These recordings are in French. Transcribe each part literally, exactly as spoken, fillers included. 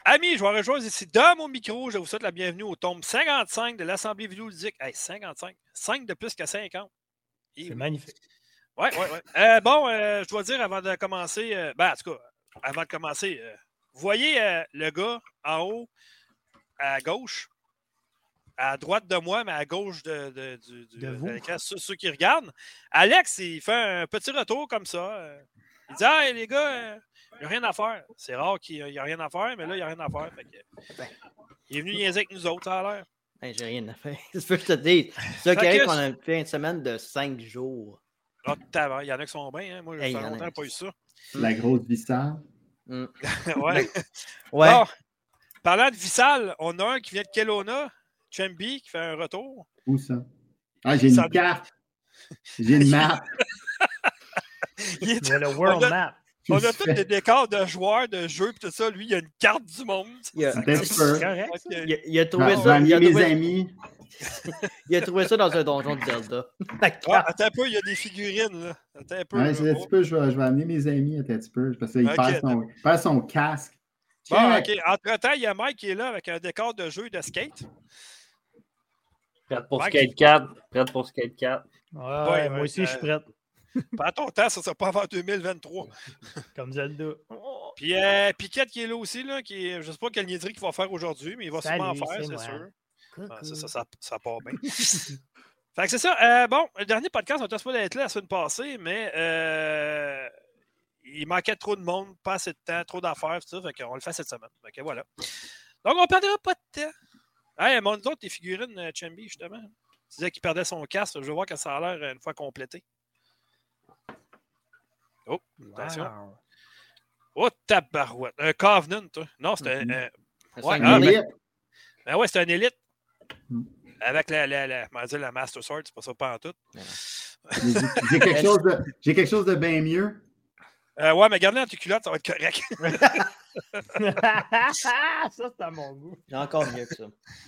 Amis, joueurs et joueuses, ici dans mon micro, je vous souhaite la bienvenue au tome cinquante-cinq de l'Assemblée vidéoludique. Hey, cinquante-cinq. cinq de plus que cinquante. Et C'est oui. magnifique. Oui, oui, oui. Euh, bon, euh, je dois dire avant de commencer, euh, ben, en tout cas, avant de commencer, euh, vous voyez euh, le gars en haut, à gauche, à droite de moi, mais à gauche de, de, du, du, de vous. de l'écran, ceux, ceux qui regardent. Alex, il fait un petit retour comme ça. Il dit, hey, les gars, euh, il n'y a rien à faire. C'est rare qu'il n'y a rien à faire, mais là, il n'y a rien à faire. Fait que, ben, il est venu niaiser avec nous autres, ça a l'air. Ben, j'ai rien à faire. C'est ce que je te dis. C'est ça qu'on a fait une semaine de cinq jours. Ah, il y en a qui sont bien. Hein? Moi, ça hey, fait longtemps que pas eu ça. La grosse vissale. Mm. ouais. ouais. Bon, parlant de vissale, on a un qui vient de Kelowna, Chamby, qui fait un retour. Où ça? Ah, j'ai une carte. J'ai une map. Il est... le World on a, Map. On a tous des décors de joueurs, de jeux, et tout ça. Lui, il a une carte du monde. Il a, c'est correct. Okay. Il a, il a trouvé ah, ça. Il a mes trouvé... amis. il a trouvé ça dans un donjon de Zelda. Ah, attends un peu, il y a des figurines. Là. Attends un peu. Ouais, c'est un petit peu, je vais, je vais amener mes amis un petit peu. Parce qu'il okay, perd, son, perd son casque. Bon, OK. Entre-temps, il y a Mike qui est là avec un décor de jeu de skate. Prête pour Mike. Skate quatre. Prête pour Skate quatre. Ouais, ouais, ouais moi aussi, euh... je suis prête. Pas ton temps, ça ne sera pas avant deux mille vingt-trois. Comme Zelda. Puis euh, Piquette qui est là aussi, là, qui est, je ne sais pas quelle niaiserie qu'il va faire aujourd'hui, mais il va Salut, sûrement en faire, c'est, c'est sûr. Coucou. Ah, ça, ça, ça, ça part bien. Fait que c'est ça. Euh, bon, le dernier podcast, on était supposé être là la semaine passée, mais euh, il manquait trop de monde, pas assez de temps, trop d'affaires, tout ça. Fait qu'on le fait cette semaine. Fait que voilà. Donc, on ne perdra pas de temps. Hey, montre-nous tes figurines, Chamby, justement. Tu disais qu'il perdait son casque. Je veux voir que ça a l'air une fois complété. Oh, attention. Wow. Oh, tabarouette. Un Covenant, toi. Non, c'était mm-hmm. un. Euh, ouais, un ah, élite. Ben, ben ouais, c'est un élite. Mm. Avec la, la, la, la, dire, la Master Sword, c'est pas ça pas en tout. J'ai, j'ai, quelque chose de, j'ai quelque chose de bien mieux. Euh, ouais, mais garde-le dans tes culottes, ça va être correct. ça, c'est à mon goût. Il y a encore mieux que ça.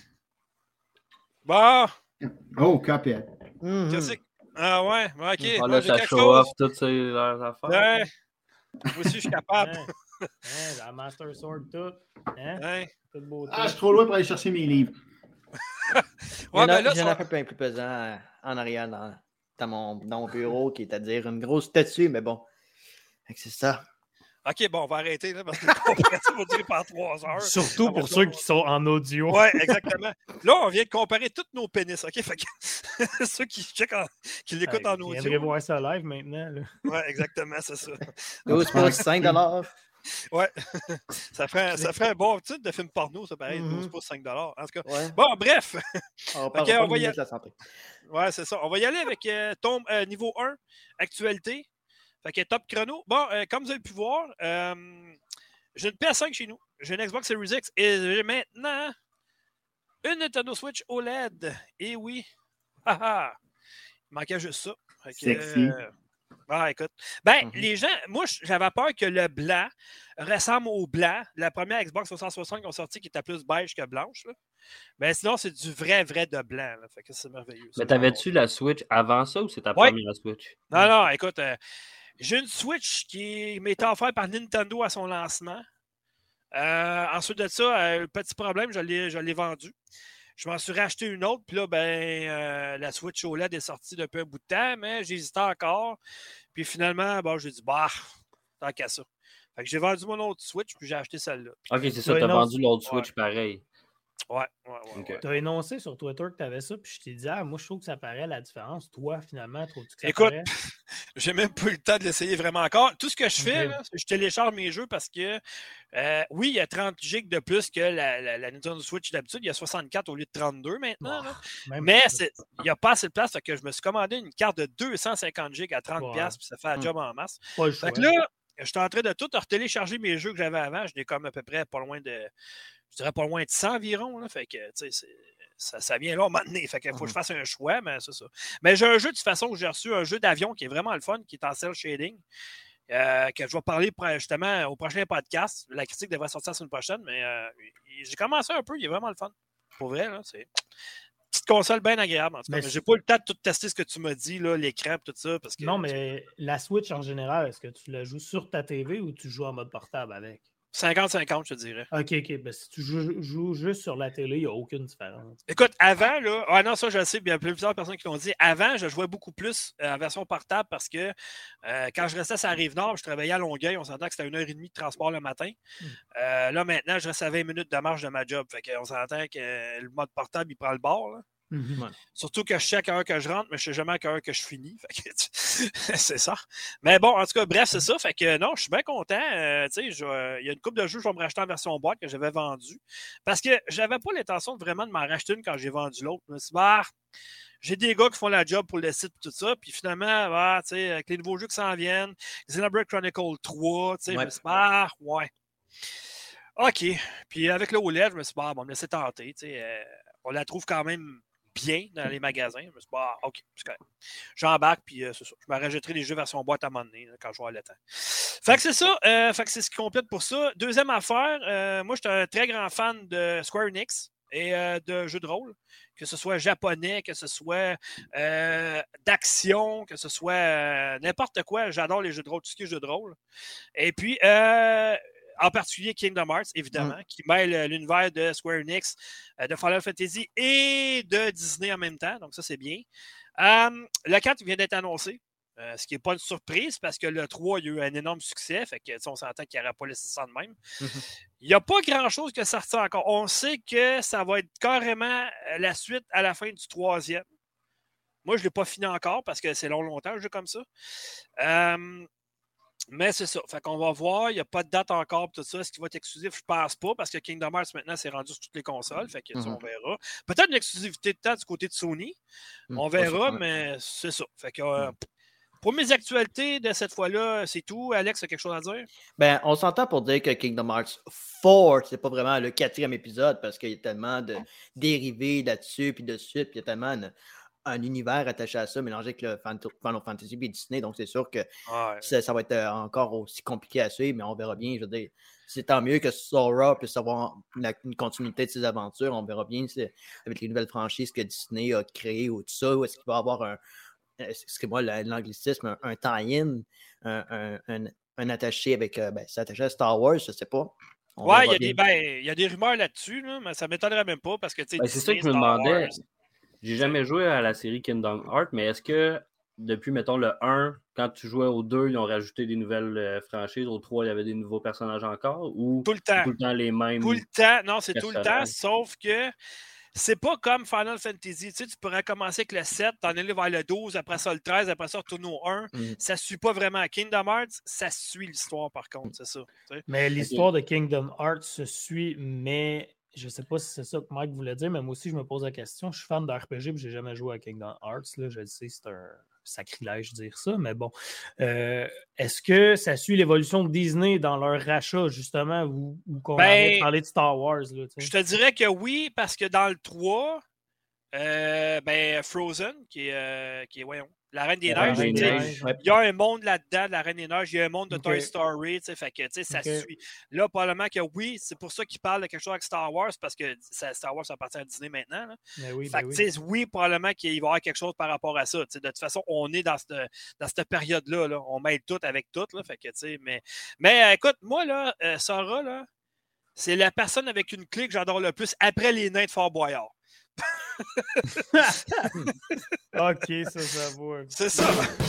Bon. Oh, Cuphead. Mm-hmm. Qu'est-ce que Ah ouais, ok. On Moi, a j'ai ta quelque show chose. off, toutes ces leurs affaires. Ouais. Moi aussi, je suis capable. Hein? Hein, la Master Sword, tout. Hein? Hein? Toute beauté. Ah, je suis trop loin pour aller chercher mes livres. ouais, il y en a, ben là, il y en ça... a un peu plus pesant en arrière dans, dans, mon, dans mon bureau, qui est à dire une grosse statue, mais bon. C'est ça. OK, bon, on va arrêter, là, parce que le comparatif va durer pendant trois heures. Surtout pour ceux qui sont en audio. Oui, exactement. Là, on vient de comparer tous nos pénis, OK? Fait que ceux qui, en, qui l'écoutent hey, en audio. Je viendrai voir ça live maintenant. Oui, exactement, c'est ça. douze pouces, cinq dollars. Ouais. ça, ferait, ça ferait un bon titre de film porno, ça, pareil. Mm-hmm. douze pouces, cinq dollars. En tout cas, ouais. Bon, bref. On, okay, on va y aller. La santé. Ouais, c'est ça. On va y aller avec euh, ton euh, niveau un, actualité. Fait que top chrono. Bon, euh, comme vous avez pu voir, euh, j'ai une P S cinq chez nous. J'ai une Xbox Series X et j'ai maintenant une Nintendo Switch O L E D. Et oui. Haha. Il manquait juste ça. Fait que, Sexy. Euh, ah, écoute. Ben, mm-hmm. les gens, moi, j'avais peur que le blanc ressemble au blanc. La première Xbox trois cent soixante qui ont sorti qui était plus beige que blanche. Là. Ben, sinon, c'est du vrai, vrai de blanc. Là. Fait que c'est merveilleux. Mais t'avais-tu la Switch avant ça ou c'est ta ouais. première Switch? Non, non, écoute. Euh, J'ai une Switch qui m'était offerte par Nintendo à son lancement. Euh, ensuite de ça, euh, petit problème, je l'ai, je l'ai vendue. Je m'en suis racheté une autre, puis là, ben, euh, la Switch O L E D est sortie depuis un bout de temps, mais j'hésitais encore. Puis finalement, bon, j'ai dit, bah, tant qu'à ça. Fait que j'ai vendu mon autre Switch, puis j'ai acheté celle-là. Ok, c'est ça, t'as vendu l'autre Switch ouais. pareil. Ouais, ouais, ouais. Okay. ouais. Tu as énoncé sur Twitter que tu avais ça, puis je t'ai dit, ah, moi, je trouve que ça paraît la différence. Toi, finalement, trouves-tu que ça Écoute, paraît? j'ai même pas eu le temps de l'essayer vraiment encore. Tout ce que je fais, okay. là, c'est que je télécharge mes jeux parce que, euh, oui, il y a trente gigs de plus que la, la, la Nintendo Switch d'habitude. Il y a soixante-quatre au lieu de trente-deux maintenant. Oh, mais il n'y a pas assez de place, fait que je me suis commandé une carte de deux cent cinquante gigs à trente dollars, ouais. Puis ça fait un job en masse. Pas le fait choix. que là, je suis en train de tout retélécharger mes jeux que j'avais avant. Je n'ai comme à peu près pas loin de... Je dirais pas loin de cent environ. Là, fait que, tu sais, ça, ça vient là à un moment donné. Fait qu'il faut mm-hmm. que je fasse un choix, mais c'est ça. Mais j'ai un jeu, de toute façon, où j'ai reçu un jeu d'avion qui est vraiment le fun, qui est en cel shading, euh, que je vais parler justement au prochain podcast. La critique devrait sortir la semaine prochaine, mais euh, j'ai commencé un peu, il est vraiment le fun. Pour vrai, là, c'est... Petite console bien agréable, en tout cas. Mais, mais j'ai pas eu le temps de tout tester ce que tu m'as dit, là, l'écran et tout ça. Parce que, non, mais la Switch en général, est-ce que tu la joues sur ta T V ou tu joues en mode portable avec? cinquante cinquante, je te dirais. OK, OK. Ben, si tu joues, joues juste sur la télé, il n'y a aucune différence. Écoute, avant, là, ah non, ça, je le sais, il y a plusieurs personnes qui l'ont dit. Avant, je jouais beaucoup plus euh, en version portable parce que euh, quand je restais sur la Rive-Nord, je travaillais à Longueuil, on s'entend que c'était une heure et demie de transport le matin. Mm. Euh, là, maintenant, je reste à vingt minutes de marche de ma job. Fait qu'on s'entend que euh, le mode portable, il prend le bord, là. Mm-hmm. Ouais. Surtout que je sais à quelle heure que je rentre, mais je sais jamais à quelle heure que je finis. Fait que, c'est ça. Mais bon, en tout cas, bref, c'est ça. Fait que non, je suis bien content. Euh, il euh, y a une couple de jeux que je vais me racheter en version boîte que j'avais vendu. Parce que j'avais pas l'intention de vraiment de m'en racheter une quand j'ai vendu l'autre. Je me suis dit, bah, j'ai des gars qui font la job pour le site et tout ça. Puis finalement, bah, avec les nouveaux jeux qui s'en viennent, Xenoblade Chronicle trois, ouais. Je me suis dit, bah, ouais. OK. Puis avec le O L E D, je me suis dit, bah, bon, on me laisser tenter. Euh, on la trouve quand même bien dans les magasins. Je me suis dit, ah, OK, c'est correct. J'embarque, puis euh, c'est ça. Je me rajouterai les jeux version boîte à un moment donné, là, quand je vais avoir le temps. Fait que c'est ça. Euh, fait que c'est ce qui complète pour ça. Deuxième affaire, euh, moi, je suis un très grand fan de Square Enix et euh, de jeux de rôle, que ce soit japonais, que ce soit euh, d'action, que ce soit euh, n'importe quoi. J'adore les jeux de rôle, tout ce qui est jeux de rôle. Et puis, euh, en particulier Kingdom Hearts, évidemment, mm. qui mêle l'univers de Square Enix, de Final Fantasy et de Disney en même temps. Donc, ça, c'est bien. Um, le quatre vient d'être annoncé, euh, ce qui n'est pas une surprise parce que le trois, il y a eu un énorme succès. Fait que, on s'entend qu'il n'aurait pas laissé ça de même. Mm-hmm. Il n'y a pas grand-chose qui est sorti encore. On sait que ça va être carrément la suite à la fin du troisième. Moi, je ne l'ai pas fini encore parce que c'est long, longtemps, un jeu comme ça. Um, Mais c'est ça. Fait qu'on va voir. Il n'y a pas de date encore pour tout ça. Est-ce qu'il va être exclusif? Je ne pense pas parce que Kingdom Hearts maintenant c'est rendu sur toutes les consoles. Fait que mm-hmm. ça, on verra. Peut-être une exclusivité de temps du côté de Sony. Mm-hmm. On verra, mais c'est ça. Fait que euh, pour mes actualités de cette fois-là, c'est tout. Alex, a quelque chose à dire? Ben, on s'entend pour dire que Kingdom Hearts quatre, c'est pas vraiment le quatrième épisode parce qu'il y a tellement de dérivés là-dessus, puis de suite, puis il y a tellement une, un univers attaché à ça, mélangé avec le Final Fantasy et Disney, donc c'est sûr que ouais. ça, ça va être encore aussi compliqué à suivre, mais on verra bien, je veux dire, c'est tant mieux que Sora puisse avoir une, une continuité de ses aventures, on verra bien avec les nouvelles franchises que Disney a créées ou tout ça, ou est-ce qu'il va y avoir un, excusez-moi l'anglicisme, un, un tie-in, un, un, un, un attaché avec, ben, c'est attaché à Star Wars, je sais pas. On ouais, il y, a des, ben, y a des rumeurs là-dessus, là, mais ça ne m'étonnerait même pas, parce que, tu sais, ben, c'est ça que je me demandais. Wars, j'ai jamais joué à la série Kingdom Hearts, mais est-ce que depuis, mettons, le un, quand tu jouais au deux, ils ont rajouté des nouvelles euh, franchises, au trois, il y avait des nouveaux personnages encore, ou tout le temps, tout le temps les mêmes? Tout le temps, non, c'est tout le temps, sauf que c'est pas comme Final Fantasy. Tu sais, tu pourrais commencer avec le sept, t'en aller vers le douze, après ça le treize, après ça retourner au un. Mm. Ça suit pas vraiment. Kingdom Hearts, ça suit l'histoire, par contre, c'est ça. Tu sais. Mais l'histoire okay. de Kingdom Hearts se suit, mais je sais pas si c'est ça que Mike voulait dire, mais moi aussi, je me pose la question. Je suis fan de R P G, mais j'ai jamais joué à Kingdom Hearts. Là. Je le sais, c'est un sacrilège de dire ça, mais bon. Euh, est-ce que ça suit l'évolution de Disney dans leur rachat, justement, ou, ou qu'on ben, avait parlé de Star Wars? Là, je te dirais que oui, parce que dans le trois, euh, ben, Frozen, qui est, euh, qui est, voyons, la Reine des Neiges, il Neiges, ouais. y a un monde là-dedans de la Reine des Neiges, il y a un monde de okay. Toy Story, fait que ça okay. suit. Là, probablement que oui, c'est pour ça qu'ils parlent de quelque chose avec Star Wars, parce que ça, Star Wars appartient à Disney maintenant. Là. Oui, fait ben que, oui. oui, probablement qu'il va y avoir quelque chose par rapport à ça. De toute façon, on est dans cette, dans cette période-là. Là. On mêle tout avec tout. Là, fait que, mais, mais euh, écoute, moi, là, euh, Sarah, là, c'est la personne avec une clé que j'adore le plus après les nains de Fort Boyard. Ok, ça, ça vaut. C'est ça.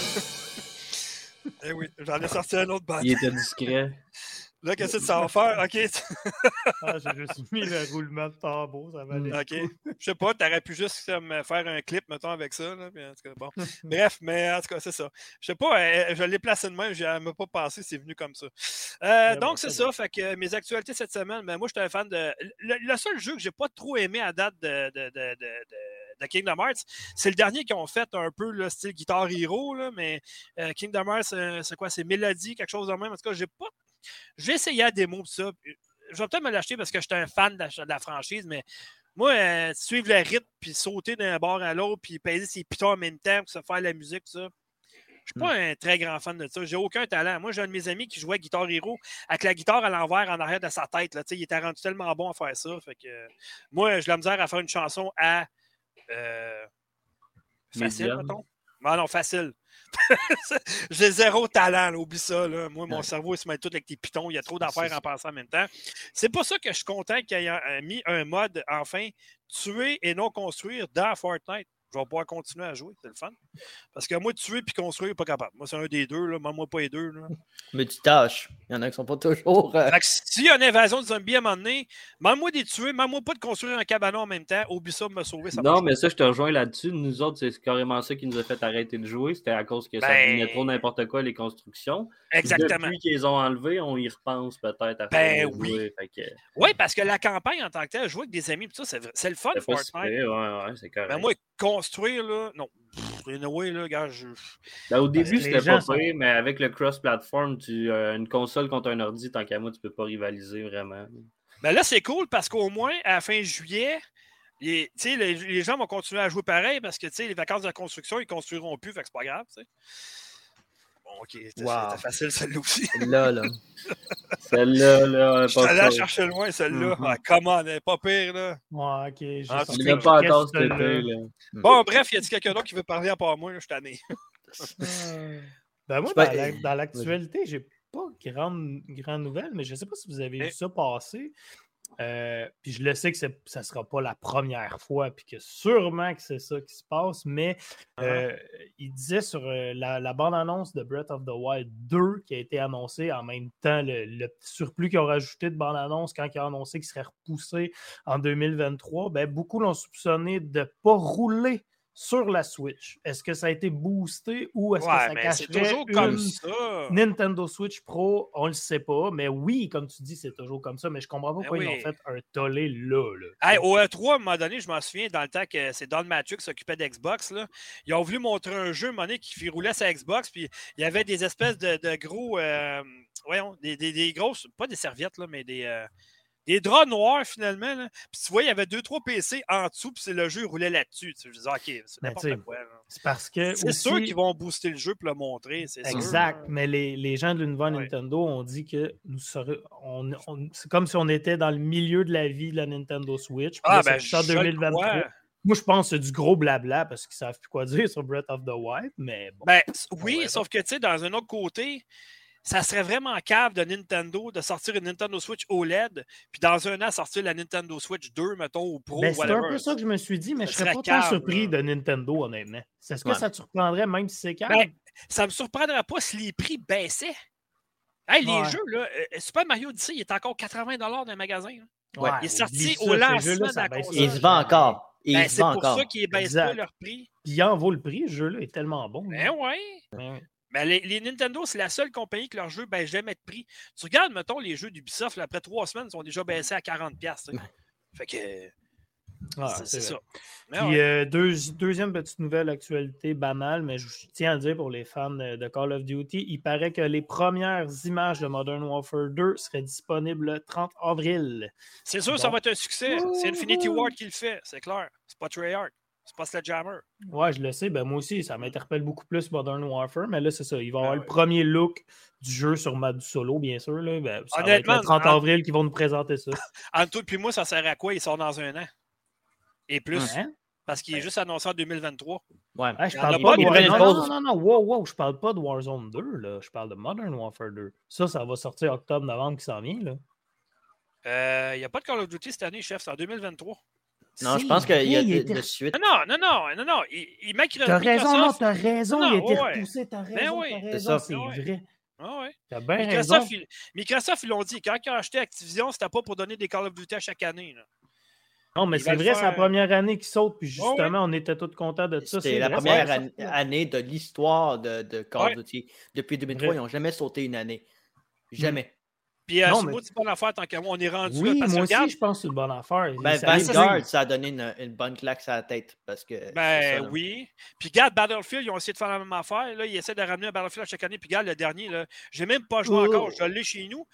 Eh oui, j'en ai sorti un autre bâton. Il était discret. Là, qu'est-ce que ça va faire? OK. Ah, j'ai juste mis le roulement de tambour, ça va aller. OK. Je sais pas, t'aurais pu juste me faire un clip, mettons, avec ça. Là, puis, en tout cas, bon. Bref, mais en tout cas, c'est ça. Je sais pas, je l'ai placé de même, je n'ai pas pensé, c'est venu comme ça. Euh, donc, bon, c'est ça. Bon. Fait que mes actualités cette semaine, ben, moi, j'étais un fan de. Le, le seul jeu que j'ai pas trop aimé à date de, de, de, de, de de Kingdom Hearts, c'est le dernier qu'ils ont fait un peu le style Guitar Hero, là, mais euh, Kingdom Hearts, euh, c'est quoi? C'est Mélodie, quelque chose de même. En tout cas, j'ai pas. J'ai essayé à démo pour ça. Je vais peut-être me l'acheter parce que j'étais un fan de la, de la franchise, mais moi, euh, suivre le rythme, puis sauter d'un bord à l'autre, puis peser ses pitons en même temps, puis se faire la musique, ça. Je suis pas mm. un très grand fan de ça. J'ai aucun talent. Moi, j'ai un de mes amis qui jouait Guitar Hero avec la guitare à l'envers en arrière de sa tête. Là. Il était rendu tellement bon à faire ça. Fait que, euh, moi, j'ai la misère à faire une chanson à euh, facile, mettons. Non, non, facile. J'ai zéro talent, là, oublie ça. Là. Moi, mon ouais. cerveau, il se met tout avec des pitons. Il y a trop d'affaires en pensant en même temps. C'est pour ça que je suis content qu'il ait mis un mode, enfin, tuer et non construire dans Fortnite. Je vais pouvoir continuer à jouer, c'est le fun. Parce que moi, tuer et construire, pas capable. Moi, c'est un des deux, là. Moi, pas les deux. Là. Mais tu tâches. Il y en a qui sont pas toujours. Euh... Fait que s'il y a une invasion de zombies à un moment donné, même-moi des tuer, même-moi pas de construire un cabanon en même temps, oublie ça, me sauver. Ça non, mais pas. Ça, je te rejoins là-dessus. Nous autres, c'est carrément ça qui nous a fait arrêter de jouer. C'était à cause que ben... ça devenait trop n'importe quoi, les constructions. Exactement. Depuis qu'ils ont enlevé, on y repense peut-être à ben, oui. jouer. Fait que... Oui, parce que la campagne en tant que telle, jouer avec des amis, ça, c'est, c'est le fun, c'est Fortnite. Ouais, ouais, c'est correct. Ben, moi, construire, là, non. Anyway, là, gars, je... ben, au début, c'était pas sont... pire, mais avec le cross-platform, tu, euh, une console contre un ordi, tant qu'à moi, tu peux pas rivaliser vraiment. Ben là, c'est cool parce qu'au moins, à la fin juillet, les, les, les gens vont continuer à jouer pareil parce que les vacances de la construction, ils construiront plus, fait que c'est pas grave, tu sais. Bon, OK, c'était, wow. c'était facile, celle-là aussi. Celle-là, là. Celle-là, là. Je suis allé la chercher loin, celle-là. Mm-hmm. Ah, comment, elle n'est pas pire, là. Ouais, OK. Je ah, il n'est pas encore cet été, là. Bon, bref, y a-t-il quelqu'un d'autre qui veut parler à part moi, là, je suis tanné. Ben moi, dans, la, dans l'actualité, j'ai pas grande, grande nouvelle, mais je sais pas si vous avez vu ça passer. Euh, puis je le sais que c'est, ça ne sera pas la première fois, puis que sûrement que c'est ça qui se passe, mais euh, uh-huh. il disait sur euh, la, la bande-annonce de Breath of the Wild deux qui a été annoncée en même temps, le, le petit surplus qu'ils ont rajouté de bande-annonce quand ils ont annoncé qu'il serait repoussé en deux mille vingt-trois, ben, beaucoup l'ont soupçonné de ne pas rouler sur la Switch. Est-ce que ça a été boosté ou est-ce ouais, que ça mais cacherait c'est toujours une comme ça. Nintendo Switch Pro? On le sait pas, mais oui, comme tu dis, c'est toujours comme ça, mais je comprends pas pourquoi oui. ils ont fait un tollé là. là. Hey, au E trois, à un moment donné, je m'en souviens, dans le temps que c'est Don Matthew qui s'occupait d'Xbox, là, ils ont voulu montrer un jeu, à un moment donné, qui roulait sur Xbox, puis il y avait des espèces de, de gros... Euh, voyons, des, des, des grosses... Pas des serviettes, là, mais des... Euh, Des draps noirs, finalement. Là. Puis tu vois, il y avait deux trois P C en dessous, puis le jeu roulait là-dessus. Tu sais, je disais, OK, c'est n'importe mais quoi. Là. C'est parce que. C'est aussi... sûr qu'ils vont booster le jeu pour le montrer. C'est exact. sûr, mais les, les gens de l'univers ouais. Nintendo ont dit que nous serions, on, on, c'est comme si on était dans le milieu de la vie de la Nintendo Switch. Ah, là, ben, c'est en deux mille vingt-trois. Moi, je pense que c'est du gros blabla parce qu'ils ne savent plus quoi dire sur Breath of the Wild. Mais bon. Ben, oui, ouais, sauf que, tu sais, dans un autre côté. Ça serait vraiment cave de Nintendo de sortir une Nintendo Switch O L E D, puis dans un an, sortir la Nintendo Switch deux, mettons, ou Pro, ben, whatever. C'est un peu ça que je me suis dit, mais ça je serais pas cave, tant surpris là. de Nintendo, honnêtement. Est-ce que ouais. ça te surprendrait même si c'est cave? Ben, ça me surprendrait pas si les prix baissaient. Hey, les ouais. jeux, là, Super Mario Odyssey, il est encore quatre-vingts dollars dans le magasin. Ouais, il est sorti ça, au lancement de la console. Il se vend encore. Il ben, se c'est vend pour encore. ça qu'ils ne baissent pas leur prix. Puis il en vaut le prix, ce jeu-là est tellement bon. Ben oui. Ben, Mais les, les Nintendo, c'est la seule compagnie que leurs jeux ne baissent jamais de prix. Tu regardes, mettons, les jeux d'Ubisoft, là, après trois semaines, ils sont déjà baissés à quarante dollars. Fait que. Ah, c'est, c'est ça. Puis, ouais. euh, deux, deuxième petite nouvelle actualité banale, mais je tiens à le dire pour les fans de Call of Duty, il paraît que les premières images de Modern Warfare deux seraient disponibles le trente avril. C'est sûr, donc, ça va être un succès. C'est Infinity Ward qui le fait, c'est clair. C'est pas Treyarch. C'est pas Sledgehammer. Ouais, je le sais. Ben, moi aussi, ça m'interpelle beaucoup plus Modern Warfare, mais là, c'est ça. Il va y avoir ah, le ouais. premier look du jeu sur mode solo, bien sûr. Là. Ben, ça honnêtement, va être le trente avril qu'ils vont nous présenter ça. Entre toi et moi, ça sert à quoi? Il sort dans un an. Et plus. Hein? Parce qu'il est juste annoncé en deux mille vingt-trois. Ouais, hey, je parle pas de War... non, non, non, non, non, wow, wow, je parle pas de Warzone deux, là. Je parle de Modern Warfare deux. Ça, ça va sortir octobre-novembre qui s'en vient, là. Il euh, n'y a pas de Call of Duty cette année, chef, c'est en deux mille vingt-trois. Non, je pense qu'il y a de, de suite. Non, non, non, non, non. Il, il Microsoft... T'as raison, non, t'as raison, non, il a été ouais. repoussé, t'as raison, ben oui. t'as raison, c'est, c'est ouais. vrai. Ah ouais. T'as bien Microsoft, raison. Il, Microsoft, ils l'ont dit, quand ils ont acheté Activision, c'était pas pour donner des Call of Duty à chaque année, là. Non, mais il c'est vrai, faire... c'est la première année qui saute, puis justement, oh, oui. on était tous contents de ça. C'était c'est la vrai, première an- année de l'histoire de, de Call of ouais. Duty. Depuis deux mille trois, vrai. Ils n'ont jamais sauté une année. Jamais. Mmh. Puis, euh, non, c'est mais... une bonne affaire tant qu'à moi. On est rendu oui, là. Parce moi que, aussi, regarde... je pense que c'est une bonne affaire. Ben, Vanguard, ça a donné une, une bonne claque sur la tête. Parce que ben ça, oui. Puis, regarde, Battlefield, ils ont essayé de faire la même affaire. Là, ils essaient de ramener un Battlefield à chaque année. Puis, regarde, le dernier, là, j'ai même pas joué oh. encore. Je l'ai chez nous.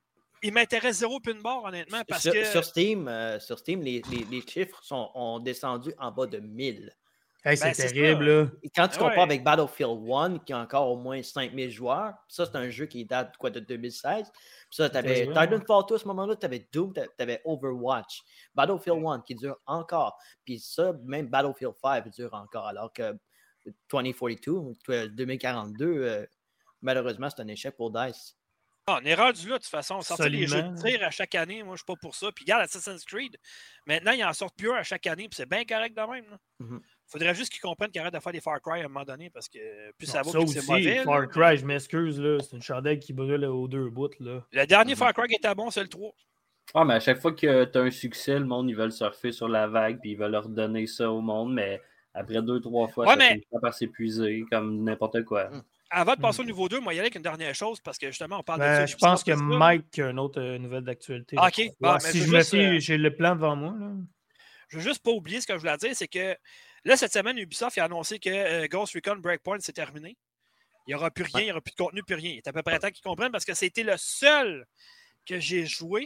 Il m'intéresse zéro pin barre, honnêtement. Parce sur, que... sur Steam, euh, sur Steam les, les, les chiffres sont, ont descendu en bas de mille. Hey, c'est, ben, c'est terrible, là. Et quand tu ben compares ouais. avec Battlefield un, qui a encore au moins cinq mille joueurs, ça, c'est un jeu qui date quoi, de deux mille seize. Puis ça, tu avais Titanfall deux à ce moment-là, tu avais Doom, tu avais Overwatch. Battlefield un qui dure encore. Puis ça, même Battlefield cinq dure encore. Alors que vingt quarante-deux, deux mille quarante-deux, euh, malheureusement, c'est un échec pour DICE. Ah, on est rendu là, de toute façon. Sortir des jeux de Absolument. tir à chaque année, moi, je suis pas pour ça. Puis regarde Assassin's Creed. Maintenant, ils en sortent plus un à chaque année, puis c'est bien correct de même. Il Mhm. faudrait juste qu'ils comprennent qu'ils arrêtent de faire des Far Cry à un moment donné, parce que plus ça Non, va, plus c'est aussi, mauvais. Far là. Cry, je m'excuse, là, c'est une chandelle qui brûle aux deux bouts. Là. Le dernier Mhm. Far Cry qui était bon, c'est le trois. Ah, mais à chaque fois que tu as un succès, le monde, ils veulent surfer sur la vague, puis ils veulent leur donner ça au monde, mais après deux, trois fois, Ouais, ça mais- finit par s'épuiser, comme n'importe quoi. Mm. Avant de passer au niveau deux, moi, il y a avec une dernière chose, parce que justement, on parle de Ben, ça. je pense que ça, Mike a une autre euh, nouvelle d'actualité. Ah, là. ok. Ouais, Bon, mais si je je veux me juste, fie, euh, j'ai le plan devant moi. Là. Je veux juste pas oublier ce que je voulais dire, c'est que là, cette semaine, Ubisoft a annoncé que euh, Ghost Recon Breakpoint, c'est terminé. Il n'y aura plus rien, il n'y aura plus de contenu, plus rien. Il est à peu près temps qu'ils comprennent parce que c'était le seul que j'ai joué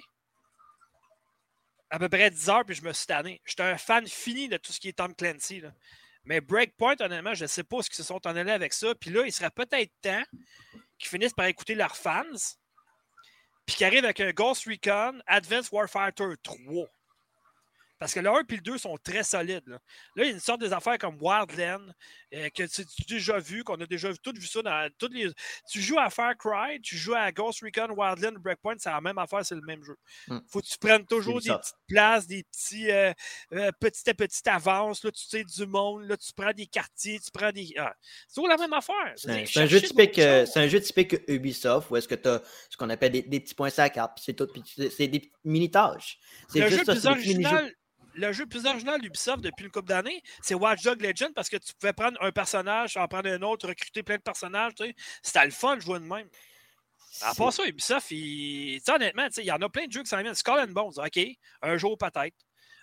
à peu près dix heures, puis je me suis tanné. J'étais un fan fini de tout ce qui est Tom Clancy. Là. Mais Breakpoint, honnêtement, je ne sais pas ce qu'ils se sont en allés avec ça. Puis là, il serait peut-être temps qu'ils finissent par écouter leurs fans, puis qu'ils arrivent avec un Ghost Recon Advanced Warfighter trois. Parce que le un et le deux sont très solides. Là, là il y a une sorte des affaires comme Wildland, euh, que tu as déjà vu, qu'on a déjà vu, tout vu ça dans toutes les. Tu joues à Far Cry, tu joues à Ghost Recon, Wildland, Breakpoint, c'est la même affaire, c'est le même jeu. Mm. Faut que tu prennes toujours C'est des ça. petites places, des petits euh, euh, petit à petit avances, là, tu sais du monde, là, tu prends des quartiers, tu prends des. Ah, c'est toujours la même affaire. C'est un, Ils c'est un cherchent jeu de typique, nouvelles euh, choses. c'est un jeu typique Ubisoft où est-ce que tu as ce qu'on appelle des, des petits points sur la carte, puis c'est tout, puis c'est c'est des mini-tâches. C'est Le jeu juste ça, plus c'est des petits mini-jeux. original. Le jeu plus original d'Ubisoft depuis une couple d'années, c'est Watch Dogs Legion parce que tu pouvais prendre un personnage, en prendre un autre, recruter plein de personnages. Tu sais. C'était le fun de jouer de même. À part ça, Ubisoft, il... tu sais, honnêtement, tu sais, il y en a plein de jeux qui s'en viennent. Skull and Bones, OK, un jour peut-être.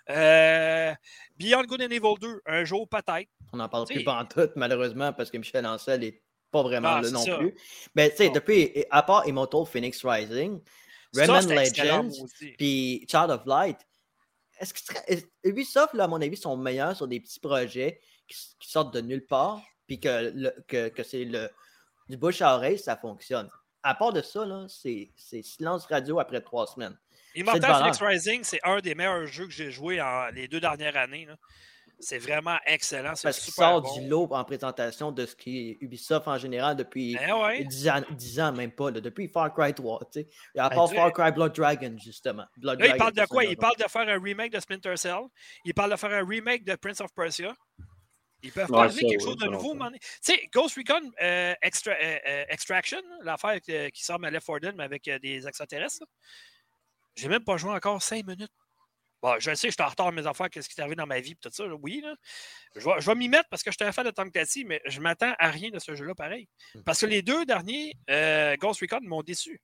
Euh... Beyond Good and Evil deux, un jour peut-être. On n'en parle T'sais- plus pantoute, malheureusement, parce que Michel Ancel n'est pas vraiment Non, là c'est non ça. plus. Mais tu sais, Non. depuis, à part Immortal Phoenix Rising, Ça, Rayman c'était excellent, Legends, moi aussi. puis Child of Light, est-ce que ce serait- est- Ubisoft, là, à mon avis, sont meilleurs sur des petits projets qui, qui sortent de nulle part, puis que, le- que, que c'est le du bouche à oreille, ça fonctionne. À part de ça, là, c'est c'est silence radio après trois semaines. Immortal c'est de valeur. Phoenix Rising, c'est un des meilleurs jeux que j'ai joué en les deux dernières années. là. C'est vraiment excellent. C'est Parce qu'il super sort bon. du lot en présentation de ce qui est Ubisoft en général depuis Ben ouais. dix ans, dix ans même pas, là, depuis Far Cry trois. Tu sais. Et à Ben, part tu- Far Cry Blood Dragon, justement. Blood Là, il Dragon, parle de c'est quoi? ça, Il parle de faire un remake de Splinter Cell. Il parle de faire un remake de Prince of Persia. Ils peuvent Ouais, pas amener ça, quelque oui, chose de ça, nouveau. ça. à un moment donné. Tu sais, Ghost Recon euh, Extra- euh, euh, Extraction, l'affaire que- qui sort à Left four Dead, mais avec euh, des extraterrestres. là. J'ai même pas joué encore cinq minutes. Bon, je sais, je suis en retard de mes affaires, qu'est-ce qui est arrivé dans ma vie, pis tout ça. là. Oui, là. Je vais, je vais m'y mettre parce que je suis un fan de Tom Clancy, mais je m'attends à rien de ce jeu-là pareil. Parce que les deux derniers euh, Ghost Recon m'ont déçu.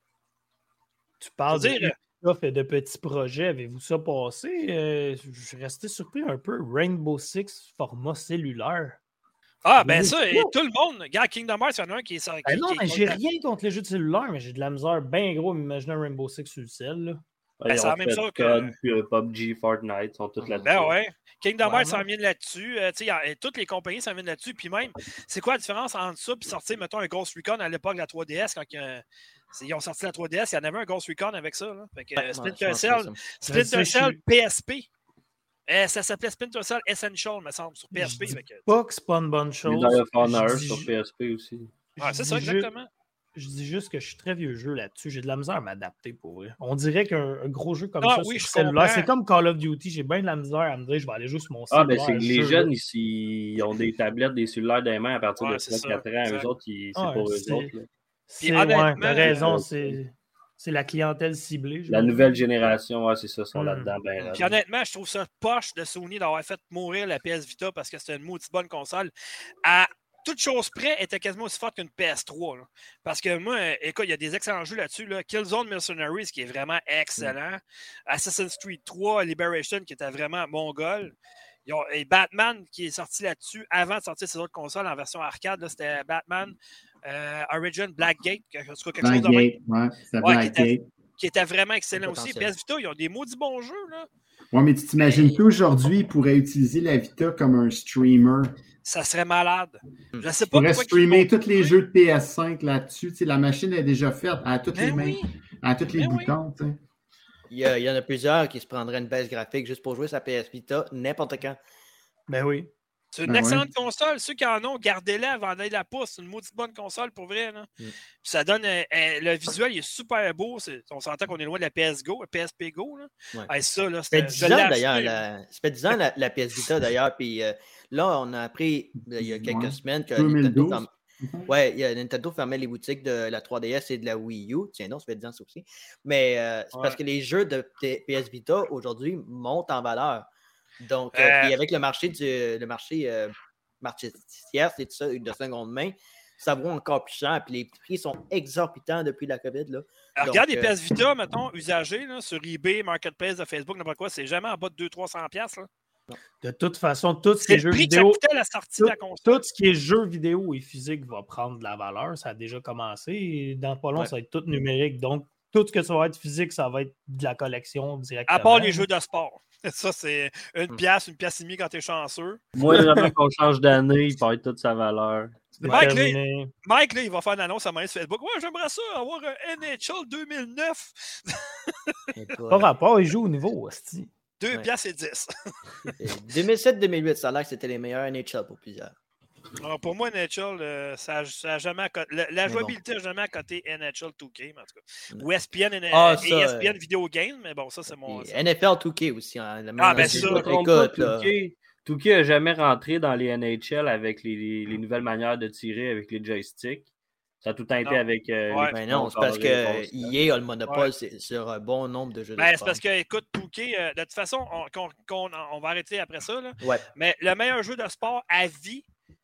Tu parles Je veux de dire, Ubisoft et de petits projets. Avez-vous ça passé? Euh, je suis resté surpris un peu. Rainbow Six, format cellulaire. Ah, ben Mais ça, c'est et quoi? tout le monde. Regarde, Kingdom Hearts, il y en a un qui est sorti. Ben non, mais j'ai rien contre les jeux de cellulaire, mais j'ai de la misère bien gros à m'imaginer un Rainbow Six sur le cell. Là. Ouais, Ben, ils c'est ont la même fait chose que- COD, puis, euh, P U B G, Fortnite, sont toutes là-dessus. Ben ouais. Kingdom Ouais, Hearts non. s'en vient là-dessus. Euh, tu sais, y a- et toutes les compagnies s'en viennent là-dessus. Puis même, c'est quoi la différence entre ça et sortir, mettons, un Ghost Recon à l'époque de la trois D S quand euh, ils ont sorti la trois D S, il y en avait un Ghost Recon avec ça. Là. Fait que, euh, Ouais, Splinter je pense que Cell, c'est ça. Splinter Je sais, Cell je- P S P. Euh, ça s'appelait Splinter Cell Essential, me semble, sur P S P. Je dis fait que- pas que c'est pas une bonne chose. Medal of Honor Je dis sur ju- P S P aussi. je Ouais, c'est ça, dis ju- exactement. Je dis juste que je suis très vieux jeu là-dessus. J'ai de la misère à m'adapter pour vrai. On dirait qu'un un gros jeu comme Ah ça oui, sur je cellulaire, comprends. c'est comme Call of Duty. J'ai bien de la misère à me dire je vais aller juste sur mon Ah, cellulaire. ben c'est que les jeu. jeunes, ici, ils ont des tablettes, des cellulaires dans les mains à partir Ouais, de c'est trois quatre ça, ans. exact. Eux autres, ils- c'est Ah, pour eux c'est- autres. là. C'est, Puis ouais, honnêtement, t'as raison, euh, c'est, c'est la clientèle ciblée. je La veux nouvelle dire. génération, ouais, c'est ça, sont Hmm. là-dedans. Ben, Puis honnêtement, je trouve ça poche de Sony d'avoir fait mourir la P S Vita parce que c'était une maudite bonne console. À toute chose près, elle était quasiment aussi forte qu'une P S trois. là. Parce que moi, euh, écoute, il y a des excellents jeux là-dessus. Là. Killzone Mercenaries, qui est vraiment excellent. Assassin's Creed trois, Liberation, qui était vraiment mongol. Ils ont- Et Batman, qui est sorti là-dessus avant de sortir ses autres consoles en version arcade. Là, c'était Batman euh, Origin Blackgate, quelque chose quelque chose de même. Blackgate, ouais, c'est Ouais, qui Blackgate. qui était vraiment excellent aussi. Potentiel. P S Vita, ils ont des maudits bons jeux. Là. Ouais, mais tu t'imagines qu'aujourd'hui, ils pourraient utiliser la Vita comme un streamer. Ça serait malade. Hmm. Je sais Ils pas pourraient pourquoi qu'ils streamer font- tous les jeux de P S cinq là-dessus. Tu sais, la machine est déjà faite à toutes les Ben mains, oui. à tous les Ben oui. boutons. Tu sais. Il y, a- il y en a plusieurs qui se prendraient une baisse graphique juste pour jouer sa P S Vita n'importe quand. Ben oui. C'est une Ben excellente ouais. console. Ceux qui en ont, gardez-la, vendez la pouce. C'est une maudite bonne console pour vrai. Là. Mm. Ça donne. euh, euh, le visuel il est super beau. C'est, on s'entend qu'on est loin de la P S Go, P S P Go. Là. Ouais. Ah, ça, là, Ça fait c'était- dix je ans l'ai d'ailleurs, acheté, la... ça fait dix ans la, la P S Vita d'ailleurs, puis euh, là on a appris il y a quelques Ouais. semaines que deux mille Nintendo, douze. ferme... ouais, il y a Nintendo fermait les boutiques de la trois D S et de la Wii U. Tiens non, ça fait dix ans ça aussi. Mais euh, c'est Ouais. parce que les jeux de P S Vita aujourd'hui montent en valeur. Donc, euh, Euh, puis avec le marché du le marché, euh, marché tierce et tout ça, de seconde main, ça vaut encore plus cher. Puis les prix sont exorbitants depuis la COVID. Là. Alors, Donc, regarde les euh, P S Vita, mettons, usagés là, sur eBay, Marketplace de Facebook, n'importe quoi, c'est jamais en bas de deux cents à trois cents piastres. Là. De toute façon, tout ce qui C'est est le jeux prix vidéo. que ça coûtait à la sortie Tout, de la console. tout ce qui est jeux vidéo et physique va prendre de la valeur. Ça a déjà commencé. Et dans pas long, Ouais. ça va être tout numérique. Donc, tout ce que ça va être physique, ça va être de la collection directement. À part les jeux de sport. Ça, c'est une Hmm. pièce, une pièce et demie quand t'es chanceux. Moi, vraiment qu'on change d'année, il perd toute sa valeur. C'est Mike, terminé. Mike, là, il va faire une annonce à mon sur Facebook. Ouais, j'aimerais ça, avoir un N H L deux mille neuf. Pas rapport, il joue au niveau, hostie. deux Ouais. piastres et dix. deux mille sept deux mille huit, ça a l'air que c'était les meilleurs N H L pour plusieurs. Alors, pour moi, N H L, euh, ça, ça a jamais accoté- la, la Mais jouabilité n'a jamais à côté N H L deux K, mais en tout cas. Non. Ou E S P N, N- Ah, euh, ça, E S P N euh, Video Game, mais bon, ça, c'est mon. Et ça. N F L deux K aussi. Hein, la même Ah, ben chose. ça, Si je me trompe pas, Écoute, là, deux K deux K n'a jamais rentré dans les N H L avec les, les, les nouvelles manières de tirer avec les joysticks. Ça a tout le temps été Non. avec. Euh, Ouais. les ben petits non, c'est parce carrés, que constant. E A a le monopole Ouais. c'est- sur un bon nombre de jeux de Ben, c'est sport. parce que, écoute, deux K, euh, de toute façon, on, qu'on- qu'on- on va arrêter après ça, là. Ouais. Mais le meilleur jeu de sport à vie,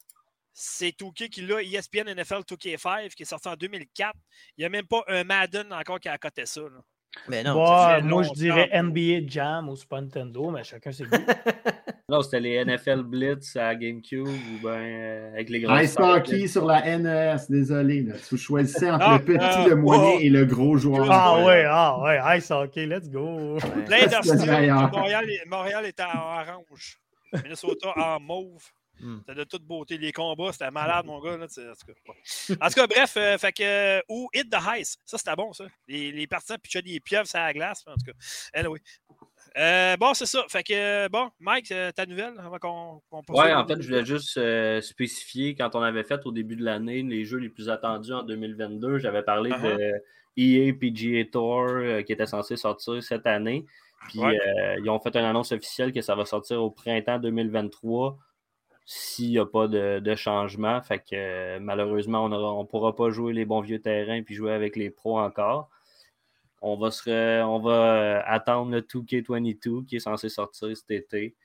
c'est deux K qui l'a, E S P N N F L deux K cinq, qui est sorti en deux mille quatre. Il n'y a même pas un Madden encore qui a accoté ça. Là. Mais non, Ouais, ça fait moi, je longtemps. dirais N B A Jam ou Super Nintendo, mais chacun ses goûts. Non, c'était les N F L Blitz à GameCube ou bien euh, avec les gros. Ice Hockey sur la N E S, désolé. Là. Tu choisissais entre Ah, le petit, euh, le moyen oh. et le gros joueur. Ah Ouais. ouais, ah ouais, Ice Hockey, let's go. Ouais. Plein de C'est le styles. meilleur. Montréal, Montréal était en orange. Minnesota en mauve. Hmm. C'était de toute beauté. Les combats, c'était malade, mon gars. Là, en, tout cas, bon. En tout cas, bref, euh, fait que, euh, ou Hit the Ice. Ça, c'était bon, ça. Les, les partisans pitchaient des pieuvres sur la glace. En tout cas, anyway. Euh, bon, c'est ça. Fait que, euh, bon, Mike, euh, ta nouvelle, avant qu'on qu'on poursuive? Ouais, en fait, je voulais juste euh, spécifier, quand on avait fait au début de l'année les jeux les plus attendus en deux mille vingt-deux, j'avais parlé Uh-huh. de E A P G A Tour euh, qui était censé sortir cette année. Puis Ouais. euh, ils ont fait une annonce officielle que ça va sortir au printemps deux mille vingt-trois s'il n'y a pas de, de changement. Fait que euh, malheureusement, on ne pourra pas jouer les bons vieux terrains puis jouer avec les pros encore. On va, se re- on va euh, attendre le deux K vingt-deux qui est censé sortir cet été.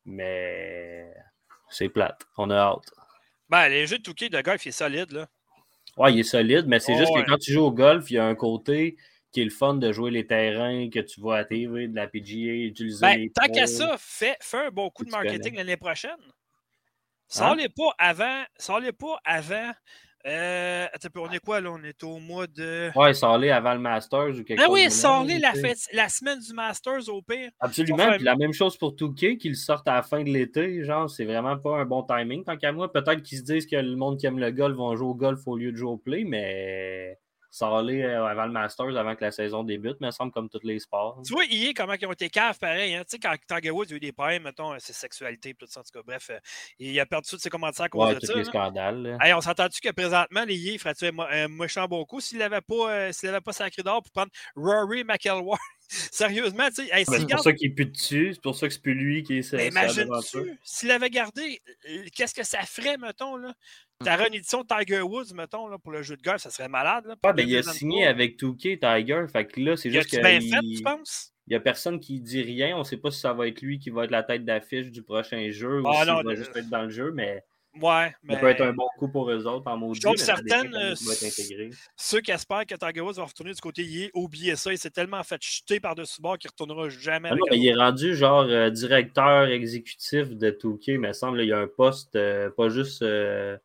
Mais c'est plate. On a hâte. Ben, les jeux de deux K de golf, il est solide, là. Ouais, il est solide, mais c'est Oh, juste ouais. que quand tu joues au golf, il y a un côté qui est le fun de jouer les terrains que tu vois à T V, de la P G A, utiliser Ben, les tant pros. qu'à ça, fais, fais un bon coup de Tu marketing connais. l'année prochaine. Hein? Sors-les pas avant. Sors-les pas avant. Euh, attends, un peu, on est quoi, là? On est au mois de. Ouais, sors-les avant le Masters ou quelque Ah chose. oui, de sors-les même, la, tu sais. fête- la semaine du Masters au pire. Absolument. Faut faire- Puis la même chose pour deux K, qu'ils sortent à la fin de l'été. Genre, c'est vraiment pas un bon timing. Tant qu'à moi, peut-être qu'ils se disent que le monde qui aime le golf vont jouer au golf au lieu de jouer au play, mais sors-les euh, avant le Masters, avant que la saison débute, me semble, comme tous les sports. Tu vois, hier, comment ils ont été caves, pareil. Hein? Tu sais, quand Tiger Woods a eu des problèmes, mettons, ses sexualités, et tout ça, en tout cas, bref, euh, il a perdu tous ses commentaires à cause Ouais, de tous ça. les là. scandales. là. Hey, on s'entend-tu que présentement, les Yé ferait-tu un, mo- un méchant bon coup s'il n'avait pas, euh, s'il avait pas sacré d'or pour prendre Rory McIlroy? Sérieusement, tu sais, hey, Ben, s'il c'est pour garde- ça qu'il n'est plus dessus. C'est pour ça que c'est plus lui qui est sur mais sur la devanture. imagine-tu, s'il avait gardé, euh, qu'est-ce que ça ferait, mettons, là? T'aurais une édition de Tiger Woods, mettons, là, pour le jeu de golf, ça serait malade, là. pour Ouais, ben, il a deux mille vingt-trois. signé avec deux K Tiger. Fait que là, c'est Il juste a-tu que. bien il... fait, tu penses? Il n'y a personne qui dit rien. On ne sait pas si ça va être lui qui va être la tête d'affiche du prochain jeu ou Ah, s'il non, va le- juste être dans le jeu, mais Ouais, mais ça peut être un bon coup pour eux autres en maudit. trouve mais ça dépend certaines, comment euh, il va être intégré. ceux qui espèrent que Tiger Woods va retourner du côté Yé, oubliez ça, il s'est tellement fait jeter par-dessus bord qu'il ne retournera jamais Ah avec non, mais eux il est autres. rendu genre euh, directeur exécutif de deux K, mais il semble qu'il y a un poste euh, pas juste euh,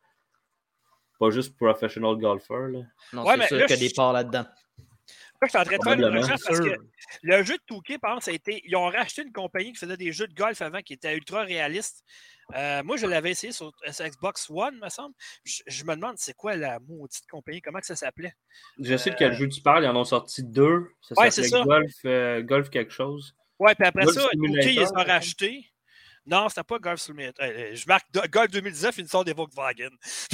pas juste professional golfer. Là. Non, Ouais, c'est mais sûr là, qu'il y a je- des parts là-dedans. Moi, je suis en train de faire une Probablement. recherche parce que Sûr. le jeu de deux K, par exemple, ça a été. Ils ont racheté une compagnie qui faisait des jeux de golf avant qui étaient ultra réalistes. Euh, moi, je l'avais essayé sur, sur Xbox One, me semble. Je, je me demande, c'est quoi la maudite compagnie? Comment que ça s'appelait? Je sais de quel jeu tu parles, ils en ont sorti deux. Ça Ouais, s'appelait c'est ça. Golf, euh, Golf quelque chose. Ouais, puis après Golf ça, deux K, ils les ont Simulator, rachetés. Non, c'était pas Golf sur le euh, Je marque Golf deux mille dix-neuf, une sorte des Volkswagen.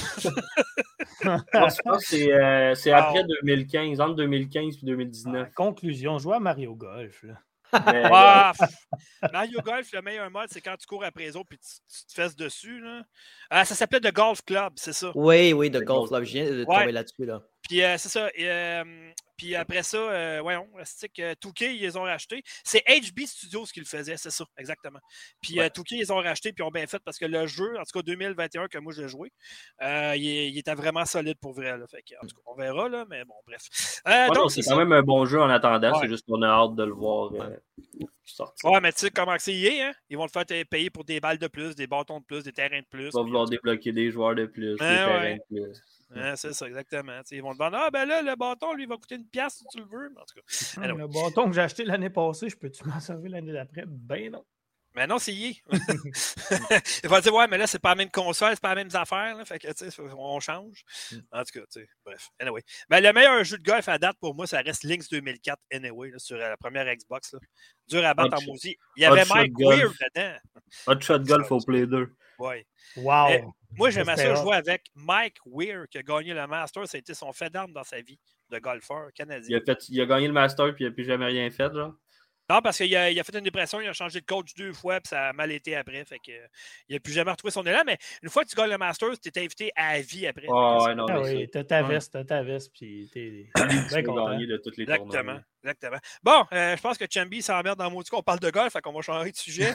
Je pense que c'est, euh, c'est wow. après deux mille quinze, entre deux mille quinze et deux mille dix-neuf. En conclusion, jouer à Mario Golf. Là. Mais, ah, Mario Golf, le meilleur mode, c'est quand tu cours après les autres et tu, tu te fesses dessus. Là. Ah, ça s'appelait The Golf Club, c'est ça. Oui, oui, The Golf Club. Je viens de tomber ouais. là-dessus. Là. Puis euh, c'est ça. Et, euh, puis après ça, euh, voyons, c'est que deux K, ils les ont rachetés. C'est H B Studios qui le faisait, c'est ça, exactement. Puis ouais. euh, deux K, ils les ont rachetés puis ils ont bien fait parce que le jeu, en tout cas deux mille vingt et un que moi j'ai joué, euh, il, il était vraiment solide pour vrai. Là. Fait que, en tout cas, on verra, là, mais bon, bref. Euh, ouais, donc, non, c'est, c'est quand même un bon jeu en attendant, ouais. c'est juste qu'on a hâte de le voir euh, sortir. Ouais, mais tu sais comment c'est hier, hein? Ils vont te faire payer pour des balles de plus, des bâtons de plus, des terrains de plus. Ils vont vouloir débloquer des joueurs de plus, hein, des terrains ouais. de plus. Hein, c'est ça, exactement. T'sais, ils vont te vendre, ah ben là, le bâton, lui, il va coûter une pièce si tu le veux. En tout cas, anyway. Le bâton que j'ai acheté l'année passée, je peux-tu m'en servir l'année d'après? Ben non. Mais non, c'est y. Il va dire, ouais, mais là, c'est pas la même console, c'est pas les mêmes affaires. Là, fait que, tu sais, on change. En tout cas, tu sais, bref. Anyway. Ben, le meilleur jeu de golf à date pour moi, ça reste Lynx deux mille quatre, anyway, là, sur la première Xbox. Là. Dur à battre Hot en maudit. Il y avait Mike Weir dedans. Hot Shot Golf au Play deux. Ouais. Wow. Mais, moi, j'aimais ça jouer avec Mike Weir, qui a gagné le Masters. Ça a été son fait d'arme dans sa vie de golfeur canadien. Il a, fait, il a gagné le Masters, puis il n'a plus jamais rien fait, genre. Non, parce qu'il a, il a fait une dépression, il a changé de coach deux fois, puis ça a mal été après. Fait que, il n'a plus jamais retrouvé son élan. Mais une fois que tu gagnes le Masters, tu es invité à vie après. Oh, ouais, non, ah oui, t'as ta veste, t'as ta veste, puis t'es bien content. Gagné de toutes les exactement, tournois. exactement. Bon, euh, je pense que Chambi s'emmerde dans le mot du coup. On parle de golf, fait qu'on va changer de sujet.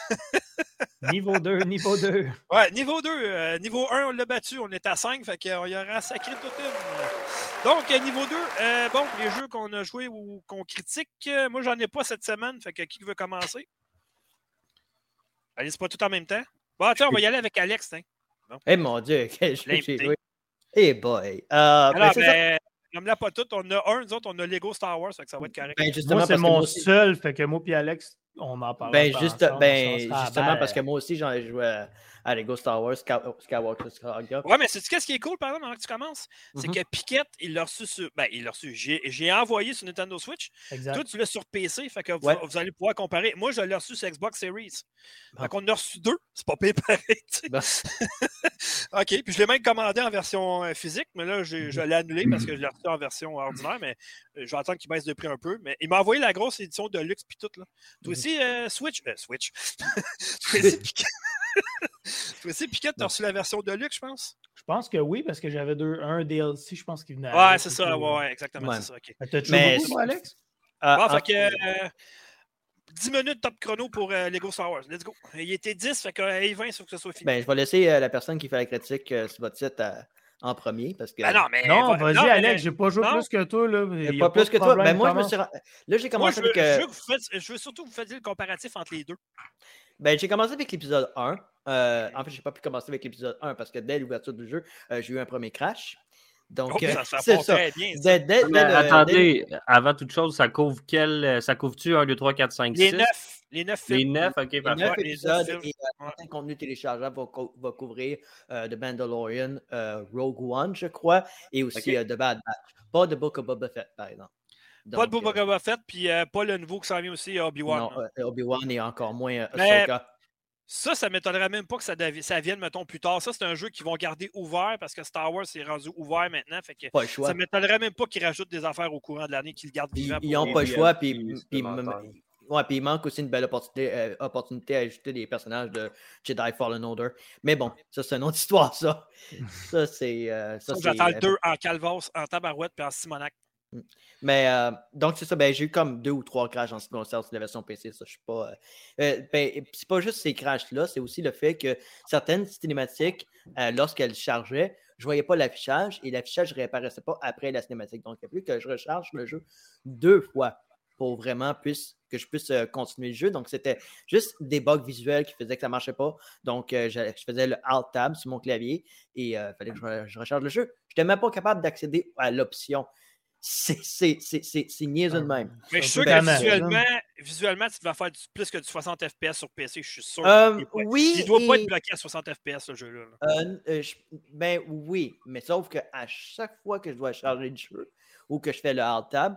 Niveau deux, niveau deux. Ouais, niveau deux. Euh, niveau un, on l'a battu, on est à cinq, fait qu'il y aura sacré toute une. Donc, niveau deux, euh, bon, les jeux qu'on a joués ou qu'on critique, euh, moi, j'en ai pas cette semaine, fait que qui veut commencer? Allez, c'est pas tout en même temps. Bon, tiens, on va y aller avec Alex, hein. Bon. Eh mon Dieu, quel jeu j'ai joué. Eh hey boy. Euh, Alors, ben, ben, on l'a pas tout. On a un, nous autres, on a Lego Star Wars, fait que ça va être correct. Ben, moi, c'est mon seul, fait que moi et Alex, on en parle. Ben, juste, ben justement, parce que moi aussi, j'en ai joué à, à Lego Star Wars, Skywalker Saga. Ouais, mais c'est qu'est-ce qui est cool, par exemple, avant que tu commences? C'est mm-hmm. que Piquette, il l'a reçu sur. Ben, il l'a reçu. J'ai, j'ai envoyé sur Nintendo Switch. Exact. Toi, tu l'as sur P C, fait que vous, ouais. vous allez pouvoir comparer. Moi, je l'ai reçu sur Xbox Series. Bon. Fait qu'on en a reçu deux. C'est pas payé pareil, tu sais. Bon. OK, puis je l'ai même commandé en version physique, mais là, j'ai, je l'ai annulé parce que je l'ai reçu en version ordinaire, mais je vais attendre qu'il baisse de prix un peu. Mais il m'a envoyé la grosse édition de luxe puis tout, là. Toi aussi, euh, Switch. Euh, Switch. Toi aussi, Piquette. Toi aussi, Piquette, t'as reçu la version de luxe, je pense? Je pense que oui, parce que j'avais deux, un D L C, je pense, qui venait. Ouais, c'est ça, ouais, ouais, exactement, ouais. C'est ça, OK. T'as joué mais... beaucoup, toi, Alex? Euh, bon, fait que euh, dix minutes top chrono pour euh, Lego Star Wars. Let's go. Il était dix, fait que euh, vingt, il faut que ce soit fini. Ben, je vais laisser euh, la personne qui fait la critique euh, sur votre site à... en premier. Parce que... Ben non, mais. Non, vas-y, non, Alex, mais... j'ai pas joué non. plus que toi. Là. Il pas, pas plus que toi. Ben moi, je me suis. Là, j'ai commencé moi, je veux, avec. Je veux, faites... je veux surtout que vous fassiez le comparatif entre les deux. Ben, j'ai commencé avec l'épisode un. Euh, en fait, j'ai pas pu commencer avec l'épisode un parce que dès l'ouverture du jeu, euh, j'ai eu un premier crash. Donc, oh, euh, ça, ça c'est ça. Très bien, dès, dès, dès, dès, attendez, dès... avant toute chose, ça couvre quel. Ça couvre-tu un, deux, trois, quatre, cinq, six? Les neuf. Les neuf films. Les neuf, ok, les parfait. neuf épisodes et euh, ouais. contenu téléchargeable va, co- va couvrir euh, The Mandalorian, euh, Rogue One, je crois, et aussi okay. euh, The Bad Batch. Pas The Book of Boba Fett, par exemple. Donc, pas de Boba euh, Boba Fett, puis euh, pas le nouveau qui s'en vient aussi, Obi-Wan. Non, euh, Obi-Wan est encore moins euh, Mais... Ça, ça ne m'étonnerait même pas que ça, dev... ça vienne, mettons, plus tard. Ça, c'est un jeu qu'ils vont garder ouvert parce que Star Wars est rendu ouvert maintenant. Fait que pas le choix. Ça ne m'étonnerait même pas qu'ils rajoutent des affaires au courant de l'année, qu'ils le gardent vivant. Ils n'ont pas le choix, puis, puis, ouais, puis il manque aussi une belle opportunité, euh, opportunité à ajouter des personnages de Jedi Fallen Order. Mais bon, ça, c'est une autre histoire, ça. Ça, c'est... Euh, ça, ça c'est j'attends le deux en Calvos, en Tabarouette, puis en Simonac. Mais euh, donc c'est ça, ben, j'ai eu comme deux ou trois crashs en ce qui concerne la version P C, ça je suis pas. Euh, ben, c'est pas juste ces crashs-là, c'est aussi le fait que certaines cinématiques, euh, lorsqu'elles chargeaient, je voyais pas l'affichage et l'affichage ne réapparaissait pas après la cinématique. Donc il a fallu que je recharge le jeu deux fois pour vraiment puisse, que je puisse euh, continuer le jeu. Donc c'était juste des bugs visuels qui faisaient que ça ne marchait pas. Donc euh, je, je faisais le Alt-Tab sur mon clavier et il euh, fallait que je, je recharge le jeu. Je n'étais même pas capable d'accéder à l'option. C'est, c'est, c'est, c'est, c'est niaiseux de même. Mais je suis sûr que visuellement, visuellement, tu vas faire du, plus que du soixante F P S sur P C, je suis sûr. Euh, il doit, oui. Il ne doit et... pas être bloqué à soixante F P S, ce jeu-là. Euh, euh, je, ben oui, mais sauf qu'à chaque fois que je dois charger le jeu ou que je fais le Alt-Tab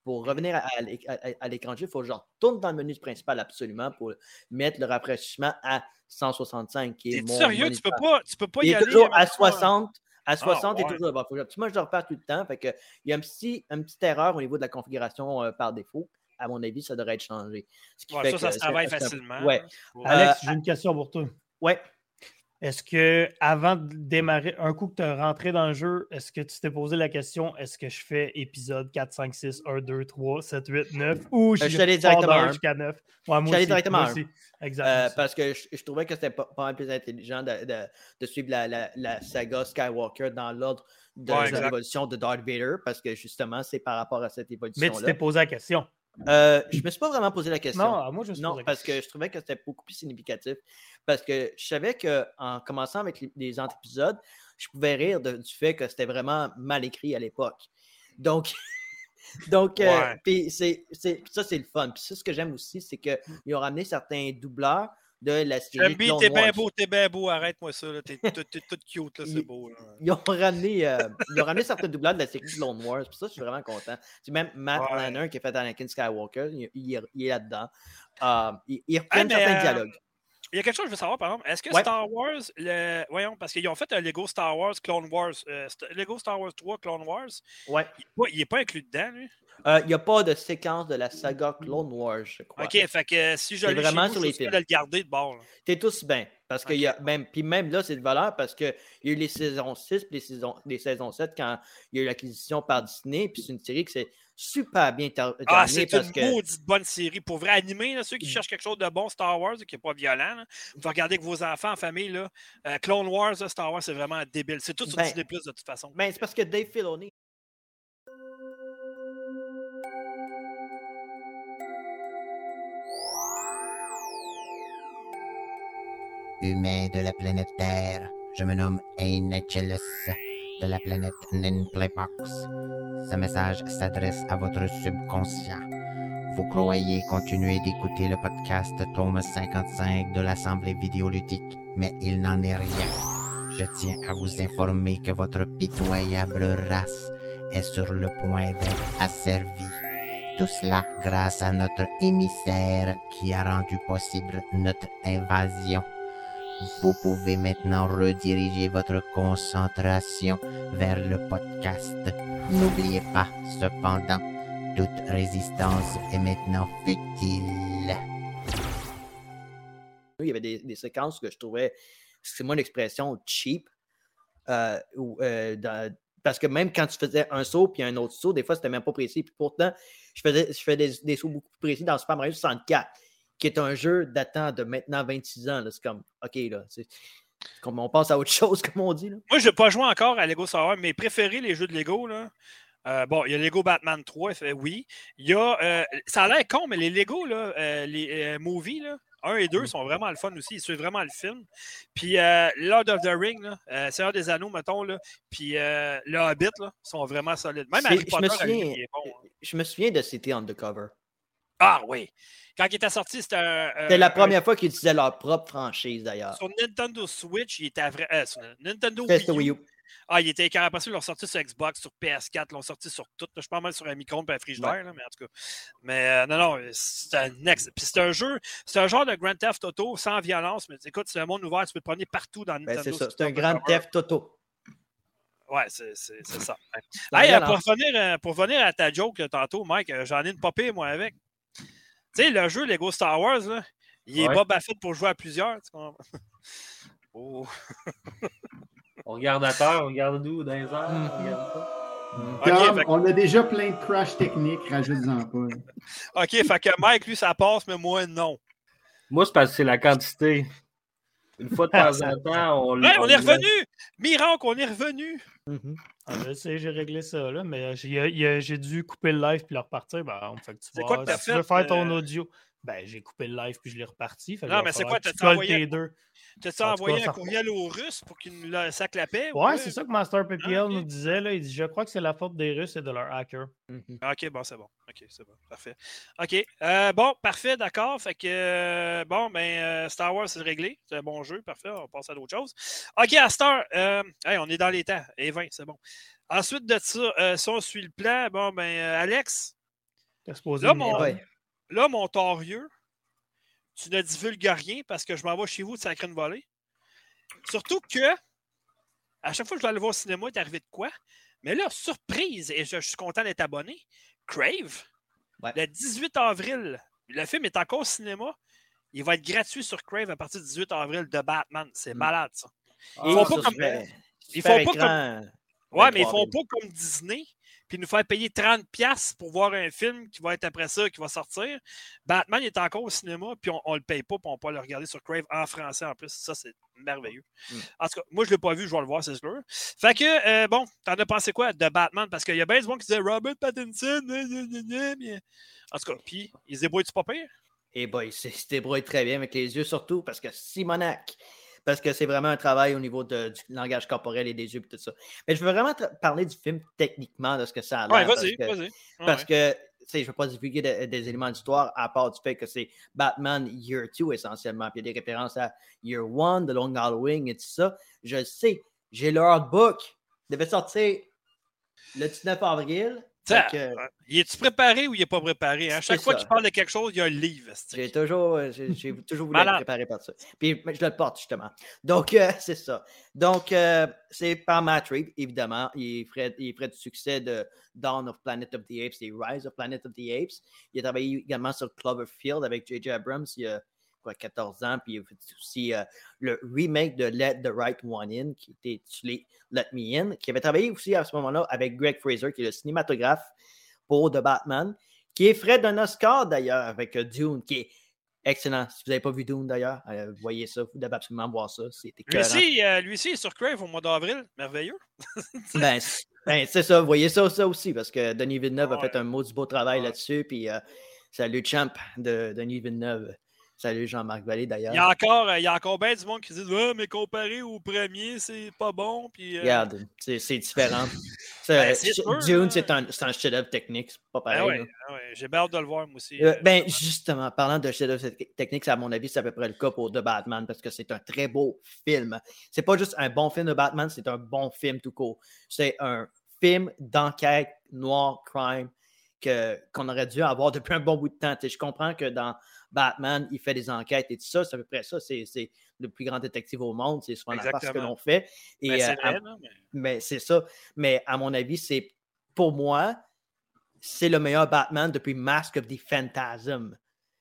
pour revenir à, à, à, à l'écran de jeu, il faut que je retourne dans le menu principal absolument pour mettre le rafraîchissement à cent soixante-cinq. Qui est T'es mon sérieux? moniteur. Tu peux pas, tu peux pas il y est aller? toujours à soixante. À soixante, ah, et ouais. toujours. Bon, faut que, moi, je le repère tout le temps. Fait que, il y a un petit, une petite erreur au niveau de la configuration euh, par défaut. À mon avis, ça devrait être changé. Ce qui ouais, fait ça, que ça se travaille facilement. Ouais. Alex, euh, j'ai une question pour toi. Ouais. Est-ce que, avant de démarrer, un coup que tu as rentré dans le jeu, est-ce que tu t'es posé la question, est-ce que je fais épisode quatre, cinq, six, un, deux, trois, sept, huit, neuf ou je suis allé directement jusqu'à neuf? Ouais, moi je suis allé aussi, directement moi à aussi. Exact. Euh, parce que je, je trouvais que c'était pas, pas mal plus intelligent de, de, de suivre la, la, la saga Skywalker dans l'ordre de, ouais, de l'évolution de Darth Vader, parce que justement, c'est par rapport à cette évolution-là. Mais tu t'es posé la question. Euh, je me suis pas vraiment posé la question. Non, moi je me suis Non, posé la parce question. que je trouvais que c'était beaucoup plus significatif. Parce que je savais qu'en commençant avec les, les antépisodes, je pouvais rire de, du fait que c'était vraiment mal écrit à l'époque. Donc, donc ouais. euh, puis c'est, c'est, ça, c'est le fun. Puis ça, ce que j'aime aussi, c'est qu'ils ont ramené certains doubleurs de la série Clone Wars. T'es bien beau, t'es bien beau, arrête-moi ça. Là. T'es, t'es, t'es tout cute, là, c'est beau. Là. Ils, ont ramené, euh, ils ont ramené certains doubleurs de la série Clone Wars. Puis ça, je suis vraiment content. C'est même Matt ouais. Lanner qui a fait Anakin Skywalker, il, il, il est là-dedans. Uh, il, il reprend hey, certains euh, dialogues. Il y a quelque chose que je veux savoir, par exemple. Est-ce que ouais. Star Wars, le... voyons, parce qu'ils ont fait un Lego Star Wars Clone Wars, euh, Lego Star Wars trois Clone Wars, ouais. il n'est pas, pas inclus dedans, lui? Il euh, n'y a pas de séquence de la saga Clone Wars, je crois. OK, fait que si je l'ai vraiment chez sur vous, les je suis de le garder de bord. T'es tous bien. Parce que okay. y a même, puis même là, c'est de valeur parce qu'il y a eu les saisons six et les saisons, les saisons sept quand il y a eu l'acquisition par Disney. Puis c'est une série qui s'est super bien terminée. Ah, c'est parce une que... maudite bonne série. Pour vrai, animer, là, ceux qui cherchent quelque chose de bon Star Wars, qui n'est pas violent, là, vous regardez avec vos enfants en famille. Là, euh, Clone Wars, là, Star Wars, c'est vraiment débile. C'est tout sur ben, Disney plus de toute façon. Ben, c'est parce que Dave Filoni. Humains de la planète Terre, je me nomme Ainachellus de la planète Ninplaybox. Ce message s'adresse à votre subconscient. Vous croyez continuer d'écouter le podcast Tome cinquante-cinq de l'Assemblée vidéoludique, mais il n'en est rien. Je tiens à vous informer que votre pitoyable race est sur le point d'être asservie. Tout cela grâce à notre émissaire qui a rendu possible notre invasion. Vous pouvez maintenant rediriger votre concentration vers le podcast. N'oubliez pas, cependant, toute résistance est maintenant futile. Il y avait des, des séquences que je trouvais, c'est moi l'expression cheap, euh, ou, euh, dans, parce que même quand tu faisais un saut puis un autre saut, des fois c'était même pas précis. Puis pourtant, je faisais, je faisais des, des sauts beaucoup plus précis dans Super Mario soixante-quatre. Qui est un jeu datant de maintenant vingt-six ans. Là. C'est comme, OK, là, c'est, c'est comme on passe à autre chose, comme on dit. Là. Moi, je n'ai pas joué encore à Lego Star Wars. Mes préférés, les jeux de Lego, là. Euh, bon, il y a Lego Batman trois, fait, oui. Il y a, euh, ça a l'air con, mais les Lego, là, euh, les euh, movies, là, un et deux sont vraiment le fun aussi. Ils suivent vraiment le film. Puis euh, Lord of the Ring, là, euh, Seigneur des Anneaux, mettons, là, puis euh, le Hobbit, là, sont vraiment solides. Même c'est, Harry Potter, je me souviens, il est bon. Hein. Je me souviens de City Undercover. Ah oui! Quand il était sorti, c'était un... C'était la première un... fois qu'ils utilisaient leur propre franchise, d'ailleurs. Sur Nintendo Switch, il était vrai... euh, sur Nintendo Wii U. Wii U. Ah, il était écœurant. Après ça, ils l'ont sorti sur Xbox, sur P S quatre, ils l'ont sorti sur tout. Je suis pas mal sur un micro-ondes et un frigidaire, ouais. là, mais en tout cas. Mais euh, non, non, c'est un next. Puis c'est un jeu, c'est un genre de Grand Theft Auto sans violence, mais écoute, c'est un monde ouvert, tu peux te promener partout dans Nintendo. Ben, c'est ça, c'est un Grand Theft Auto. Ouais, c'est, c'est, c'est ça. Hey, euh, pour, revenir, euh, pour revenir à ta joke là, tantôt, Mike, euh, j'en ai une popée, moi, avec. Tu sais, le jeu Lego Star Wars, là, il est ouais. Boba Fett pour jouer à plusieurs. Tu comprends? Oh. On regarde à terre, on regarde d'où, dans les airs, mmh. on regarde pas. Mmh. Okay, Comme, on a déjà plein de crash techniques, rajoute-en pas. OK, fait que Mike, lui, ça passe, mais moi, non. Moi, c'est parce que c'est la quantité. Une fois de temps en temps, on... Ouais, on, on est revenu! Miracle, on est revenu! Mm-hmm. Ah, je sais, j'ai réglé ça, là, mais j'ai, j'ai, j'ai dû couper le live puis le repartir. Ben, fait que tu c'est vois, quoi que t'as si fait? Tu veux faire ton audio? Ben, j'ai coupé le live puis je l'ai reparti. Fait non, mais c'est quoi? T'as-tu envoyé, t'as-tu envoyé un courriel aux Russes pour qu'ils le sac la paix? Ouais, c'est ça que Master P P L ah, okay. nous disait. Là. Il dit, je crois que c'est la faute des Russes et de leurs hackers. Mm-hmm. OK, bon, c'est bon. OK, c'est bon. Parfait. OK. Euh, bon, parfait, d'accord. Fait que, euh, bon, ben, euh, Star Wars, c'est réglé. C'est un bon jeu. Parfait. On passe à d'autres choses. OK, à Star, euh, hey, on est dans les temps. Et vingt, c'est bon. Ensuite de ça, euh, si on suit le plan, bon, ben, euh, Alex, T'es supposé Là, venir. mon, Ouais. là, mon torieux, tu ne divulgues rien parce que je m'en vais chez vous de sacrer une volée. Surtout que, à chaque fois que je vais aller voir au cinéma, il est arrivé de quoi? Mais là, surprise, et je, je suis content d'être abonné, Crave, Ouais. le dix-huit avril, le film est encore au cinéma. Il va être gratuit sur Crave à partir du dix-huit avril de Batman. C'est Mm. malade, ça. Ils font font pas comme- Ils ils font font pas écran. Ouais, mais ils vingt-trois font avril. pas comme Disney, puis nous faire payer trente dollars pour voir un film qui va être après ça, qui va sortir. Batman il est encore au cinéma, puis on, on le paye pas, puis on peut le regarder sur Crave en français en plus. Ça, c'est merveilleux. Mm. En tout cas, moi, je l'ai pas vu, je vais le voir, c'est sûr. Fait que, euh, bon, t'en as pensé quoi de Batman? Parce qu'il y a bien du monde qui disait Robert Pattinson, gna, gna, gna, gna, mais... En tout cas, puis, il se débrouille-tu pas pire? Et boy, il se débrouille très bien avec les yeux, surtout parce que Simonac, parce que c'est vraiment un travail au niveau de, du langage corporel et des yeux et tout ça. Mais je veux vraiment te parler du film techniquement, de ce que ça a l'air. Ouais, vas-y, parce que, vas-y. Ouais, parce ouais. que, tu sais, je ne veux pas divulguer de- des éléments d'histoire à part du fait que c'est Batman Year deux essentiellement. Puis il y a des références à Year one, The Long Halloween et tout ça. Je le sais, j'ai le hardbook. Il devait sortir le dix-neuf avril. T'sais, Fait que- Il est-tu préparé ou il n'est pas préparé? Hein? Chaque C'est fois ça. qu'il parle de quelque chose, il y a un livre. c'est- J'ai toujours, euh, j'ai, j'ai toujours voulu Malade. être préparé par ça. Puis je le porte, justement. Donc, euh, c'est ça. Donc, euh, c'est par Matt Reeves, évidemment. Il ferait, il ferait du succès de Dawn of Planet of the Apes et Rise of Planet of the Apes. Il a travaillé également sur Cloverfield avec J J Abrams il y a quoi, quatorze ans. Puis il a fait aussi euh, le remake de Let the Right One In, qui était intitulé Let Me In, qui avait travaillé aussi à ce moment-là avec Greg Fraser, qui est le cinématographe pour The Batman, qui est frais d'un Oscar d'ailleurs avec euh, Dune, qui est excellent. Si vous n'avez pas vu Dune d'ailleurs, euh, voyez ça, vous devez absolument voir ça. C'est Lui écœurant. aussi, euh, lui aussi est sur Crave au mois d'avril. Merveilleux. Ben, c'est ben, c'est ça, voyez ça, ça aussi, parce que Denis Villeneuve a Ouais. fait un maudit beau travail Ouais. là-dessus, puis euh, salut champ de Denis Villeneuve. Salut Jean-Marc Vallée d'ailleurs. Il y a encore, euh, il y a encore bien du monde qui dit ah, mais comparé au premier, c'est pas bon. Puis, euh, Regarde, c'est c'est différent. Ben, C'est- c'est sûr, Dune, là. c'est un, c'est un chef-d'œuvre technique, c'est pas ben pareil. ouais, là. ben ouais, j'ai bien hâte de le voir, moi aussi. Euh, euh, ben, justement, parlant de chef-d'œuvre technique, à mon avis, c'est à peu près le cas pour The Batman parce que c'est un très beau film. C'est pas juste un bon film de Batman, c'est un bon film tout court. C'est un film d'enquête noir, crime, que, qu'on aurait dû avoir depuis un bon bout de temps. Tu sais, je comprends que dans Batman, il fait des enquêtes et tout ça, c'est à peu près ça. C'est, c'est le plus grand détective au monde, c'est souvent la face que Exactement. l'on fait. Et, ben, c'est euh, à- vrai, non, mais- mais c'est ça. Mais à mon avis, c'est pour moi, c'est le meilleur Batman depuis Mask of the Phantasm.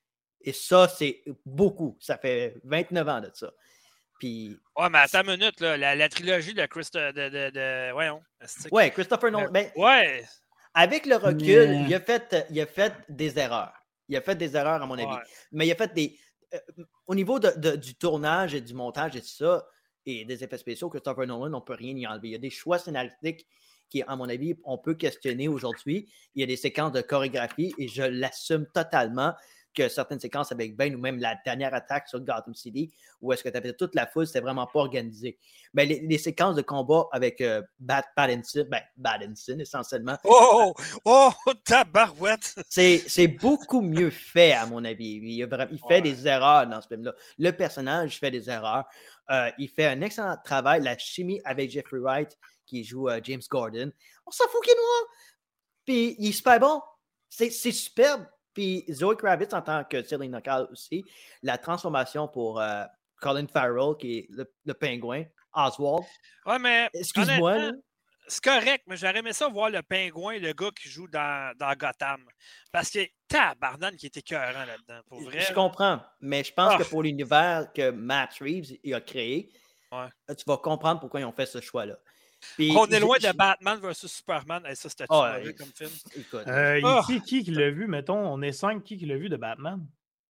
Et ça, c'est beaucoup. Ça fait vingt-neuf ans de ça. Puis, Ouais, mais attends une minute, là, la, la trilogie de Christ de, de, de... Voyons. c'est- ouais, Christopher Nolan. ben, Ouais. avec le recul, Yeah. il, a fait, il a fait des erreurs. Il a fait des erreurs, à mon avis. Ouais. Mais il a fait des. euh, au niveau de, de- du tournage et du montage et tout ça, et des effets spéciaux, Christopher Nolan, on ne peut rien y enlever. Il y a des choix scénaristiques qui, à mon avis, on peut questionner aujourd'hui. Il y a des séquences de chorégraphie et je l'assume totalement que certaines séquences avec Bane ou même la dernière attaque sur Gotham City, où est-ce que tu avais toute la foule, c'était vraiment pas organisé. Mais les, les séquences de combat avec euh, Bat, Pattinson, ben, Pattinson essentiellement, Oh, oh, oh, tabarouette. c'est, c'est beaucoup mieux fait, à mon avis. Il, a vra- il fait Ouais. des erreurs dans ce film-là. Le personnage fait des erreurs. Euh, il fait un excellent travail. La chimie avec Jeffrey Wright, qui joue euh, James Gordon. On s'en fout qu'il est noir. Puis il est super bon. C'est, c'est superbe. Puis Zoe Kravitz, en tant que Selina Kyle aussi, la transformation pour euh, Colin Farrell, qui est le, le pingouin, Oswald. Ouais, mais. Excuse-moi. honnêtement, là. C'est correct, mais j'aurais aimé ça voir le pingouin, le gars qui joue dans, dans Gotham. Parce que tabarnane qui était écœurant là-dedans, pour vrai. Je là. comprends, mais je pense Ah. que pour l'univers que Matt Reeves il a créé, Ouais. tu vas comprendre pourquoi ils ont fait ce choix-là. Puis, On est loin j'ai- de Batman versus Superman. Et ça, c'était Oh, mauvais ouais, comme film. écoute, Euh, Ah. qui, qui qui l'a vu, mettons, on est cinq, qui qui l'a vu de Batman?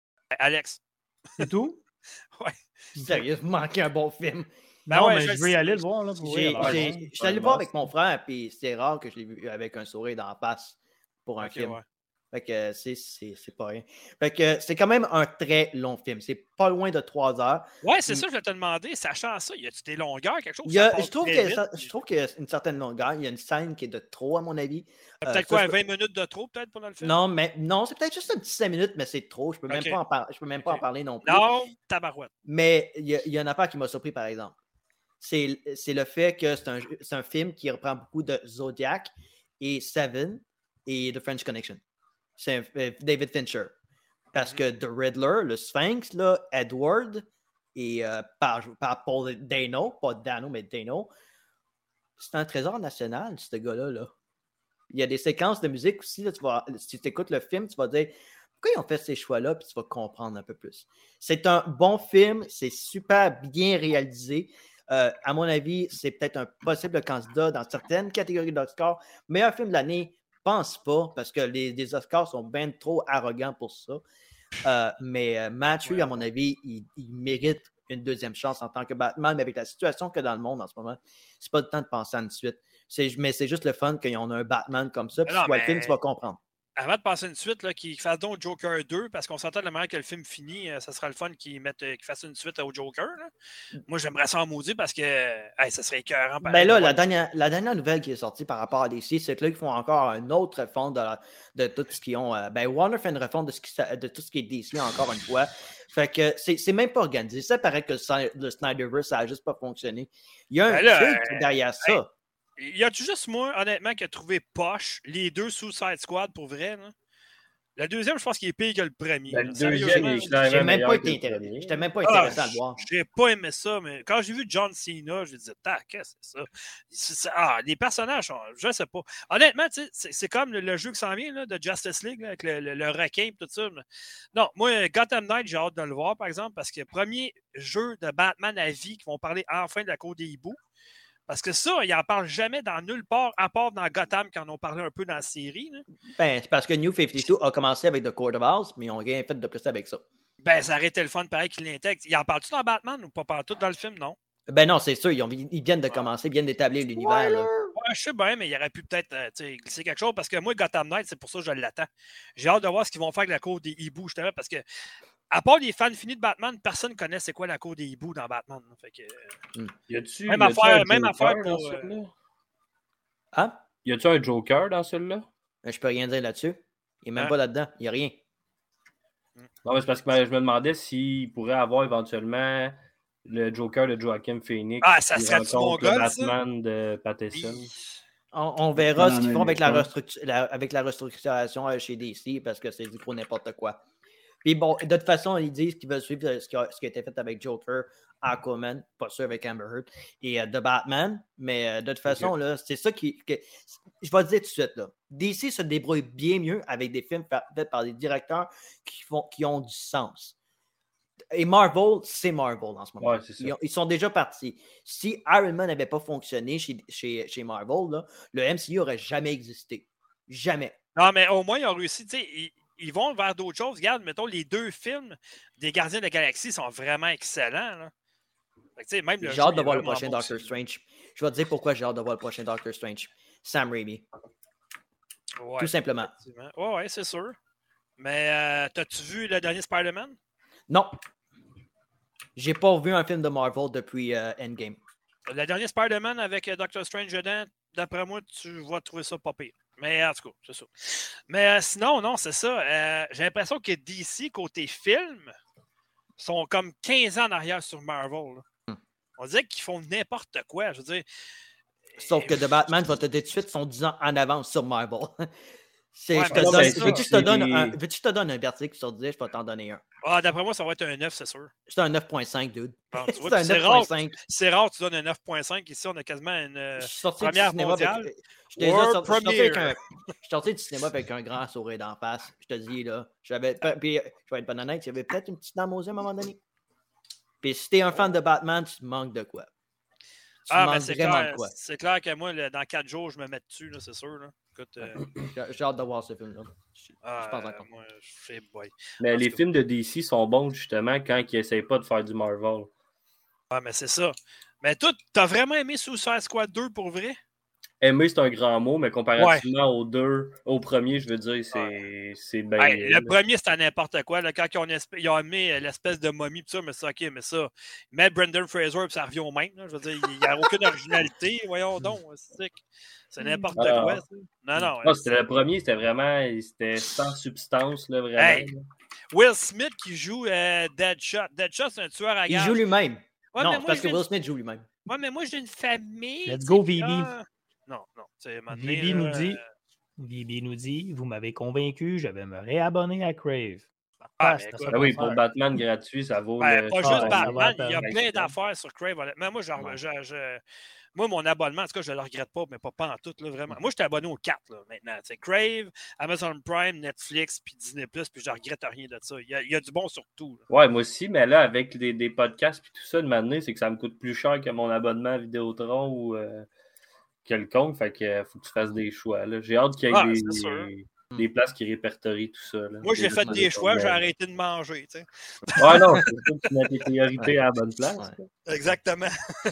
Alex. C'est tout? sérieux, vous manquez un bon film. Ben non, ouais, mais je je le veux y sais. aller le voir. Là, pour J'ai, vrai, alors, j'ai- bon, je suis allé le un voir must. avec mon frère, puis c'est rare que je l'ai vu avec un sourire dans la face pour un Ok, film. ouais. Fait que c'est, c'est, c'est pas rien. Fait que c'est quand même un très long film. C'est pas loin de trois heures. Ouais, c'est Mm. ça que je vais te demander. Sachant ça, y a-tu des longueurs, quelque chose? Il y a- Ça passe je, trouve très que, vite, ça- puis- je trouve qu'il y a une certaine longueur. Il y a une scène qui est de trop, à mon avis. Euh, Peut-être ça, quoi, je peux- vingt minutes de trop, peut-être, pendant le film? Non, mais non, c'est peut-être juste un petit cinq minutes, mais c'est trop. Je peux même Ok. pas en par- je peux même pas Ok. en parler non plus. Non, tabarouette. Mais il y, a- il y a une affaire qui m'a surpris, par exemple. C'est, c'est le fait que c'est un, c'est un film qui reprend beaucoup de Zodiac et Seven et The French Connection. C'est euh, David Fincher. Parce que The Riddler, le Sphinx, là, Edward, et euh, par, par Paul Dano, pas Dano, mais Dano, c'est un trésor national, ce gars-là. Là. Il y a des séquences de musique aussi. Là, tu vas, si tu écoutes le film, tu vas dire pourquoi ils ont fait ces choix-là, puis tu vas comprendre un peu plus. C'est un bon film, c'est super bien réalisé. Euh, à mon avis, c'est peut-être un possible candidat dans certaines catégories d'Oscars. Meilleur film de l'année, pense pas, parce que les, les Oscars sont bien trop arrogants pour ça. Euh, mais euh, Matthew, ouais, à mon avis, il, il mérite une deuxième chance en tant que Batman, mais avec la situation qu'il y a dans le monde en ce moment, c'est pas le temps de penser à une suite. C'est, mais c'est juste le fun qu'il y en a un Batman comme ça, puis si tu vois le film, tu vas comprendre. Avant de passer une suite, là, qu'il fasse donc Joker deux, parce qu'on s'entend de la manière que le film finit, euh, ça sera le fun qu'il, mette, euh, qu'il fasse une suite au Joker. Là. Moi, j'aimerais ça en maudit parce que hey, ça serait écœurant. Ben là, la dernière, la dernière nouvelle qui est sortie par rapport à D C, c'est que là, ils font encore une autre refonte de, la, de tout ce qu'ils ont. Euh, ben, Warner fait une refonte de, ce qui, de tout ce qui est D C encore une fois. Fait que c'est, c'est même pas organisé. Ça paraît que le, le Snyderverse, ça n'a juste pas fonctionné. Il y a un ben là, truc euh, derrière ça. Hey, y a-tu juste moi, honnêtement, qui a trouvé poche les deux Suicide Squad pour vrai, là? La deuxième, je pense qu'il est pire que le premier. Ben, le deuxième, il est j'ai même pas été intéressé. Je n'étais même pas intéressé ah, à le voir. J'ai pas aimé ça, mais quand j'ai vu John Cena, je me disais, tac, qu'est-ce que c'est ça? C'est, c'est, ah, les personnages, je sais pas. Honnêtement, c'est, c'est comme le, le jeu qui s'en vient là, de Justice League, là, avec le, le, le requin et tout ça. Mais... Non, moi, Gotham Knight, j'ai hâte de le voir, par exemple, parce que premier jeu de Batman à vie qui vont parler enfin de la Cour des hiboux. Parce que ça, ils n'en parlent jamais dans nulle part, à part dans Gotham, quand on en parlait un peu dans la série. Là. Ben, c'est parce que New cinquante-deux a commencé avec The Court of Owls, mais ils n'ont rien fait de plus avec ça. Ben, ça aurait été le fun pareil qu'ils l'intègrent. Ils en parlent-tu dans Batman ou pas partout dans le film, non? Ben non, c'est sûr, ils, ont, ils viennent de commencer, ils viennent d'établir l'univers. Là. Ouais, je sais bien, mais il aurait pu peut-être euh, glisser quelque chose, parce que moi, Gotham Knight, c'est pour ça que je l'attends. J'ai hâte de voir ce qu'ils vont faire avec la Cour des hiboux, justement, parce que à part les fans finis de Batman, personne ne connaît c'est quoi la Cour des hiboux dans Batman. Fait que, mm. Y a-tu, même y a-tu affaire, même affaire pour. Euh... Hein? Y a-tu un Joker dans celui-là? Ben, je peux rien dire là-dessus. Il n'est même hein? pas là-dedans. Il n'y a rien. Non, mais c'est parce que je me demandais s'il pourrait avoir éventuellement le Joker de Joaquin Phoenix. Ah, ça serait du bon le Batman ça? De Pattinson. On, on verra ce qu'ils font avec la, restructur- la, avec la restructuration chez D C parce que c'est du gros n'importe quoi. Puis bon, de toute façon, ils disent qu'ils veulent suivre ce qui a, ce qui a été fait avec Joker, Aquaman, pas sûr avec Amber Heard, et euh, The Batman. Mais euh, de toute façon, okay. là, c'est ça qui. Que, je vais te dire tout de suite, là. D C se débrouille bien mieux avec des films faits par des directeurs qui, font, qui ont du sens. Et Marvel, c'est Marvel en ce moment. Ouais, c'est ça. Ils, ils sont déjà partis. Si Iron Man n'avait pas fonctionné chez, chez, chez Marvel, là, le M C U n'aurait jamais existé. Jamais. Non, mais au moins, ils ont réussi. Tu sais, ils, ils vont vers d'autres choses. Regarde, mettons, les deux films des Gardiens de la Galaxie sont vraiment excellents. Là. Fait que, même le j'ai hâte de voir le prochain bon Doctor Strange. Je vais te dire pourquoi j'ai hâte de voir le prochain Doctor Strange. Sam Raimi. Ouais, tout simplement. Oui, ouais, c'est sûr. Mais euh, t'as-tu vu le dernier Spider-Man? Non. J'ai pas vu un film de Marvel depuis euh, Endgame. Le dernier Spider-Man avec Doctor Strange dedans, d'après moi, tu vas trouver ça pas pire. Mais en tout cas, c'est ça. Mais euh, sinon, non, c'est ça. Euh, j'ai l'impression que D C, côté film, sont comme quinze ans en arrière sur Marvel. Hmm. On dirait qu'ils font n'importe quoi. Je veux dire. Sauf que The Batman, je vais te dire tout de suite, sont dix ans en avance sur Marvel. C'est, ouais, je te donne, veux-tu que je te donne un, veux-tu que je te donne un verdict sur dix? Je vais t'en donner un. Ah, d'après moi, ça va être un neuf, c'est sûr. C'est un neuf virgule cinq, dude. Bon, tu vois, c'est, c'est, rare, c'est rare que tu donnes un neuf virgule cinq. Ici, on a quasiment une euh, première mondiale. Avec, je, World sorti, je, suis un, je suis sorti du cinéma avec un grand sourire d'en face. Je te dis, là, j'avais, puis, je vais être bon honnête, il y avait peut-être une petite dame aux yeux à un moment donné. Puis si t'es un fan de Batman, tu te manques de quoi? Tu ah, mais c'est clair, c'est clair que moi, là, dans quatre jours, je me mets dessus, là, c'est sûr. Là. Écoute, euh... j'ai, j'ai hâte de voir ce film-là. Je, ah, je pense encore. Moi, je fais boy. Mais Parce les que... films de D C sont bons, justement, quand ils n'essayent pas de faire du Marvel. Ah, mais c'est ça. Mais toi, t'as vraiment aimé Suicide Squad deux pour vrai? Aimer, c'est un grand mot, mais comparativement ouais. aux deux, au premier, je veux dire, c'est, ouais. c'est bien. Hey, le premier, c'était n'importe quoi. Là, quand ils ont, esp- ils ont mis l'espèce de momie, pis ça, mais ça, ok, mais ça, mettre Brendan Fraser, puis ça revient au même. Là, je veux dire, il n'y a aucune originalité. Voyons donc, c'est, c'est n'importe ah, quoi. Ça. Non, non. non c'était le premier, c'était vraiment, c'était sans substance, là, vraiment. Hey, Will Smith qui joue euh, Deadshot. Deadshot, c'est un tueur à gages. Il joue lui-même. Ouais, non, moi, parce que une... Will Smith joue lui-même. Ouais, mais moi, j'ai une famille. Let's go, Vivi. Non, non. Vivi nous dit Vibi nous dit, vous m'avez convaincu, je vais me réabonner à Crave. Ah, c'est mais ça écoute, Ah qu'on oui, va pour faire. Batman gratuit, ça vaut Ben, le. pas Ah, juste ouais, ça va Batman, être il y a un- plein d'affaires sur Crave. honnêtement. Moi, genre, Ouais. je, je- moi, mon abonnement, en tout cas, je ne le regrette pas, mais pas, pas en tout, là, vraiment. Moi, j'étais abonné aux quatre là, maintenant. C'est Crave, Amazon Prime, Netflix, puis Disney plus, puis je ne regrette rien de ça. Il y a, il y a du bon sur tout. là. Ouais, moi aussi, mais là, avec des, des podcasts et tout ça, de m'amener, c'est que ça me coûte plus cher que mon abonnement à Vidéotron ou euh, quelconque. Fait que euh, faut que tu fasses des choix. là. J'ai hâte qu'il y ait Ah, des, c'est sûr. des places qui répertorient tout ça. là. Moi, j'ai C'est fait juste des choix, j'ai problèmes. arrêté de manger. tu sais. Ouais, non, c'est sûr que tu mets tes priorités à la bonne place. Ouais. Exactement.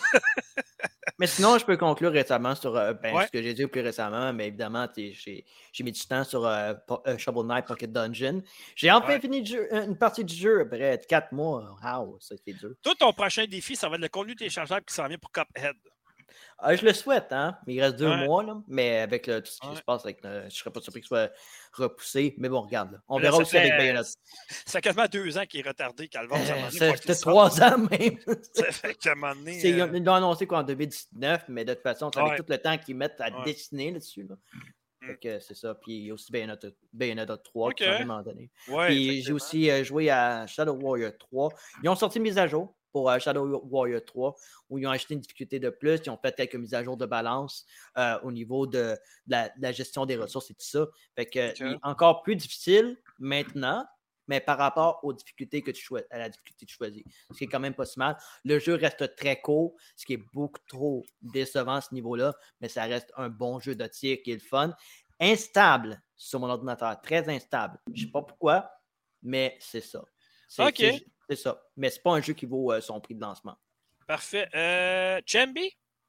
Mais sinon, je peux conclure récemment sur euh, ben, Ouais. ce que j'ai dit plus récemment, mais évidemment, t'es- j'ai j'ai mis du temps sur euh, Po- euh, Shovel Knight Pocket Dungeon. J'ai enfin Ouais. fini le jeu- une partie du jeu après quatre mois. Wow, ça a été dur. Toi, ton prochain défi, ça va être le contenu téléchargeable qui s'en vient pour Cuphead. Ah, je le souhaite, hein? Mais il reste deux Ouais. mois, là. Mais avec le- tout ce qui Ouais. se passe, avec, euh, je ne serais pas surpris que ce soit repoussé. Mais bon, regarde. Là. On Là, verra ça aussi fait- avec Bayonetta. Ça fait quasiment deux ans qu'il est retardé, Calvin. ça m'a Euh, dit, ça- faut qu'il C'était sorte. trois ans même. Ça fait qu'à un moment donné, C'est- euh, Ils l'ont annoncé qu'en deux mille dix-neuf, mais de toute façon, c'est avec Ouais. tout le temps qu'ils mettent à Ouais. dessiner là-dessus. Là. Mm. Fait que c'est ça. Puis il y a aussi Bayonetta, Bayonetta trois Ok. qui sont à un moment donné. ouais, Puis j'ai effectivement. aussi euh, joué à Shadow Warrior trois. Ils ont sorti une mise à jour pour euh, Shadow Warrior trois où ils ont acheté une difficulté de plus. Ils ont fait quelques mises à jour de balance euh, au niveau de, de la, de la gestion des ressources et tout ça. Fait que Ok. il est encore plus difficile maintenant, mais par rapport aux difficultés que tu choisis, à la difficulté que tu choisis. Ce qui est quand même pas si mal. Le jeu reste très court, ce qui est beaucoup trop décevant à ce niveau-là, mais ça reste un bon jeu de tir qui est le fun. Instable sur mon ordinateur, très instable. Je sais pas pourquoi, mais c'est ça. C'est, Ok. c'est, c'est ça. Mais c'est pas un jeu qui vaut euh, son prix de lancement. Parfait. Euh, Chambi?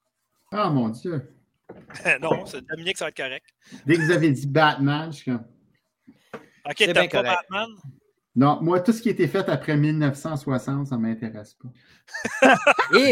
Ah, mon Dieu. non, c'est Dominique, ça va être correct. Dès que vous avez dit Batman, je suis comme... OK, C'est t'as bien pas correct. Batman? Non, moi, tout ce qui a été fait après mille neuf cent soixante, ça ne m'intéresse pas. Et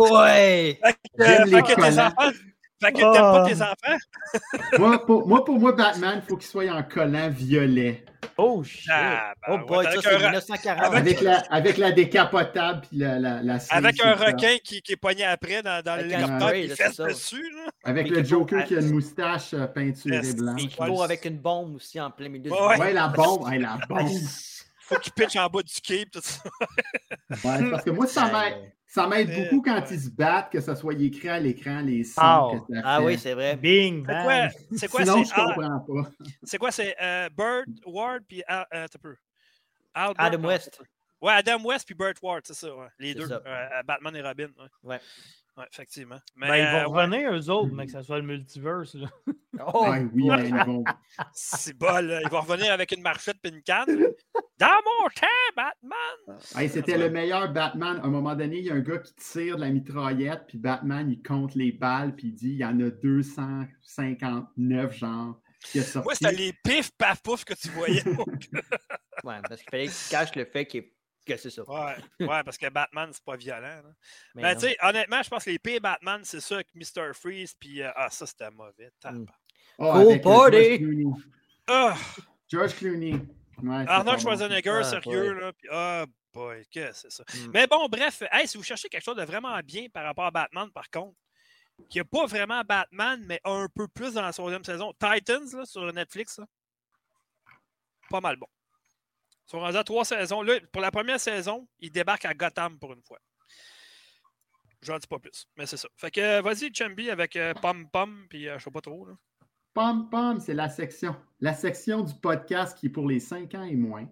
boy! Fait que, J'aime les fait que tes collants. enfants... Fait que t'aimes pas tes enfants? Moi, pour moi, pour moi, Batman, il faut qu'il soit en collant violet. Oh shit! Ah, ben, Oh ouais, boy, ça avec c'est un, mille neuf cent quarante. Avec la, avec la décapotable puis la, la, la sleeve avec sur un le top. requin qui, qui est pogné après dans, dans Avec un l'hélicoptère spray, et là, il fesse c'est ça. dessus. Là. Avec Mais le qui faut- Joker qui a une moustache euh, peinturée Yes. blanche. Et qui Ouais, court le- avec une bombe aussi en plein milieu Ouais, du ouais. Ouais, la bombe. Ouais, la bombe. Faut qu'il pitche en bas du cape, tout ça. Ouais, parce que moi, ça m'aide, Ouais. ça m'aide Euh, beaucoup quand ouais. ils se battent, que ce soit écrit à l'écran, les sons Ah. que ça Ah fait. oui, c'est vrai. Bing, C'est bang! quoi? C'est quoi? Sinon, C'est je Al- comprends pas. c'est quoi? C'est euh, Burt Ward puis Al- euh, t'as peu. Albert, Adam non, West. t'as peu. Ouais, Adam West puis Burt Ward, c'est ça. Ouais. Les C'est deux. ça. Euh, Batman et Robin. Ouais, Ouais. ouais effectivement. Mais Ben, ils euh, vont ouais, revenir, eux autres, mais que ça soit le multiverse. Là. Oh, Ouais, oui, boy. hein, ils vont. c'est bol. là. Ils vont revenir avec une marchette et une canne. Dans mon temps, Batman! Hey, c'était le meilleur Batman. À un moment donné, il y a un gars qui tire de la mitraillette, puis Batman, il compte les balles, puis il dit il y en a deux cent cinquante-neuf, genre, qui est sorti. Moi, c'était les pifs, paf, pouf que tu voyais. Ouais, parce qu'il fallait que tu caches le fait qu'il est- que c'est ça. ouais, ouais, parce que Batman, c'est pas violent. là. Mais Mais non. tu sais, honnêtement, je pense que les pires Batman, c'est ça avec mister Freeze, puis euh, ah, ça, c'était mauvais. Mm. Oh, Cool avec, euh, party! George Clooney. Ah! George Clooney. Ouais, c'est Arnold pas bon. Schwarzenegger, Ah, sérieux, boy. là. Puis, ah, boy, que c'est ça. Mm. Mais bon, bref, hey, si vous cherchez quelque chose de vraiment bien par rapport à Batman, par contre, qui n'a pas vraiment Batman, mais un peu plus dans la troisième saison, Titans, là, sur Netflix, là, pas mal bon. Ils sont rendus à trois saisons. Là, pour la première saison, ils débarquent à Gotham pour une fois. J'en dis pas plus, mais c'est ça. Fait que, euh, vas-y, Chambi, avec euh, Pom Pom, puis euh, je sais pas trop, là. Pom Pom, c'est la section. La section du podcast qui est pour les cinq ans et moins.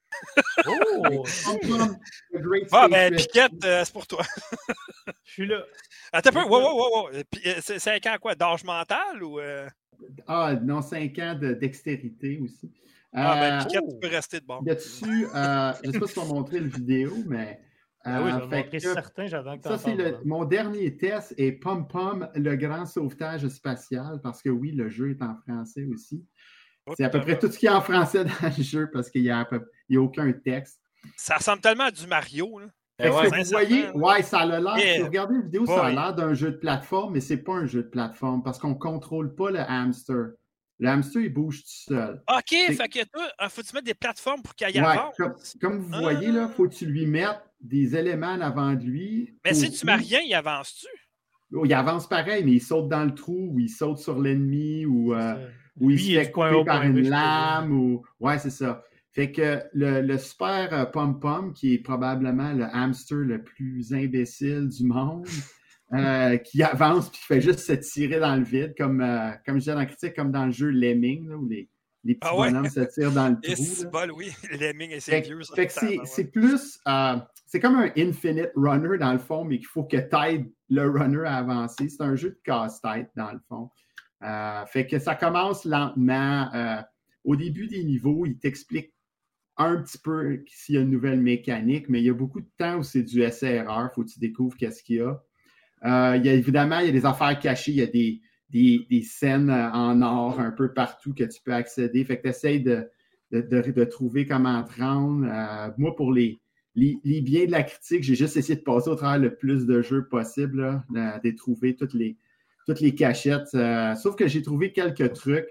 Oh! Pom Pom, The Great Ah, Space ben, Rescue. Piquette, euh, c'est pour toi. Je suis là. Attends un peu, wow, wow, wow, wow. Puis, euh, C'est cinq ans quoi? D'âge mental ou. euh? Ah, non, cinq ans de dextérité aussi. Ah, ben, Euh, Piquette, oh. tu peux rester de bon. Là-dessus, euh, je ne sais pas si on va montrer le vidéo, mais. Ah oui, je euh, vais fait montrer que- certain, j'attends que tu Ça, c'est le- parles. mon dernier test est Pom Pom, le grand sauvetage spatial, parce que oui, le jeu est en français aussi. C'est à peu près tout ce qu'il y a en français dans le jeu, parce qu'il n'y a, à peu- il y a aucun texte. Ça ressemble tellement à du Mario, là. Fait que ouais, vous sincèrement, voyez, là. ouais, ça a l'air. Yeah. Si vous regardez la vidéo, ça a Boy. l'air d'un jeu de plateforme, mais c'est pas un jeu de plateforme parce qu'on ne contrôle pas le hamster. Le hamster, il bouge tout seul. OK, fait que toi, il faut que tu mettes des plateformes pour qu'il y Ouais, avance. comme, comme vous Ah. voyez, il faut que tu lui mettes des éléments en avant de lui. Mais pour si tu mets rien, il avance-tu? Oh, il avance pareil, mais il saute dans le trou ou il saute sur l'ennemi ou, euh, où Lui, il se il est fait du coin couper A par au point B, une je lame. Ou... Ouais, c'est ça. Fait que le, le super euh, pom-pom, qui est probablement le hamster le plus imbécile du monde, euh, qui avance puis qui fait juste se tirer dans le vide, comme, euh, comme je disais dans la critique, comme dans le jeu Lemming, là, où les, les petits Ah ouais? bonhommes se tirent dans le Et trou. c'est là. bol, oui. Lemming et ses Fait, vieux. Ça, fait que c'est, ouais. c'est plus... Euh, c'est comme un infinite runner, dans le fond, mais qu'il faut que tu aides le runner à avancer. C'est un jeu de casse-tête, dans le fond. Euh, fait que ça commence lentement. Euh, au début des niveaux, il t'explique un petit peu s'il y a une nouvelle mécanique, mais il y a beaucoup de temps où c'est du essai-erreur. Il faut que tu découvres qu'est-ce qu'il y a. Euh, il y a évidemment, il y a des affaires cachées. Il y a des, des, des scènes en or un peu partout que tu peux accéder. Fait que tu essaies de, de, de, de trouver comment te rendre. Euh, moi, pour les, les, les biens de la critique, j'ai juste essayé de passer au travers le plus de jeux possible, là, de, de trouver toutes les, toutes les cachettes. Euh, sauf que j'ai trouvé quelques trucs.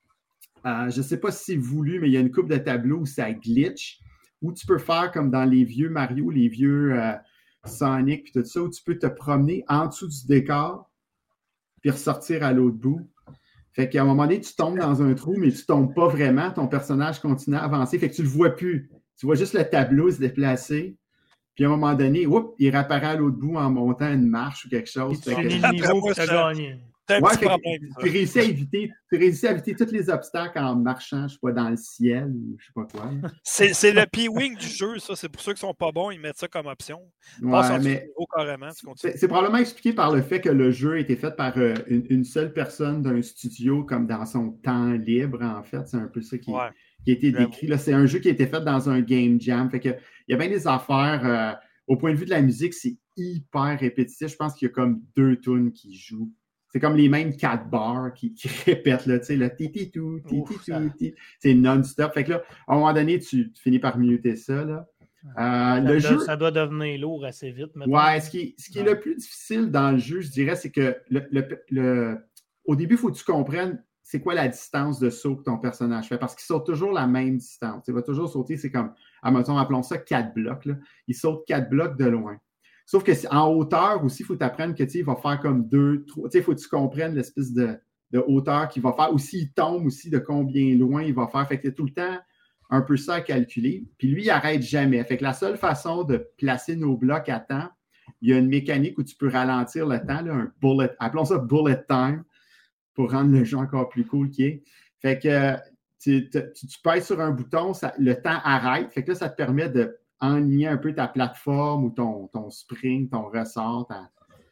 Euh, je ne sais pas si c'est voulu, mais il y a une coupe de tableaux où ça glitch, où tu peux faire comme dans les vieux Mario, les vieux euh, Sonic, puis tout ça, où tu peux te promener en dessous du décor, puis ressortir à l'autre bout. Fait qu'à un moment donné, tu tombes dans un trou, mais tu ne tombes pas vraiment. Ton personnage continue à avancer, fait que tu ne le vois plus. Tu vois juste le tableau se déplacer. Puis à un moment donné, whoop, il réapparaît à l'autre bout en montant une marche ou quelque chose. Tu Fait finis que... le niveau que tu as gagné. C'est un Ouais, petit fait que problème. tu réussis à éviter, tu réussis à éviter tous les obstacles en marchant, je sais pas, dans le ciel ou je sais pas quoi. C'est, c'est le P-Wing du jeu, ça. C'est pour ceux qui sont pas bons, ils mettent ça comme option. Passe Ouais, en mais niveau carrément. Tu continues. c'est, c'est probablement expliqué par le fait que le jeu a été fait par euh, une, une seule personne d'un studio, comme dans son temps libre, en fait. C'est un peu ça qui, Ouais. qui a été décrit. Là, c'est un jeu qui a été fait dans un game jam. Fait que il y a bien des affaires. Euh, au point de vue de la musique, c'est hyper répétitif. Je pense qu'il y a comme deux tunes qui jouent. C'est comme les mêmes quatre bars qui, qui répètent, là, tu sais, le ti-ti-tout, ti-ti-tout, ti. C'est non-stop. Fait que là, à un moment donné, tu, tu finis par muter ça, là. Euh, Ça, le doit, jeu... ça doit devenir lourd assez vite. Maintenant. Ouais, ce qui, est, ce qui est le plus difficile dans le jeu, je dirais, c'est que le, le, le... au début, il faut que tu comprennes c'est quoi la distance de saut que ton personnage fait, parce qu'il saute toujours la même distance. Il va toujours sauter, c'est comme, admettons, appelons ça quatre blocs, là. Il saute quatre blocs de loin. Sauf qu'en hauteur aussi, il faut t'apprendre que, tu sais, il va faire comme deux, trois, tu sais, il faut que tu comprennes l'espèce de, de hauteur qu'il va faire. Aussi, il tombe aussi de combien loin il va faire. Fait que tu as tout le temps un peu ça à calculer. Puis lui, il n'arrête jamais. Fait que la seule façon de placer nos blocs à temps, il y a une mécanique où tu peux ralentir le temps, là, un bullet, appelons ça bullet time, pour rendre le jeu encore plus cool qu'il est. Fait que tu, tu, tu pèses sur un bouton, ça, le temps arrête. Fait que là, ça te permet de enligner un peu ta plateforme ou ton, ton spring, ton ressort, ta,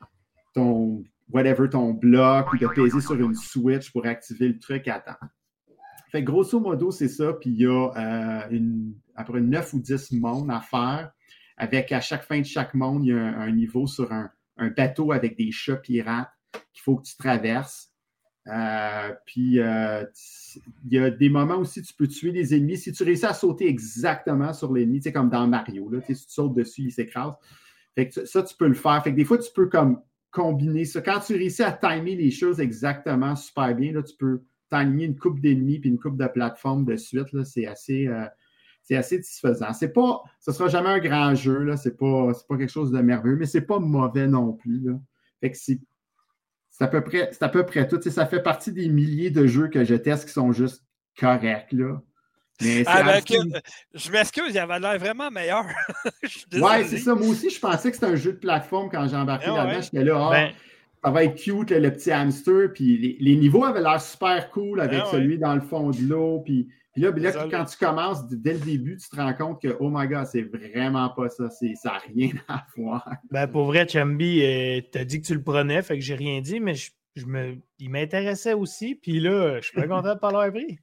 ton whatever, ton bloc, ou de peser sur une switch pour activer le truc à temps. Fait que grosso modo, c'est ça. Puis il y a euh, une, après neuf ou dix mondes à faire. Avec à chaque fin de chaque monde, il y a un, un niveau sur un, un bateau avec des chats pirates qu'il faut que tu traverses. Euh, puis euh, il y a des moments aussi tu peux tuer les ennemis si tu réussis à sauter exactement sur l'ennemi, tu sais, comme dans Mario, là, si tu sautes dessus, il s'écrase. Fait que ça, tu peux le faire. Fait que des fois, tu peux comme combiner ça. Quand tu réussis à timer les choses exactement super bien, là, tu peux t'aligner une coupe d'ennemis puis une coupe de plateforme de suite. Là, c'est assez, euh, c'est assez satisfaisant. C'est pas, ce sera jamais un grand jeu, là, c'est pas, c'est pas quelque chose de merveilleux, mais c'est pas mauvais non plus, là. Fait que c'est C'est à peu près, c'est à peu près tout. Tu sais, ça fait partie des milliers de jeux que je teste qui sont juste corrects, là. Mais ah, ben, absolument... que, je m'excuse, il avait l'air vraiment meilleur. Ouais, c'est ça. Moi aussi, je pensais que c'était un jeu de plateforme quand j'ai embarqué ah, là-dedans. Ouais. J'étais là, ah, ben... ça va être cute, là, le petit hamster. Puis les, les niveaux avaient l'air super cool avec ah, celui ouais. dans le fond de l'eau. Puis, puis là, là quand tu commences, dès le début, tu te rends compte que, oh my God, c'est vraiment pas ça. C'est, ça n'a rien à voir. Ben, pour vrai, Chambi, euh, t'as dit que tu le prenais, fait que j'ai rien dit, mais je, je me, il m'intéressait aussi. Puis là, je suis pas content de pas l'avoir pris.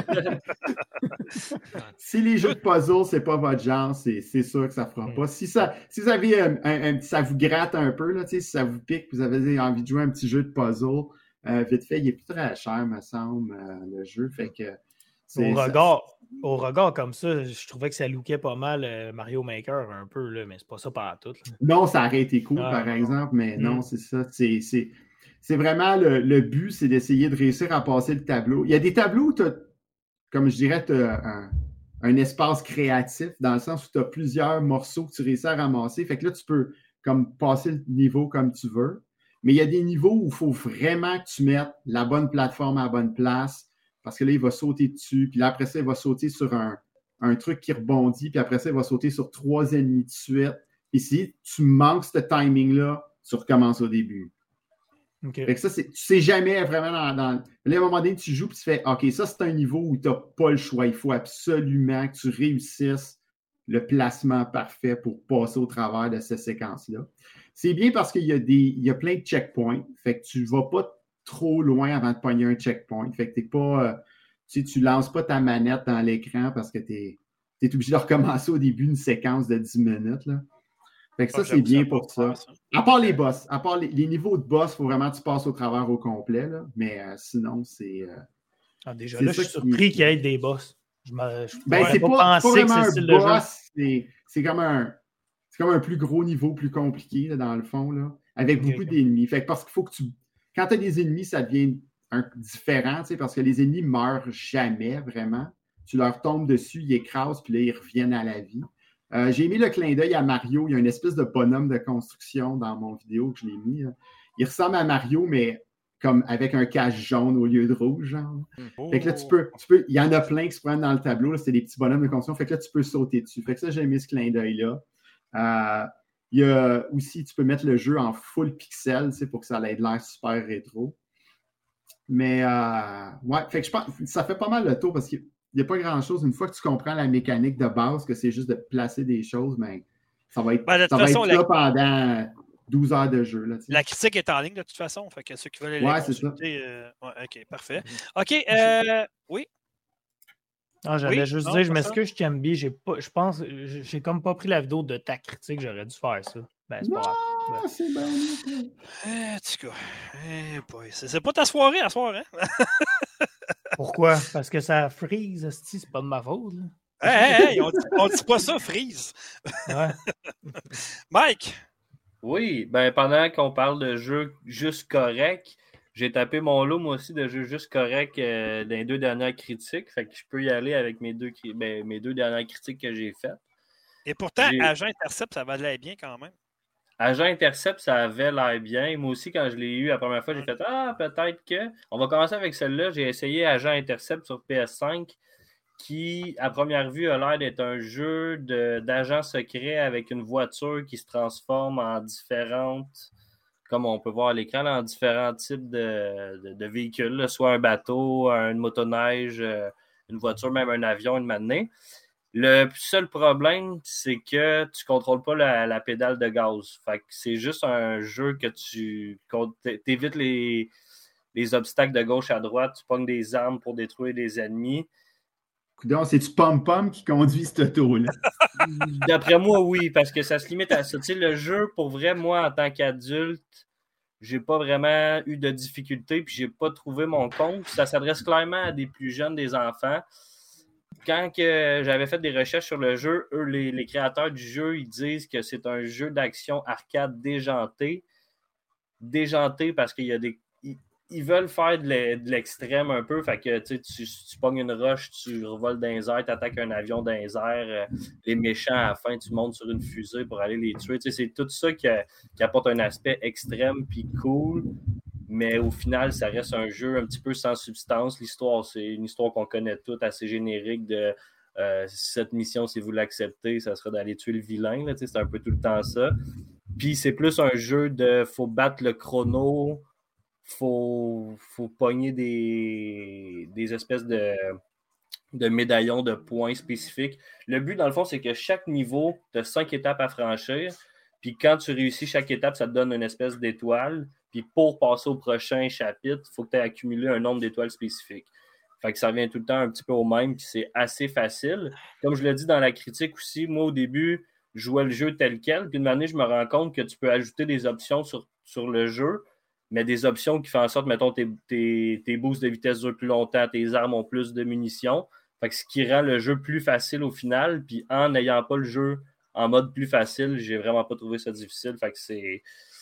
Si les jeux de puzzle, c'est pas votre genre, c'est, c'est sûr que ça fera pas. Si, ça, si vous avez un, un, un, ça vous gratte un peu, là, si ça vous pique, vous avez envie de jouer un petit jeu de puzzle, euh, vite fait, il est plus très cher, me semble, euh, le jeu. Fait que au regard, ça... au regard comme ça, je trouvais que ça lookait pas mal euh, Mario Maker un peu, là, mais c'est pas ça par tout. Là. Non, ça aurait été cool, ah, par non. exemple, mais mm. non, c'est ça. C'est, c'est, c'est vraiment le, le but, c'est d'essayer de réussir à passer le tableau. Il y a des tableaux où tu as, comme je dirais, tu as un, un espace créatif, dans le sens où tu as plusieurs morceaux que tu réussis à ramasser. Fait que là, tu peux comme passer le niveau comme tu veux. Mais il y a des niveaux où il faut vraiment que tu mettes la bonne plateforme à la bonne place. parce que là, il va sauter dessus, puis là, après ça, il va sauter sur un, un truc qui rebondit, puis après ça, il va sauter sur trois ennemis de suite. Et si tu manques ce timing-là, tu recommences au début. Okay. Fait que ça, c'est, tu ne sais jamais vraiment dans, dans... Là, à un moment donné, tu joues et tu fais « OK, ça, c'est un niveau où tu n'as pas le choix. Il faut absolument que tu réussisses le placement parfait pour passer au travers de cette séquence-là. » C'est bien parce qu'il y a, des, il y a plein de checkpoints. Fait que tu ne vas pas trop loin avant de pogner un checkpoint. Fait que t'es pas, euh, tu ne lances pas ta manette dans l'écran parce que tu es obligé de recommencer au début une séquence de dix minutes. Là. Fait que ça, c'est bien pour ça. ça. À part les boss, à part les, les niveaux de boss, il faut vraiment que tu passes au travers au complet. Là. Mais euh, sinon, c'est. Euh, ah, déjà, là, je suis surpris qu'il y ait des boss. Je ne ben, c'est pas, pas, pas vraiment un boss, c'est, c'est comme un. C'est comme un plus gros niveau, plus compliqué, là, dans le fond, là, avec okay, beaucoup okay. d'ennemis. Fait que parce qu'il faut que tu. Quand tu as des ennemis, ça devient un, différent, parce que les ennemis meurent jamais, vraiment. Tu leur tombes dessus, ils écrasent, puis là, ils reviennent à la vie. Euh, j'ai mis le clin d'œil à Mario. Il y a une espèce de bonhomme de construction dans mon vidéo que je l'ai mis. Là. Il ressemble à Mario, mais comme avec un cache jaune au lieu de rouge. Genre. Oh. Fait que là, tu peux, tu peux. Il y en a plein qui se prennent dans le tableau. Là, c'est des petits bonhommes de construction. Fait que là, tu peux sauter dessus. Fait que ça, j'ai mis ce clin d'œil-là. Euh, il y a aussi, tu peux mettre le jeu en full pixel pour que ça ait l'air super rétro. Mais, euh, ouais, fait que je pense ça fait pas mal le tour parce qu'il n'y a pas grand-chose. Une fois que tu comprends la mécanique de base, que c'est juste de placer des choses, ben, ça va être, ben, ça va façon, être là la... pendant douze heures de jeu. Là, la critique est en ligne de toute façon. Fait que ceux qui veulent aller ouais, consulter... Euh... Ouais, OK, parfait. OK, euh... oui? Ah, j'allais oui, juste non, dire, je m'excuse, Cambi, j'ai pas, je pense, j'ai comme pas pris la vidéo de ta critique, j'aurais dû faire ça. Ben, c'est non, pas grave. Ouais. C'est bon. Eh, en tout cas, eh, boy, c'est, c'est pas ta soirée à soir, hein? Pourquoi? Parce que ça freeze, c'est pas de ma faute. Hé, hé, hé, on dit, on dit pas ça, freeze. Ouais. Mike? Oui, ben pendant qu'on parle de jeux juste corrects, j'ai tapé mon lot, moi aussi, de jeux juste corrects euh, dans les deux dernières critiques. Fait que je peux y aller avec mes deux, ben, mes deux dernières critiques que j'ai faites. Et pourtant, j'ai... Agent Intercept, ça valait bien quand même. Agent Intercept, ça avait l'air bien. Moi aussi, quand je l'ai eu la première fois, j'ai fait « Ah, peut-être que... » On va commencer avec celle-là. J'ai essayé Agent Intercept sur P S cinq, qui, à première vue, a l'air d'être un jeu de, d'agent secret avec une voiture qui se transforme en différentes... comme on peut voir à l'écran, là, en différents types de, de, de véhicules, là, soit un bateau, une motoneige, une voiture, même un avion, une manette. Le seul problème, c'est que tu ne contrôles pas la, la pédale de gaz. Fait que c'est juste un jeu que tu évites les, les obstacles de gauche à droite, tu pognes des armes pour détruire des ennemis. Donc, c'est-tu Pom-Pom qui conduit ce tour-là? D'après moi, oui, parce que ça se limite à ça. Tu sais, le jeu, pour vrai, moi, en tant qu'adulte, j'ai pas vraiment eu de difficultés, puis j'ai pas trouvé mon compte. Ça s'adresse clairement à des plus jeunes, des enfants. Quand que j'avais fait des recherches sur le jeu, eux, les, les créateurs du jeu, ils disent que c'est un jeu d'action arcade déjanté. Déjanté parce qu'il y a des... Ils, ils veulent faire de, de l'extrême un peu. Fait que tu, tu, tu pognes une roche, tu revoles dans les airs, tu attaques un avion dans les airs. Euh, les méchants, à la fin, tu montes sur une fusée pour aller les tuer. Tu sais, c'est tout ça qui, a, qui apporte un aspect extrême puis cool. Mais au final, ça reste un jeu un petit peu sans substance. L'histoire, c'est une histoire qu'on connaît toutes, assez générique de euh, cette mission, si vous l'acceptez, ça sera d'aller tuer le vilain. Là, c'est un peu tout le temps ça. Puis c'est plus un jeu de faut battre le chrono, faut, faut pogner des, des espèces de, de médaillons de points spécifiques. Le but, dans le fond, c'est que chaque niveau, tu as cinq étapes à franchir. Puis quand tu réussis chaque étape, ça te donne une espèce d'étoile. Puis pour passer au prochain chapitre, il faut que tu aies accumulé un nombre d'étoiles spécifiques. Fait que ça revient tout le temps un petit peu au même, puis c'est assez facile. Comme je l'ai dit dans la critique aussi, moi au début, je jouais le jeu tel quel, puis une année, je me rends compte que tu peux ajouter des options sur, sur le jeu, mais des options qui font en sorte, mettons, tes, tes, tes boosts de vitesse durent plus longtemps, tes armes ont plus de munitions. Fait que ce qui rend le jeu plus facile au final, puis en n'ayant pas le jeu en mode plus facile, j'ai vraiment pas trouvé ça difficile. Fait que c'est...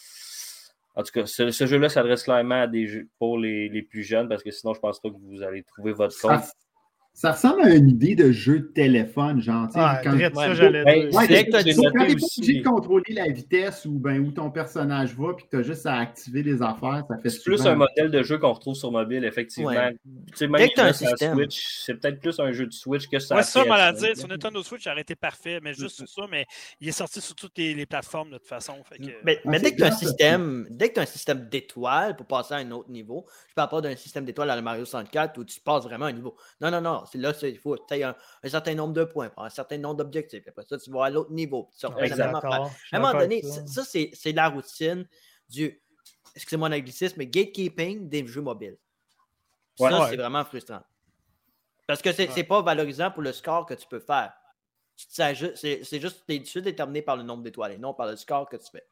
En tout cas, ce, ce jeu-là s'adresse clairement à des jeux pour les, les plus jeunes, parce que sinon, je pense pas que vous allez trouver votre compte. Ça, Ça ressemble à une idée de jeu de téléphone, genre. Ah, quand direct, ça, j'allais Ben, dire. Ouais, c'est c'est que j'ai quand noté t'es pas aussi. obligé de contrôler la vitesse ou ben, où ton personnage va, puis que tu as juste à activer les affaires, ça fait C'est plus souvent... un modèle de jeu qu'on retrouve sur mobile, effectivement. Ouais. Tu sais, même Dès que t'as un là, sur la système. Switch, c'est peut-être plus un jeu de Switch que ça. Ouais, c'est ça, mal à dire. Sur Nintendo Switch, ça aurait été parfait, mais juste sur ça, mais il est sorti sur toutes les, les plateformes de toute façon. Fait que... Mais, Ah, mais c'est dès que tu as un clair, ça. système, dès que tu as un système d'étoiles pour passer à un autre niveau, je parle pas d'un système d'étoiles à la Mario soixante-quatre où tu passes vraiment à un niveau. Non, non, non. C'est là, c'est- il faut que tu aies un, un certain nombre de points, un certain nombre d'objectifs. Puis après ça, tu vas à l'autre niveau. Puis tu refais la Exact. même affaire. D'accord, je suis À un moment d'accord donné, avec ça. ça, ça, c'est, c'est la routine du, excusez-moi l'anglicisme, mais gatekeeping des jeux mobiles. Ouais. Ça, Ouais. c'est vraiment frustrant. Parce que c'est, Ouais. c'est pas valorisant pour le score que tu peux faire. Tu te sais ju- C'est, c'est juste, t'es juste déterminé par le nombre d'étoiles et non par le score que tu fais.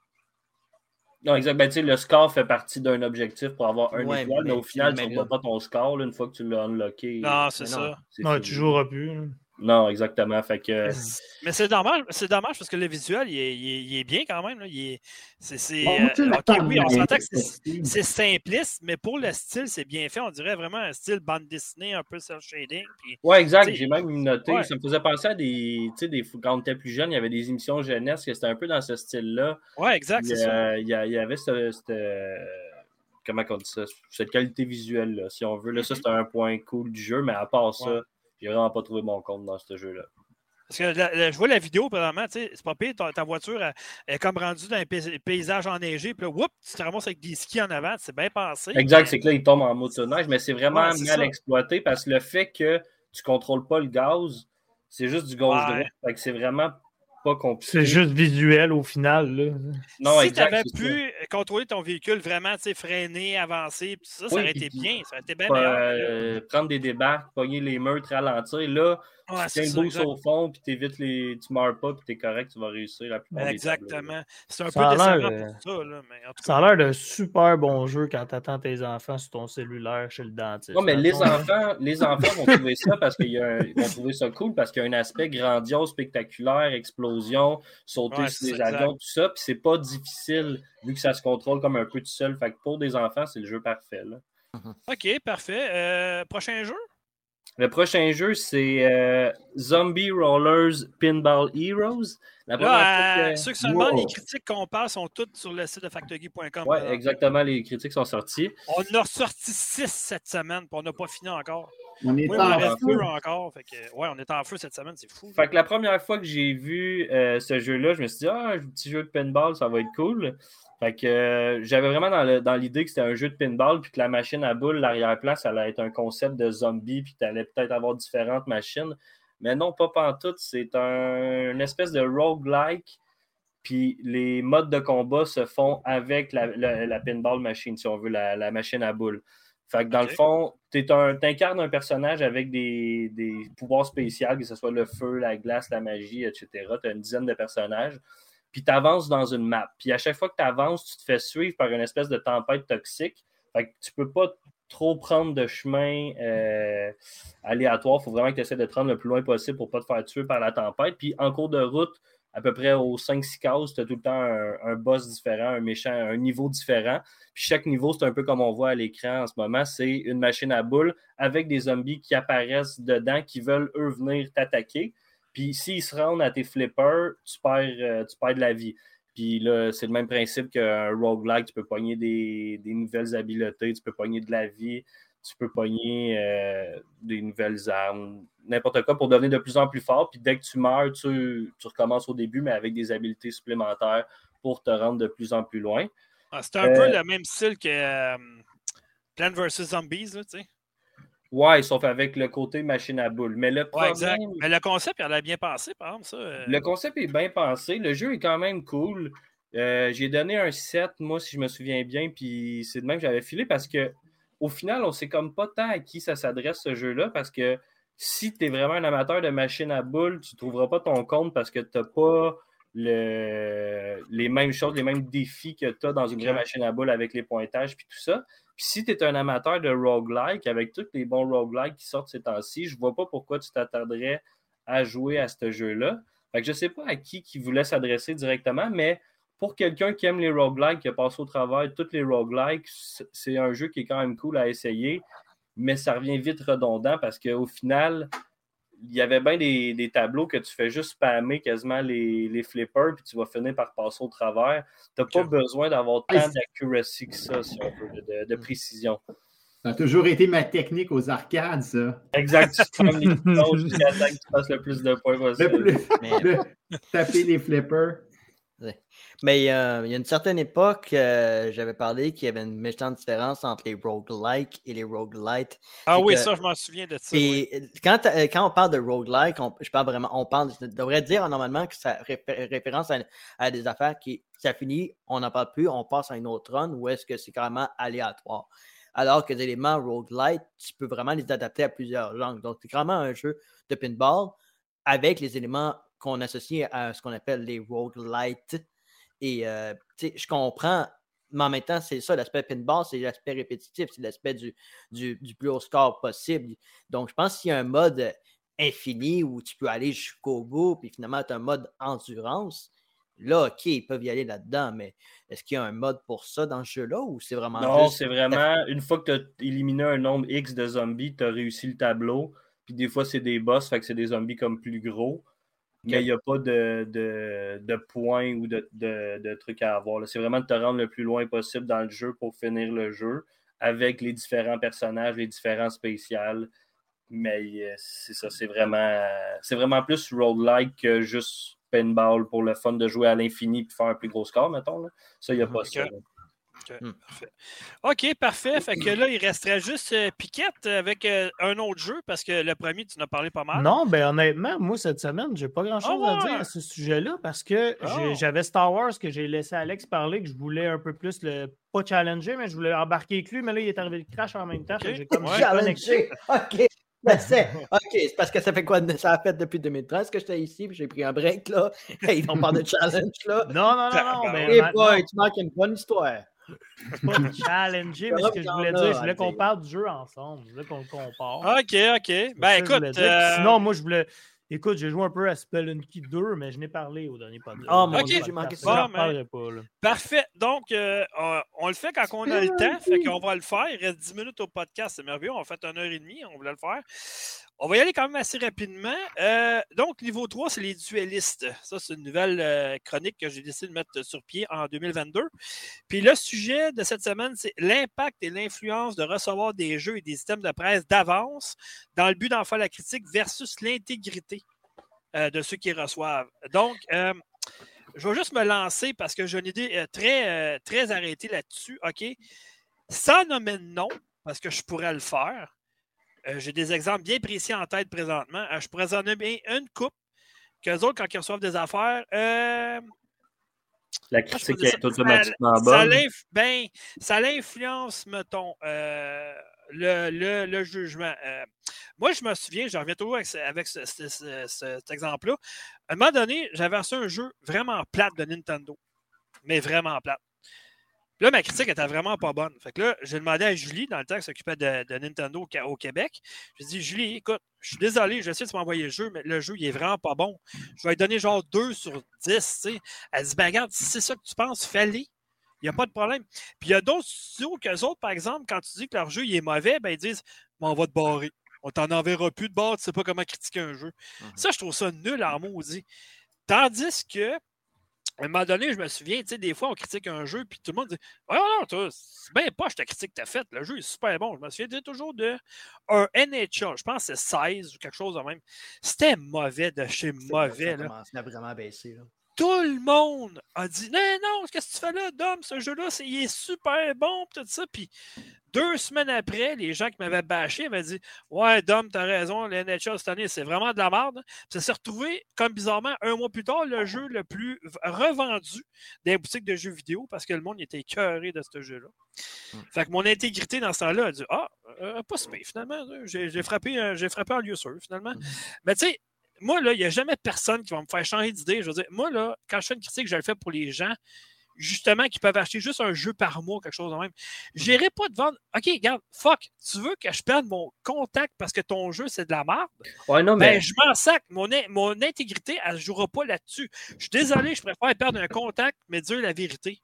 Non, exact. Ben, tu sais, le score fait partie d'un objectif pour avoir un Ouais, étoile, mais, mais au final, tu tu le ne vois pas ton score là, une fois que tu l'as unlocké. Non, c'est Mais ça. non. c'est Non, fini. tu joueras plus. hein. Non, exactement. Fait que. Mais c'est dommage, c'est dommage parce que le visuel, il est, il est- il est bien quand même. Là. Il est, c'est, c'est, Bon, moi, tu sais, euh, le ok, temps oui, on de- s'entend que c'est, c'est simpliste, mais pour le style, c'est bien fait. On dirait vraiment un style bande dessinée, un peu cel-shading. Puis, Ouais, exact. T'sais, J'ai même noté. ouais. Ça me faisait penser à des. Tu sais, des... quand on était plus jeune, il y avait des émissions jeunesse que c'était un peu dans ce style-là. ouais, exact, Puis, c'est ça. euh, Il y, a- il y avait ce- cette. euh, Comment on dit ça? Cette qualité visuelle, là, si on veut. Là, ça, c'est un point cool du jeu, mais à part ça, Ouais. j'ai vraiment pas trouvé mon compte dans ce jeu-là. Parce que la- la- je vois la vidéo, probablement, tu sais, c'est pas pire, ta, ta voiture elle, elle est comme rendue dans un pay- paysage enneigé, puis là, whoop, tu te ramasses avec des skis en avant, c'est bien pensé. Exact, mais- c'est que là, il tombe en motoneige, mais c'est vraiment Ouais, c'est mal ça. exploité parce que le fait que tu contrôles pas le gaz, c'est juste du gauche-droite. Ouais. Fait que c'est vraiment pas compliqué. C'est juste visuel au final. Là. Non, si tu exact, avais c'est pu contrôler ton véhicule vraiment, tu sais, freiner, avancer, puis ça, ça Oui, aurait puis- été bien, ça aurait été bien ça. meilleur. Euh, prendre des débarques, pogner les murs, ralentir. Là, Ouais, tu c'est tiens le ça, boost exact. au fond, puis t'évites les... tu meurs pas, puis t'es correct, tu vas réussir la plupart des tableaux, là. Exactement. C'est un Ça peu a l'air, décevant euh, pour ça, là, mais en tout Ça cas. a l'air d'un super bon jeu quand tu attends tes enfants sur ton cellulaire chez le dentiste. Non, mais les Mettons, là. enfants, les enfants vont trouver ça parce qu'il y a un- ils vont trouver ça cool parce qu'il y a un aspect grandiose, spectaculaire, explosion, sauter Ouais, sur c'est des ça, avions, exact. tout ça. Puis c'est pas difficile vu que ça se contrôle comme un peu tout seul. Fait que pour des enfants, c'est le jeu parfait, là. OK, parfait. Euh, prochain jeu? Le prochain jeu, c'est euh, Zombie Rollers Pinball Heroes. La première Là, euh, fois que- ceux qui se demandent, Wow. les critiques qu'on passe sont toutes sur le site de factory point com. Ouais, exactement, les critiques sont sorties. On en a sorti six cette semaine, puis on n'a pas fini encore. On est Oui, en on reste feu. deux encore. Fait que, ouais, on est en feu cette semaine, c'est fou. Fait que la première fois que j'ai vu euh, ce jeu-là, je me suis dit, ah, un petit jeu de pinball, ça va être cool. Fait que euh, j'avais vraiment dans, le- dans l'idée que c'était un jeu de pinball, puis que la machine à boules, l'arrière-plan, ça allait être un concept de zombie, puis que tu allais peut-être avoir différentes machines. Mais non, pas pantoute. C'est un, une espèce de roguelike, puis les modes de combat se font avec la, la- la pinball machine, si on veut, la, la machine à boules. Fait que dans Ok. le fond, tu incarnes un personnage avec des, des pouvoirs spéciaux, que ce soit le feu, la glace, la magie, et cetera. Tu as une dizaine de personnages. Puis tu avances dans une map. Puis à chaque fois que tu avances, tu te fais suivre par une espèce de tempête toxique. Fait que tu peux pas trop prendre de chemin euh, aléatoire. Il faut vraiment que tu essaies de te rendre le plus loin possible pour pas te faire tuer par la tempête. Puis en cours de route, à peu près aux cinq six cases, tu as tout le temps un, un boss différent, un méchant, un niveau différent. Puis chaque niveau, c'est un peu comme on voit à l'écran en ce moment, c'est une machine à boules avec des zombies qui apparaissent dedans, qui veulent, eux, venir t'attaquer. Puis s'ils se rendent à tes flippers, tu perds, euh, tu perds de la vie. Puis là, c'est le même principe qu'un roguelike. Tu peux pogner des, des nouvelles habiletés, tu peux pogner de la vie, tu peux pogner euh, des nouvelles armes, n'importe quoi pour devenir de plus en plus fort. Puis dès que tu meurs, tu, tu recommences au début, mais avec des habiletés supplémentaires pour te rendre de plus en plus loin. Ah, c'est un Euh, peu le même style que euh, Plants versus. Zombies, là, tu sais. Ouais, sauf avec le côté machine à boules. Mais le Ouais, problème, exact. Mais le concept, il a l'air bien pensé, par exemple, ça. euh, le concept est bien pensé. Le jeu est quand même cool. Euh, j'ai donné un sept, moi, si je me souviens bien, puis c'est de même que j'avais filé parce que au final, on sait comme pas tant à qui ça s'adresse ce jeu-là parce que si tu es vraiment un amateur de machine à boules, tu ne trouveras pas ton compte parce que tu n'as pas le... les mêmes choses, les mêmes défis que tu as dans une vraie machine à boules avec les pointages puis tout ça. Puis si tu es un amateur de roguelike, avec tous les bons roguelikes qui sortent ces temps-ci, je vois pas pourquoi tu t'attarderais à jouer à ce jeu-là. Fait que je sais pas à qui qui voulait s'adresser directement, mais pour quelqu'un qui aime les roguelikes, qui a passé au travers tous les roguelikes, c'est un jeu qui est quand même cool à essayer. mais ça revient vite redondant parce qu'au final, il y avait bien des, des tableaux que tu fais juste spammer quasiment les, les flippers puis tu vas finir par passer au travers. Tu n'as pas okay. besoin d'avoir tant d'accuracy que ça, si on veut, de, de précision. Ça a toujours été ma technique aux arcades, ça. Exact. Tu spammes les boutons jusqu'à temps que tu fasses le plus de points possible. Le plus, mais... le, taper les flippers. Mais euh, il y a une certaine époque, euh, j'avais parlé qu'il y avait une méchante différence entre les roguelikes et les roguelites. Ah oui, que, ça, je m'en souviens de ça. Et oui. quand, quand on parle de roguelike, on, je parle vraiment, on parle, je devrais dire normalement que ça réfé- référence à, à des affaires qui, ça finit, on n'en parle plus, on passe à une autre run, ou est-ce que c'est carrément aléatoire. Alors que les éléments roguelite, tu peux vraiment les adapter à plusieurs genres. Donc, c'est vraiment un jeu de pinball avec les éléments qu'on associe à ce qu'on appelle les roguelites. Et euh, je comprends, mais en même temps, c'est ça, l'aspect pinball, c'est l'aspect répétitif, c'est l'aspect du, du, du plus haut score possible. Donc, je pense qu'il y a un mode infini où tu peux aller jusqu'au bout, puis finalement, tu as un mode endurance. Là, OK, ils peuvent y aller là-dedans, mais est-ce qu'il y a un mode pour ça dans ce jeu-là ou c'est vraiment Non, juste... c'est vraiment, une fois que tu as éliminé un nombre X de zombies, tu as réussi le tableau, puis des fois, c'est des boss, fait que c'est des zombies comme plus gros. Mais il n'y a pas de, de, de points ou de, de, de trucs à avoir. Là. C'est vraiment de te rendre le plus loin possible dans le jeu pour finir le jeu avec les différents personnages, les différents spéciales. Mais c'est ça, c'est vraiment, c'est vraiment plus roguelike que juste pinball pour le fun de jouer à l'infini et faire un plus gros score, mettons. Là. Ça, il n'y a pas okay. ça. Là. Okay, hmm. parfait. OK, parfait. Fait que là, il resterait juste euh, Piquette avec euh, un autre jeu parce que le premier, tu en as parlé pas mal. Non, ben honnêtement, moi, cette semaine, j'ai pas grand-chose oh, ouais. à dire à ce sujet-là parce que oh. j'avais Star Wars que j'ai laissé Alex parler, que je voulais un peu plus le pas challenger, mais je voulais embarquer avec lui, mais là, il est arrivé le crash en même temps. Okay. J'ai comme ouais. challenger. OK. Ben c'est, OK, c'est parce que ça fait quoi? Ça a fait depuis deux mille treize que j'étais ici, puis j'ai pris un break, là. Ils vont parler de challenge, là. Non, non, non, non. Mais hey boy, tu manques une bonne histoire. C'est pas challenger, mais ce que je voulais dire, je voulais qu'on parle du jeu ensemble. Je voulais qu'on le compare. OK, OK. Ben écoute. Euh... Sinon, moi, je voulais. Écoute, j'ai joué un peu à Spelunky deux, mais je n'ai parlé au dernier podcast. Oh mon Dieu, j'ai manqué ça. Je ne parlerai pas. Là. Parfait. Donc, euh, on, on le fait quand on a le temps. Fait qu'on va le faire. Il reste dix minutes au podcast. C'est merveilleux. On a fait une heure et demie. On voulait le faire. On va y aller quand même assez rapidement. Euh, donc, niveau trois, c'est les duellistes. Ça, c'est une nouvelle euh, chronique que j'ai décidé de mettre sur pied en deux mille vingt-deux. Puis le sujet de cette semaine, c'est l'impact et l'influence de recevoir des jeux et des items de presse d'avance dans le but d'en faire la critique versus l'intégrité euh, de ceux qui reçoivent. Donc, euh, je vais juste me lancer parce que j'ai une idée euh, très, euh, très arrêtée là-dessus. OK? Sans nommer de nom, parce que je pourrais le faire. Euh, j'ai des exemples bien précis en tête présentement. Euh, je pourrais en nommer une coupe qu'eux autres, quand ils reçoivent des affaires, euh, la critique est ça, automatiquement ça, bonne. Ça, ben, ça l'influence, mettons, euh, le, le, le jugement. Euh, moi, je me souviens, je reviens toujours avec, avec ce, ce, ce, cet exemple-là. À un moment donné, j'avais reçu un jeu vraiment plate de Nintendo, mais vraiment plate. Là, ma critique était vraiment pas bonne. Fait que là, j'ai demandé à Julie, dans le temps, qui s'occupait de, de Nintendo au, au Québec. J'ai dit, Julie, écoute, je suis désolé, je sais que tu m'as envoyé le jeu, mais le jeu, il est vraiment pas bon. Je vais lui donner genre deux sur dix, tu sais. Elle dit, ben regarde, si c'est ça que tu penses, fais-le. Il n'y a pas de problème. Puis il y a d'autres studios qu'eux autres, par exemple, quand tu dis que leur jeu, il est mauvais, ben ils disent, bon, on va te barrer. On t'en enverra plus de barre, tu sais pas comment critiquer un jeu. Mm-hmm. Ça, je trouve ça nul en maudit. Tandis que, à un moment donné, je me souviens, tu sais, des fois, on critique un jeu, puis tout le monde dit « Oh non, c'est bien pas, je te critique que tu as fait, le jeu est super bon. » Je me souviens toujours de un N H L, je pense que c'est seize ou quelque chose de même. C'était mauvais de chez c'est mauvais. Ça commence à vraiment baisser. Là. Tout le monde a dit « Non, non, qu'est-ce que tu fais là, Dom? Ce jeu-là, c'est, il est super bon. » Tout ça, puis deux semaines après, les gens qui m'avaient bâché m'avaient dit « Ouais, Dom, t'as raison, le N H L cette année, c'est vraiment de la merde. » Ça s'est retrouvé, comme bizarrement, un mois plus tard, le jeu le plus revendu des boutiques de jeux vidéo parce que le monde était écœuré de ce jeu-là. Mm. Fait que mon intégrité dans ce temps-là a dit « Ah, euh, pas si pire, finalement. J'ai, j'ai, frappé, euh, j'ai frappé en lieu sûr, finalement. Mm. » Mais tu sais, moi, là, il n'y a jamais personne qui va me faire changer d'idée. Je veux dire, moi, là, quand je fais une critique, je le fais pour les gens justement, qui peuvent acheter juste un jeu par mois, quelque chose de même. Je n'irai pas te vendre. OK, regarde, fuck, tu veux que je perde mon contact parce que ton jeu, c'est de la merde? Ouais, non, mais. Ben, je m'en sac. Mon, mon intégrité, elle ne jouera pas là-dessus. Je suis désolé, je préfère perdre un contact, mais dire la vérité,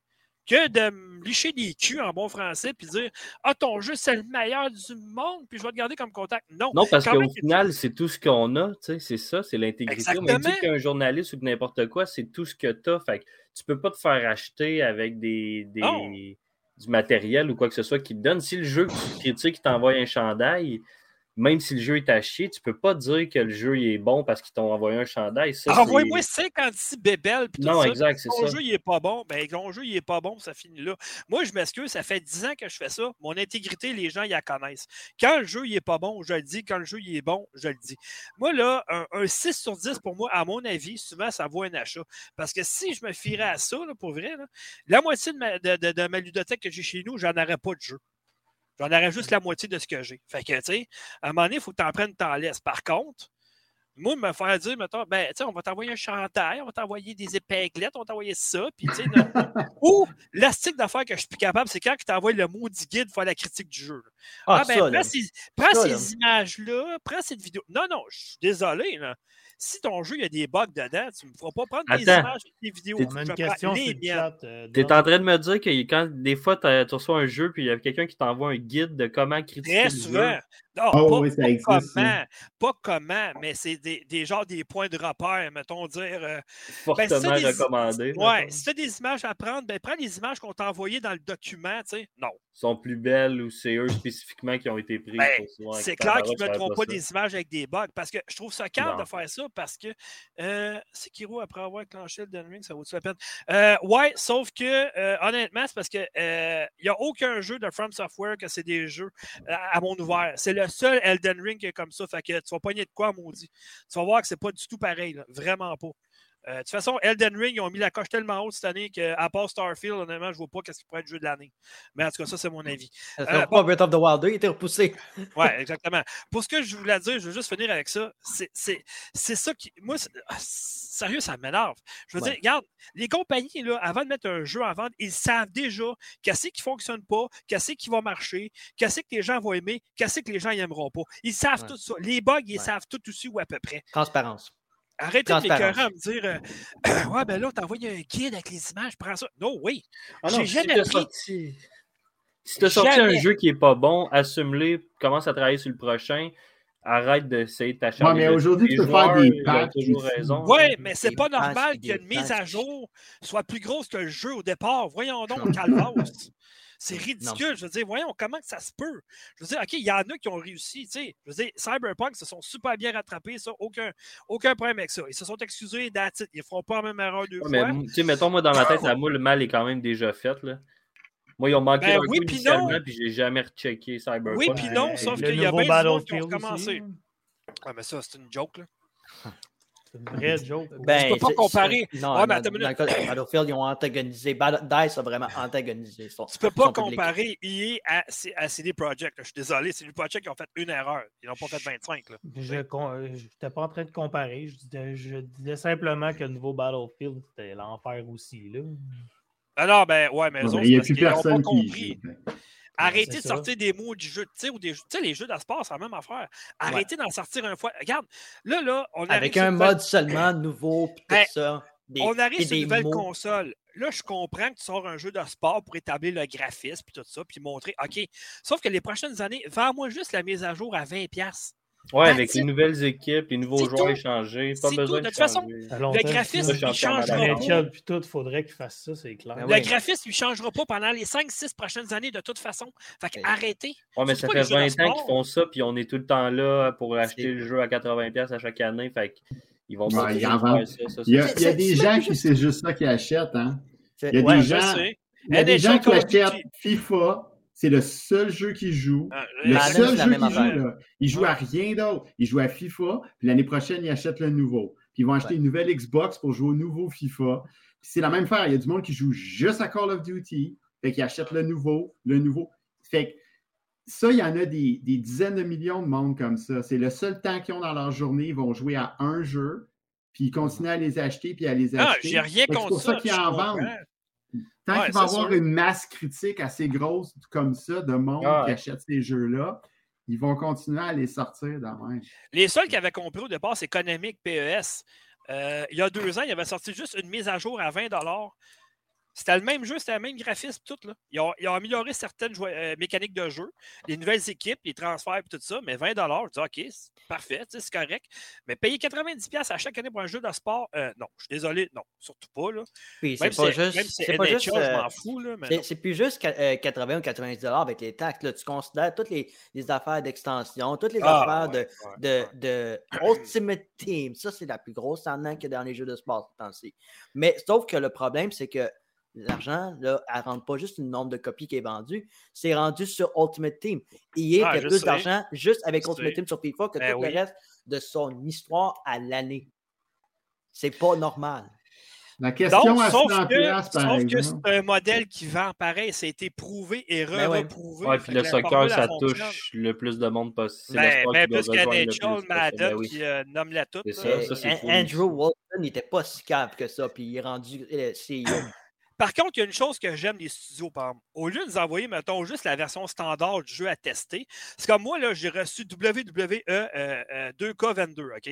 que de me licher des culs en bon français puis dire « Ah, ton jeu, c'est le meilleur du monde, puis je vais te garder comme contact. » Non. Non, parce Quand qu'au même, final, c'est tout ce qu'on a, tu sais, c'est ça, c'est l'intégrité. On m'a dit Exactement. qu'un journaliste ou que n'importe quoi, c'est tout ce que tu as. Fait que tu peux pas te faire acheter avec des, des, du matériel ou quoi que ce soit qui te donne. Si le jeu que tu critiques, il t'envoie un chandail, même si le jeu est à chier, tu peux pas dire que le jeu il est bon parce qu'ils t'ont envoyé un chandail. Ça, envoie-moi cinquante-six bébelles puis tout non, ça. exact, c'est ton ça. jeu, il est pas bon. Ben, ton jeu, il est pas bon, ça finit là. Moi, je m'excuse, ça fait dix ans que je fais ça. Mon intégrité, les gens, ils la connaissent. Quand le jeu, il est pas bon, je le dis. Quand le jeu, il est bon, je le dis. Moi, là, un, un six sur dix, pour moi, à mon avis, souvent, ça vaut un achat. Parce que si je me fierais à ça, là, pour vrai, là, la moitié de ma, de, de, de ma ludothèque que j'ai chez nous, j'en aurais pas de jeu. J'en aurais juste la moitié de ce que j'ai. Fait que, tu sais, à un moment donné, il faut que tu en prennes, t'en laisses. Par contre, moi, me faire dire, mettons, ben, tu sais, on va t'envoyer un chandail, on va t'envoyer des épinglettes, on va t'envoyer ça, puis, tu sais, non. Ou, l'astique d'affaires que je suis plus capable, c'est quand tu t'envoies le maudit guide pour faire la critique du jeu. Là. Ah, ah, ben, ça, prends, ces, prends ça, ces images-là, prends cette vidéo. Non, non, je suis désolé, là. Si ton jeu, il y a des bugs dedans, tu ne me feras pas prendre des images et des vidéos. On a une question sur le chat. Euh, tu es en train de me dire que quand des fois, tu reçois un jeu puis il y a quelqu'un qui t'envoie un guide de comment critiquer Très le souvent. jeu. Non, oh, pas, oui, ça pas existe, comment, ça. pas comment, mais c'est des, des genres des points de repère, mettons dire. Euh, Fortement ben, si recommandé. Ouais, si tu as des images à prendre, ben prends les images qu'on t'a envoyées dans le document, tu sais. Non. Sont plus belles ou c'est eux spécifiquement qui ont été prises. Ben, c'est clair qu'ils ne mettront pas, pas des images avec des bugs parce que je trouve ça calme de faire ça parce que euh, Sekiro, après avoir clenché Elden Ring, ça vaut-tu la peine? Euh, ouais, sauf que euh, honnêtement, c'est parce que il euh, n'y a aucun jeu de From Software que c'est des jeux euh, à monde ouvert. C'est le seul Elden Ring qui est comme ça. Fait que tu vas pogner de quoi, maudit. Tu vas voir que c'est pas du tout pareil, là. Vraiment pas. Euh, de toute façon, Elden Ring, ils ont mis la coche tellement haute cette année qu'à part Starfield, honnêtement, je ne vois pas qu'est-ce qui pourrait être le jeu de l'année. Mais en tout cas, ça, c'est mon avis. Euh, pas bon, Breath of the Wild deux, il était repoussé. Oui, exactement. Pour ce que je voulais dire, je veux juste finir avec ça. C'est, c'est, c'est ça qui. Moi, sérieux, ça m'énerve. Je veux ouais. dire, regarde, les compagnies, là, avant de mettre un jeu en vente, ils savent déjà qu'est-ce qui ne fonctionne pas, qu'est-ce qui va marcher, qu'est-ce que les gens vont aimer, qu'est-ce que les gens n'aimeront pas. Ils savent ouais. tout ça. Les bugs, ils ouais. savent tout aussi ou à peu près. Transparence. Arrêtez de m'écœurer à me dire euh, ouais, ben là, t'as envoyé un guide avec les images, prends ça. Non, oui. Ah non, j'ai si jamais t'as pris... sorti, si t'as sorti un jeu qui est pas bon, assume-le, commence à travailler sur le prochain. Arrête d'essayer de t'acharner. Ouais, mais aujourd'hui, tu peux joueurs, faire des patchs. toujours raison. Oui, mais c'est pas normal qu'une mise à jour soit plus grosse que le jeu au départ. Voyons donc, Calvas. C'est ridicule. Non. Je veux dire, voyons, comment que ça se peut? Je veux dire, OK, il y en a qui ont réussi, tu sais. Je veux dire, Cyberpunk se sont super bien rattrapés, ça, aucun, aucun problème avec ça. Ils se sont excusés, that's it. Ils ne feront pas la même erreur deux ouais, fois. Mais, tu sais, mettons, moi, dans ma tête, à moi, le mal est quand même déjà fait, là. Moi, ils ont manqué ben, un oui, coup initialement, puis j'ai jamais rechecké Cyberpunk. Oui, puis non, sauf qu'il y a bien des gens qui ont commencé. Ah, mais ça, c'est une joke, là. C'est une vraie joke. Ben, tu peux pas comparer. Non, ouais, dans, dans le cas de Battlefield, ils ont antagonisé. DICE a vraiment antagonisé. Son, tu peux pas comparer E A à, à C D Projekt. Je suis désolé, C D Projekt ils ont fait une erreur. Ils n'ont pas fait vingt-cinq. Là. Je n'étais pas en train de comparer. Je disais, je disais simplement que le nouveau Battlefield, c'était l'enfer aussi. Là. Alors, ben, ouais, mais eux autres, parce qu'ils n'ont pas compris. Arrêtez de sortir ça. Des mots du jeu, tu sais, ou des tu sais, les jeux d'espace, c'est la même affaire. Arrêtez ouais. d'en sortir un fois. Regarde, là, là, on a avec un mode seulement nouveau, puis tout hey, ça. Des, on arrive sur une nouvelle mots. console. Là, je comprends que tu sors un jeu de sport pour établir le graphisme, puis tout ça, puis montrer, OK. Sauf que les prochaines années, vends-moi juste la mise à jour à vingt dollars. Ouais, avec les nouvelles équipes, les nouveaux joueurs tout. échangés, pas c'est besoin tout. de toute façon, longtemps, le graphisme, il ne changera pas. Puis tout, il faudrait qu'il fasse ça, c'est clair. Le oui. graphisme, il ne changera pas pendant les cinq six prochaines années de toute façon. Fait que arrêtez. Ouais, mais ça fait vingt ans qu'ils font ça, puis on est tout le temps là pour acheter le jeu à quatre-vingts dollars à chaque année. Fait qu'ils vont pas ouais, faire ça, ça. Il y a, il y a des gens qui c'est juste ça qui achètent. Hein? Il y a ouais, des gens, il y a des gens qui achètent FIFA. C'est le seul jeu qu'ils jouent. Ah, le seul jeu qu'ils jouent, là. Ils jouent à rien d'autre. Ils jouent à FIFA, puis l'année prochaine, ils achètent le nouveau. Puis ils vont acheter ouais. une nouvelle Xbox pour jouer au nouveau FIFA. Puis c'est la même affaire. Il y a du monde qui joue juste à Call of Duty, fait qu'ils achètent le nouveau, le nouveau. Fait que ça, il y en a des, des dizaines de millions de monde comme ça. C'est le seul temps qu'ils ont dans leur journée. Ils vont jouer à un jeu, puis ils continuent à les acheter, puis à les acheter. Ah, j'ai rien contre ça. C'est pour ça, ça qu'ils en vendent. Tant ouais, qu'il va y avoir sûr. une masse critique assez grosse comme ça de monde ah, qui ouais. achète ces jeux-là, ils vont continuer à les sortir dans même. Les seuls qui avaient compris au départ, c'est Konami P E S. Euh, il y a deux ans, il avait sorti juste une mise à jour à vingt dollars. C'était le même jeu, c'était le même graphisme, tout. Là. Ils, ont, ils ont amélioré certaines jo- euh, mécaniques de jeu, les nouvelles équipes, les transferts et tout ça, mais vingt dollars, je dis OK, c'est parfait, c'est correct. Mais payer quatre-vingt-dix dollars à chaque année pour un jeu de sport, euh, non, je suis désolé, non, surtout pas. Là. Puis Même c'est pas si juste. même si C'est pas N H L, juste, je euh, m'en fous. Là, mais c'est, non. c'est plus juste euh, quatre-vingts ou quatre-vingt-dix dollars avec les taxes. Là. Tu considères toutes les, les affaires d'extension, toutes les Ah, affaires ouais, de, ouais, de, de Ultimate Team. Ça, c'est la plus grosse tendance qu'il y a dans les jeux de sport ce temps-ci. Mais sauf que le problème, c'est que l'argent, là, elle ne rentre pas juste le nombre de copies qui est vendu, c'est rendu sur Ultimate Team. Il y a Ah, je plus sais. d'argent juste avec Je Ultimate sais. Team sur FIFA que Ben tout oui. le reste de son histoire à l'année. C'est pas normal. La question Donc, à sauf cent que, piastres, par sauf que exemple. c'est un modèle qui vend pareil, ça a été prouvé et Ben ouais. re-reprouvé. Ouais, Fait puis que le la soccer, formule, ça elle fonctionne. touche le plus de monde possible. C'est le Ben, sport ben qui doit plus qu'N rejoindre le H plus L, possible. Madden, Ben oui. puis euh, nomme-la toute. C'est là. ça, ça, c'est Euh, cool Andrew aussi. Wilson n'était pas si calme que ça, puis il est rendu euh, C E O. Par contre, il y a une chose que j'aime des studios, par exemple. Au lieu de nous envoyer, mettons, juste la version standard du jeu à tester, c'est comme moi, là, j'ai reçu W W E euh, euh, deux K vingt-deux, OK?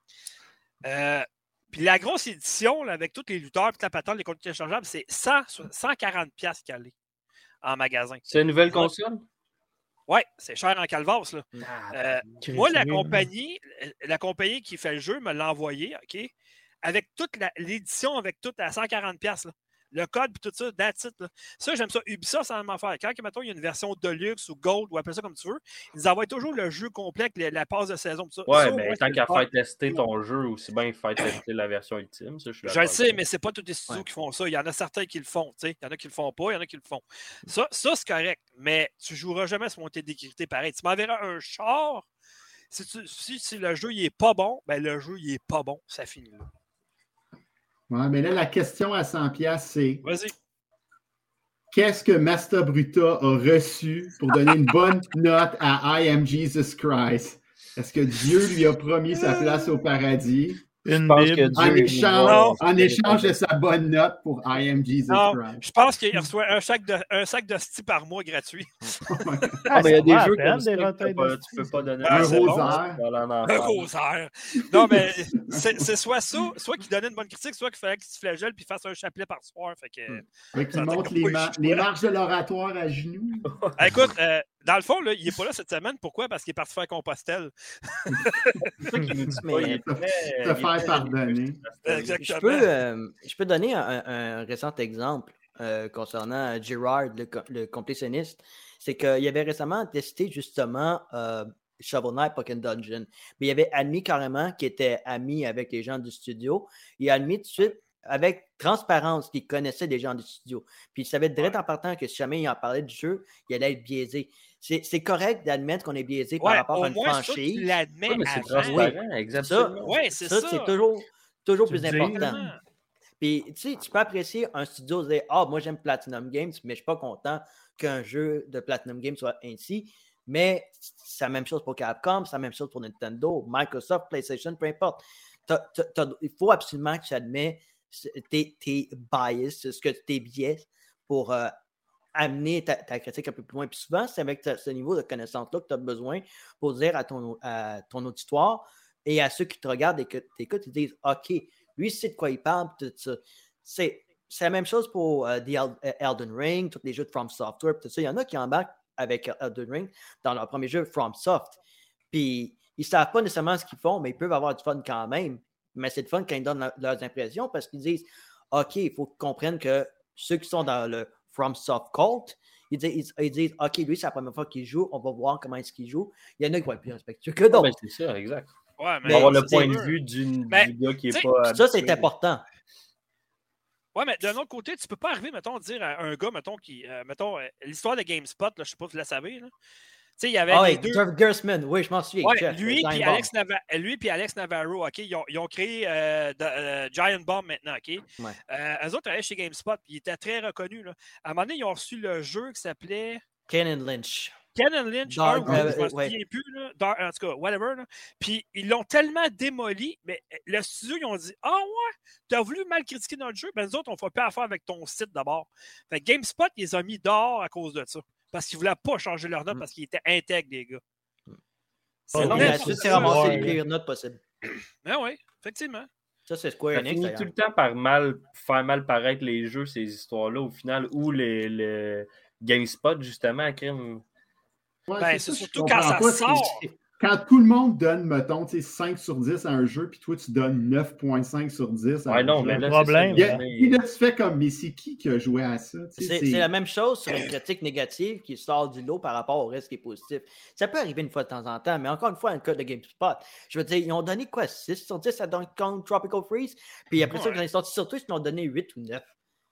Euh, Puis la grosse édition, là, avec tous les lutteurs, puis la patente, les contenus téléchargeables, c'est cent, cent quarante dollars calés en magasin. C'est une nouvelle console? Ouais, c'est cher en calvasse, là. Ah, Euh, Chris, moi, la oui, compagnie, la compagnie qui fait le jeu me l'a envoyé, OK? Avec toute la- l'édition, avec tout à cent quarante dollars, là. Le code et tout ça, that's it, là. Ça, j'aime ça. Ubisoft, ça m'en faire. Quand, mettons, il y a une version Deluxe ou Gold, ou appelle ça comme tu veux, ils nous envoient toujours le jeu complet avec la, la passe de saison. Tout ça. Ouais, Ça, mais moi, tant c'est qu'à le fun. faire tester ton jeu, aussi bien faire tester la version ultime. Ça, je suis Je d'accord le sais, avec mais c'est pas tous les studios Ouais. qui font ça. Il y en a certains qui le font. tu sais. Il y en a qui le font pas, il y en a qui le font. Ça, ça c'est correct, mais tu joueras jamais sur mon intégrité pareil. Tu m'enverras un char. Si, tu- si, si le jeu il est pas bon, ben le jeu il est pas bon. Ça finit là. Ouais, mais là, la question à cent piastres, c'est Vas-y. qu'est-ce que Master Bruta a reçu pour donner une bonne note à I Am Jesus Christ? Est-ce que Dieu lui a promis sa place au paradis? Je Une pense que Bible. En Dieu est échange, Non. en échange de sa bonne note pour I Am Jesus Non, Christ. je pense qu'il reçoit un sac de un sac d'hostie par mois gratuit. Ah, mais il y a ça des vaut la jeux peine, comme ça des que tu retraits peux pas, de tu peux pas donner Ah, Un c'est bon, rosaire. Un rosaire. Non, mais c'est c'est soit ça, soit qu'il donnait une bonne critique, soit qu'il fallait qu'il se flagelle puis fasse un chapelet par soir. Fait que, Fait qu'il Ça montre fait les, que- ma- les marches de l'oratoire à genoux. Ah, écoute, euh, dans le fond, là, il n'est pas là cette semaine. Pourquoi? Parce qu'il est parti faire Compostelle. Mais, Se faire pardonner. Exactement. Je peux, euh, je peux donner un, un- un récent exemple euh, concernant Gerard, le, co- le complétionniste. C'est qu'il avait récemment testé justement euh, Shovel Knight Pokémon Dungeon. Mais il avait admis carrément qu'il était ami avec les gens du studio. Il a admis tout de suite, avec transparence, qu'il connaissait des gens du studio. Puis il savait direct en partant que si jamais il en parlait du jeu, il allait être biaisé. C'est, c'est correct d'admettre qu'on est biaisé par Ouais, rapport au à une moins, ça, tu franchise. l'admets Oui, mais c'est avant. transparent, C'est exactement. ça. Ouais, c'est ça. Ça, c'est toujours, toujours Tu plus le dis, important. Exactement. Puis, tu sais, tu peux apprécier un studio et dire ah, moi, j'aime Platinum Games, mais je ne suis pas content qu'un jeu de Platinum Games soit ainsi. Mais c'est la même chose pour Capcom, c'est la même chose pour Nintendo, Microsoft, PlayStation, peu importe. T'as- t'as- t'as- il faut absolument que tu admets tes, tes bias, ce que tes biais pour euh, amener ta, ta critique un peu plus loin. Puis souvent, c'est avec ta- ce niveau de connaissance-là que tu as besoin pour dire à ton, à ton auditoire et à ceux qui te regardent et que tu écoutes, ils disent OK, lui, c'est de quoi il parle, tout ça. C'est, c'est la même chose pour euh, The El- Elden Ring, tous les jeux de From Software, tout ça. Il y en a qui embarquent avec Elden Ring dans leur premier jeu From Soft. Puis, ils ne savent pas nécessairement ce qu'ils font, mais ils peuvent avoir du fun quand même. Mais c'est le fun quand ils donnent leur- leurs impressions parce qu'ils disent OK, il faut qu'ils comprennent que ceux qui sont dans le From Soft Cult, ils disent, ils, ils disent OK, lui, c'est la première fois qu'il joue, on va voir comment est-ce qu'il joue. Il y en a qui vont être plus respectueux que Ah, d'autres. ben, c'est ça, exact. Ouais, On va avoir le c'est point de sûr. vue d'une- Mais, du gars qui tu sais, est pas. Ça, c'est habitué. important. Ouais, mais d'un autre côté, tu peux pas arriver, mettons, dire à un gars, mettons, qui. euh, mettons, euh, l'histoire de GameSpot, là, je sais pas si vous la savez, là. Tu sais, il y avait Ah les oui, deux. Dirk Gersman, oui, je m'en souviens. Ouais, Jeff, lui Giant puis Bomb. Alex, Nava- lui puis Alex Navarro, OK, ils ont, ils ont créé euh, de- euh, Giant Bomb maintenant, OK? Ouais. Euh, eux autres allaient chez GameSpot, puis ils étaient très reconnus, là. À un moment donné, ils ont reçu le jeu qui s'appelait Kenan Lynch. Ken Lynch, Dark- un, euh, je m'en ouais. souviens plus, là. Dark- en tout cas, whatever, là. Puis ils l'ont tellement démoli, mais le studio, ils ont dit « Ah ouais, t'as voulu mal critiquer notre jeu? Ben nous autres, on ne fait pas affaire avec ton site d'abord. » Fait que GameSpot, ils les ont mis dehors à cause de ça. Parce qu'ils ne voulaient pas changer leur note Mm. parce qu'ils étaient intègres, les gars. C'est Ouais, long, mais la n'importe suite, c'est ça, ramasser ouais. les pires notes possibles. Ben oui, effectivement. Ça, c'est Square Ça Enix, finit d'ailleurs. tout le temps par mal faire mal paraître les jeux, ces histoires-là, au final, ou les, les GameSpot, justement, à crime. Ouais, Ben, c'est c'est ça, je surtout quand comprends ça pas, c'est- sort. Quand tout le monde donne, mettons, tu sais, cinq sur dix à un jeu, puis toi, tu donnes neuf virgule cinq sur dix à Ouais, un non, jeu. mais là, problème, c'est ça. Il y a- mais- Puis là, tu fais comme, mais c'est qui qui a joué à ça? Tu sais, C'est c'est la même chose sur une critique négative qui sort du lot par rapport au reste qui est positif. Ça peut arriver une fois de temps en temps, mais encore une fois, un cas de GameSpot. Je veux dire, ils ont donné quoi, six sur dix à Donkey Kong Tropical Freeze? Puis après ça, Ouais. quand ils sont sortis sur Twitch, ils ont donné huit ou neuf.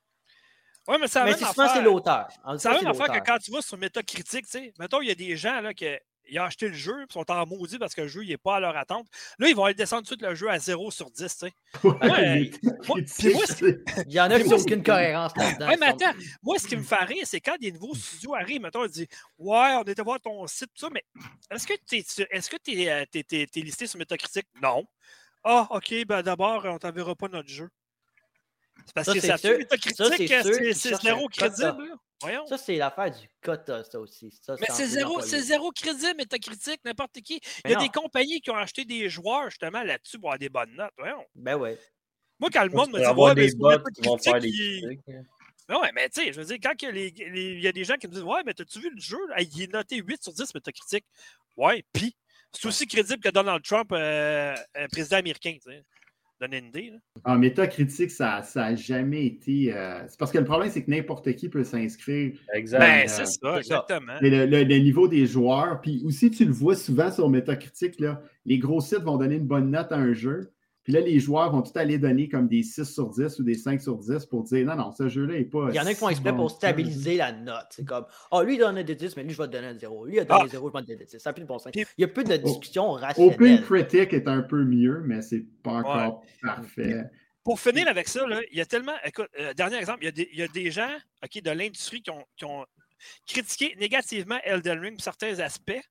Oui, mais ça Mais même c'est souvent, c'est affaire. l'auteur. En C'est tout la cas, même affaire que l'auteur. quand tu vas sur Metacritic, tu sais. Mettons, il y a des gens là, qui ils ont acheté le jeu, puis sont en maudit parce que le jeu n'est pas à leur attente. Là, ils vont aller descendre tout de suite le jeu à zéro sur dix, tu sais. Ouais, Ouais, les moi- critiques, puis moi, c'est- Il y en a Mais qui moi, n'ont aucune cohérence là-dedans. Oui, mais Ils sont- attends, moi, ce qui me fait rire, c'est quand des nouveaux studios arrivent, mettons, ils disent ouais, on était voir ton site, tout ça, mais est-ce que tu es, est-ce que t'es, euh, t'es, t'es, t'es listé sur Metacritic? Non. Ah, OK, ben d'abord, on t'enverra pas notre jeu. C'est parce Ça, que c'est ça sûr- tue Metacritic, ça, c'est sûr c'est, qu'ils c'est cherchent zéro un quota. crédible. Là. Voyons. Ça, c'est l'affaire du quota, ça aussi. Ça, Mais entre c'est les zéro, employés. c'est zéro crédible, Metacritic, n'importe qui. Il Mais y a non. des compagnies qui ont acheté des joueurs, justement, là-dessus pour avoir des bonnes notes. Voyons. Ben ouais. Moi, quand le monde me Pour dit avoir ouais, mais des sur bots qui vont Metacritic, faire des il- critiques. hein. Mais ouais, mais tu sais, je veux dire, quand il y, a les- les- il y a des gens qui me disent ouais, mais t'as-tu vu le jeu? Là? Il est noté huit sur dix Metacritic. Ouais, pis c'est aussi crédible que Donald Trump, euh, euh, président américain, tu sais. Donner une idée. Là. En métacritique, ça n'a jamais été. euh, C'est parce que le problème, c'est que n'importe qui peut s'inscrire. Exact. Ben, euh, c'est ça, c'est ça. exactement. Mais le, le- le niveau des joueurs, puis aussi, tu le vois souvent sur Metacritic, là, les gros sites vont donner une bonne note à un jeu, puis là, les joueurs vont tout aller donner comme des six sur dix ou des cinq sur dix pour dire non, non, ce jeu-là n'est pas. Il y en a qui font si exprès bon pour que ça. stabiliser la note. C'est comme, ah, lui, il donne des dix, mais lui, je vais te donner un zéro. Lui, il a donné Ah. zéro, je vais te donner des dix. Ça n'a plus de bon sens. Puis- Il y a plus de Oh. discussion Open rationnelle. Critic est un peu mieux, mais c'est pas encore parfait. Pour finir avec ça, là, il y a tellement. Écoute, euh, dernier exemple, il y a des, il y a des gens ok, de l'industrie qui ont, qui ont critiqué négativement Elden Ring pour certains aspects,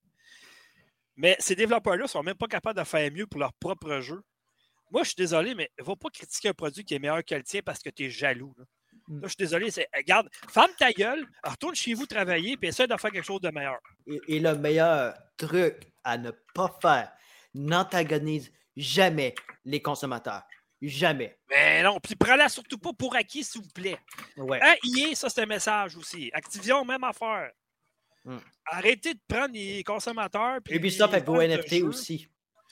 mais ces développeurs-là ne sont même pas capables de faire mieux pour leur propre jeu. Moi, je suis désolé, mais ne va pas critiquer un produit qui est meilleur que le tien parce que tu es jaloux. Là. Là, je suis désolé, c'est. Regarde, ferme ta gueule, retourne chez vous travailler et essaie de faire quelque chose de meilleur. Et, et le meilleur truc à ne pas faire, n'antagonise jamais les consommateurs. Jamais. Mais non, puis prends-la surtout pas pour acquis, s'il vous plaît. Ouais. Hein, I A, ça, c'est un message aussi. Activision, même affaire. Hmm. Arrêtez de prendre les consommateurs. puis Ubisoft les avec vos ventes N de F T jeux. aussi.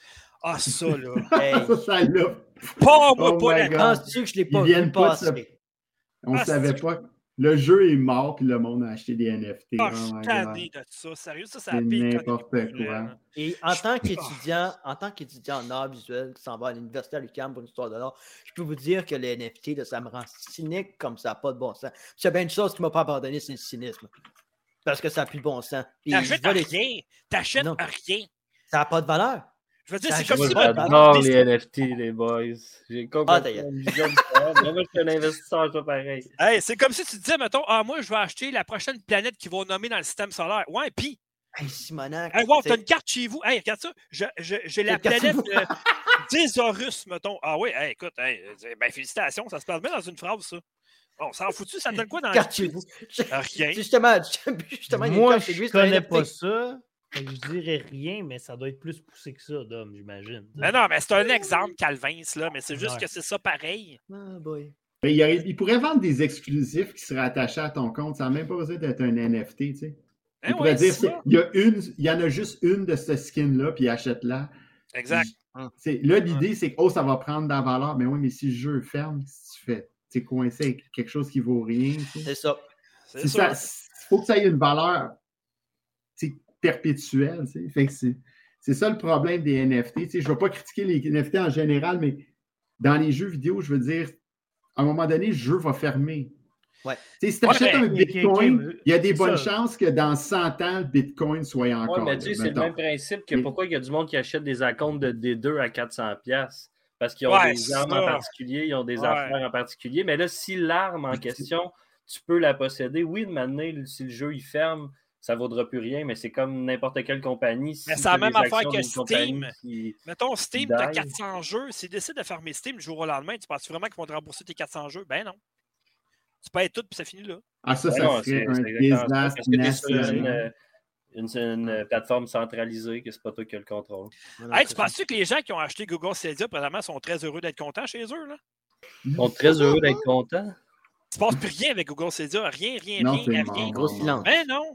Ah, ça, là. Hey, ça, ça l'a. Pas moi, Oh pas my la God. penses-tu que je l'ai pas Ils vu viennent pas de se- passer? On ne Ah, savait c'est- pas. Le jeu est mort, puis le monde a acheté des N F T. Ah, Oh je suis my God. tanné de ça. Sérieux, ça, ça a C'est payé n'importe quand quoi. là. Et en tant qu'étudiant, en tant qu'étudiant en art visuel qui s'en va à l'université à l'U Q A M pour une histoire de l'art, je peux vous dire que les N F T, là, ça me rend cynique comme ça n'a pas de bon sens. Puis s'il y a bien une chose qui ne m'a pas abandonné, c'est le cynisme. Parce que ça n'a plus de bon sens. Puis je T'achètes vois les- rien. T'achètes Non. rien. Ça n'a pas de valeur. Je veux dire, Ça c'est comme achète si. pas, ben, J'adore des- les N F T, les boys. J'ai Ah, d'ailleurs. complètement une vision différente. Mais moi, je suis un investisseur, pas pareil. Hey, c'est comme si tu disais, mettons, ah, moi, je vais acheter la prochaine planète qu'ils vont nommer dans le système solaire. Ouais, puis, Hey, Simonac. hey, wow, c'est- t'as une carte chez vous. Hey, regarde ça. Je- je- J'ai la Une carte chez planète euh, Désaurus, mettons. Ah oui, hey, écoute, hey, euh, ben, félicitations, ça se passe bien dans une phrase, ça. Bon, ça en foutu, ça te donne quoi dans Carte chez vous. Ah, rien. Justement, justement, il y a une Moi, carte chez je lui, c'est un connais N F T. pas ça. Fait que je dirais rien, mais ça doit être plus poussé que ça, Dom, j'imagine. Mais non, mais c'est un exemple, Calvin, là, mais c'est juste Ouais. que c'est ça pareil. Ah, boy. Mais il, y aurait- il pourrait vendre des exclusifs qui seraient attachés à ton compte sans même pas besoin d'être un N F T, tu sais. Hein, Il pourrait ouais, dire, c'est c'est- ça. il y, a une, il y en a juste une de ce skin-là, puis achète-la. Exact. C'est- Là, l'idée, c'est que oh, ça va prendre de la valeur. Mais oui, mais si le jeu ferme, si tu fais tu es coincé avec quelque chose qui vaut rien, tu sais. C'est ça. C'est C'est sûr. ça. Il faut que ça ait une valeur tu sais, perpétuelle. Tu sais. Fait que c'est, c'est ça le problème des N F T. Tu sais, je ne vais pas critiquer les N F T en général, mais dans les jeux vidéo, je veux dire, à un moment donné, le jeu va fermer. Ouais. Tu sais, si tu achètes Ouais, un mais- Bitcoin, ok, ok, il y a des c'est bonnes ça. chances que dans cent ans, le Bitcoin soit encore. Ouais, mais tu sais, là, c'est le mettons. même principe que Mais- pourquoi il y a du monde qui achète des acomptes de D deux à quatre cents dollars. Parce qu'ils ont Ouais, des c'est armes ça. en particulier, ils ont des Ouais. affaires en particulier. Mais là, si l'arme en question, tu peux la posséder, oui, de manière, si le jeu il ferme, ça ne vaudra plus rien, mais c'est comme n'importe quelle compagnie. Si Mais c'est t'as la même des affaire actions que d'une compagnie Steam. qui- Mettons, Steam, t'as Die. quatre cents jeux. S'ils décident de fermer Steam du jour au lendemain, tu penses vraiment qu'ils vont te rembourser tes quatre cents jeux? Ben non. Tu payes tout, puis ça finit là. Ah, ça, Ouais, ça non, serait c'est- un c'est exactement ça. désastre Parce que t'es sur une, national. euh, une, une plateforme centralisée, que c'est pas toi qui as le contrôle. Non, non, Hey, c'est tu penses-tu que les gens qui ont acheté Google Stadia, présentement, sont très heureux d'être contents chez eux? Là? Ils sont très heureux d'être contents. Il ne se passe plus rien avec Google Stadia. Rien, rien, Non, rien, c'est rien. mort. Gros silence. Ben non.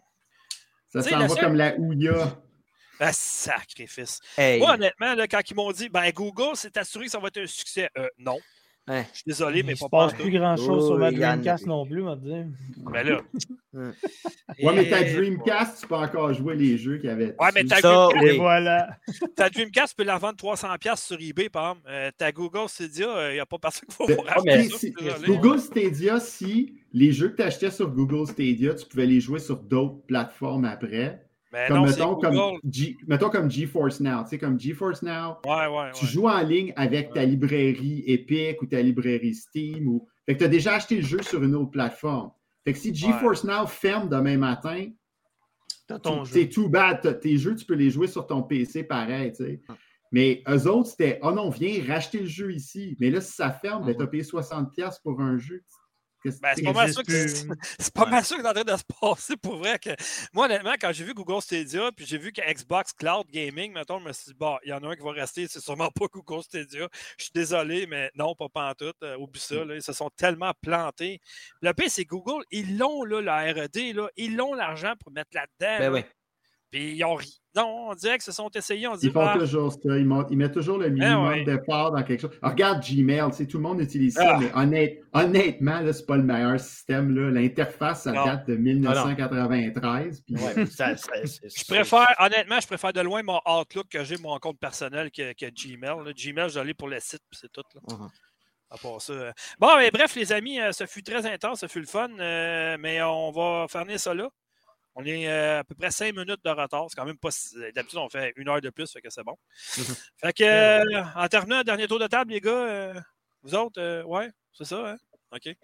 Ça Tu sais, s'en le va seul- comme la Ouya. Ah, sacrifice. Hey. Moi, honnêtement, là, quand ils m'ont dit, ben Google s'est assuré que ça va être un succès. Euh, non. Ouais. Je suis désolé, mais Il pas se passe partout. plus grand-chose Oh, sur ma Yann. Dreamcast non plus, on va te dire. Ben là. Hum. Ouais, mais ta Et- Dreamcast, tu peux encore jouer les jeux qu'il y avait. Ouais, mais dessus. ta Ça, Dreamcast, Et oui. voilà. ta Dreamcast, tu peux la vendre trois cents dollars sur eBay, par exemple. Euh, ta Google Stadia, il n'y a pas personne qui va Ben, voir mais- ça. Si- désolé. Google Stadia, si les jeux que tu achetais sur Google Stadia, tu pouvais les jouer sur d'autres plateformes après. Ben Comme non, mettons, c'est comme Google. G, mettons comme GeForce Now. Tu sais, comme GeForce Now, Ouais, ouais, tu ouais. joues en ligne avec ta librairie Epic ou ta librairie Steam. Ou... Fait que tu as déjà acheté le jeu sur une autre plateforme. Fait que si GeForce Now ferme demain matin, T'as ton c'est jeu. too bad. T'as- Tes jeux, tu peux les jouer sur ton P C pareil. Tu sais. Mais eux autres, c'était « Oh non, viens racheter le jeu ici. » Mais là, si ça ferme, ben, tu as payé soixante dollars pour un jeu. Qu'est-ce Ben, c'est que- pas mal existe sûr que plus. c'est c'est pas Ouais. mal sûr que c'est en train de se passer pour vrai. Que... Moi, honnêtement, quand j'ai vu Google Stadia, puis j'ai vu que Xbox Cloud Gaming, mettons, je me suis dit, bon, il y en a un qui va rester, c'est sûrement pas Google Stadia. Je suis désolé, mais non, pas pantoute. Euh, oublie ça, là, ils se sont tellement plantés. Le pire, c'est Google, ils l'ont, là, la R et D, là, ils l'ont l'argent pour mettre là-dedans. Ben là. oui. Puis ils ont ri. Non, on dirait qu'ils se sont essayés, on dit, Ils font bah, toujours ça. Ils, montent- ils mettent toujours le minimum ouais. d'effort dans quelque chose. Alors, regarde Gmail, tu sais, tout le monde utilise ça, Ah. mais honnête- honnêtement, là, c'est pas le meilleur système. Là. L'interface, ça Non. date de mille neuf cent quatre-vingt-treize. puis- Ouais, ça, ça, c'est- je préfère, honnêtement, je préfère de loin mon Outlook que j'ai mon compte personnel que, que Gmail. là. Gmail, je l'ai pour le site, puis c'est tout. Là. Mhm. À part ça. euh. Bon, mais bref, les amis, euh, ça fut très intense, ça fut le fun, euh, mais on va fermer ça là. On est euh, à peu près cinq minutes de retard. C'est quand même pas. si- D'habitude, on fait une heure de plus, fait que c'est bon. Mhm. Fait que, euh, en terminant, un dernier tour de table, les gars, euh, vous autres, euh, ouais, c'est ça, hein? OK.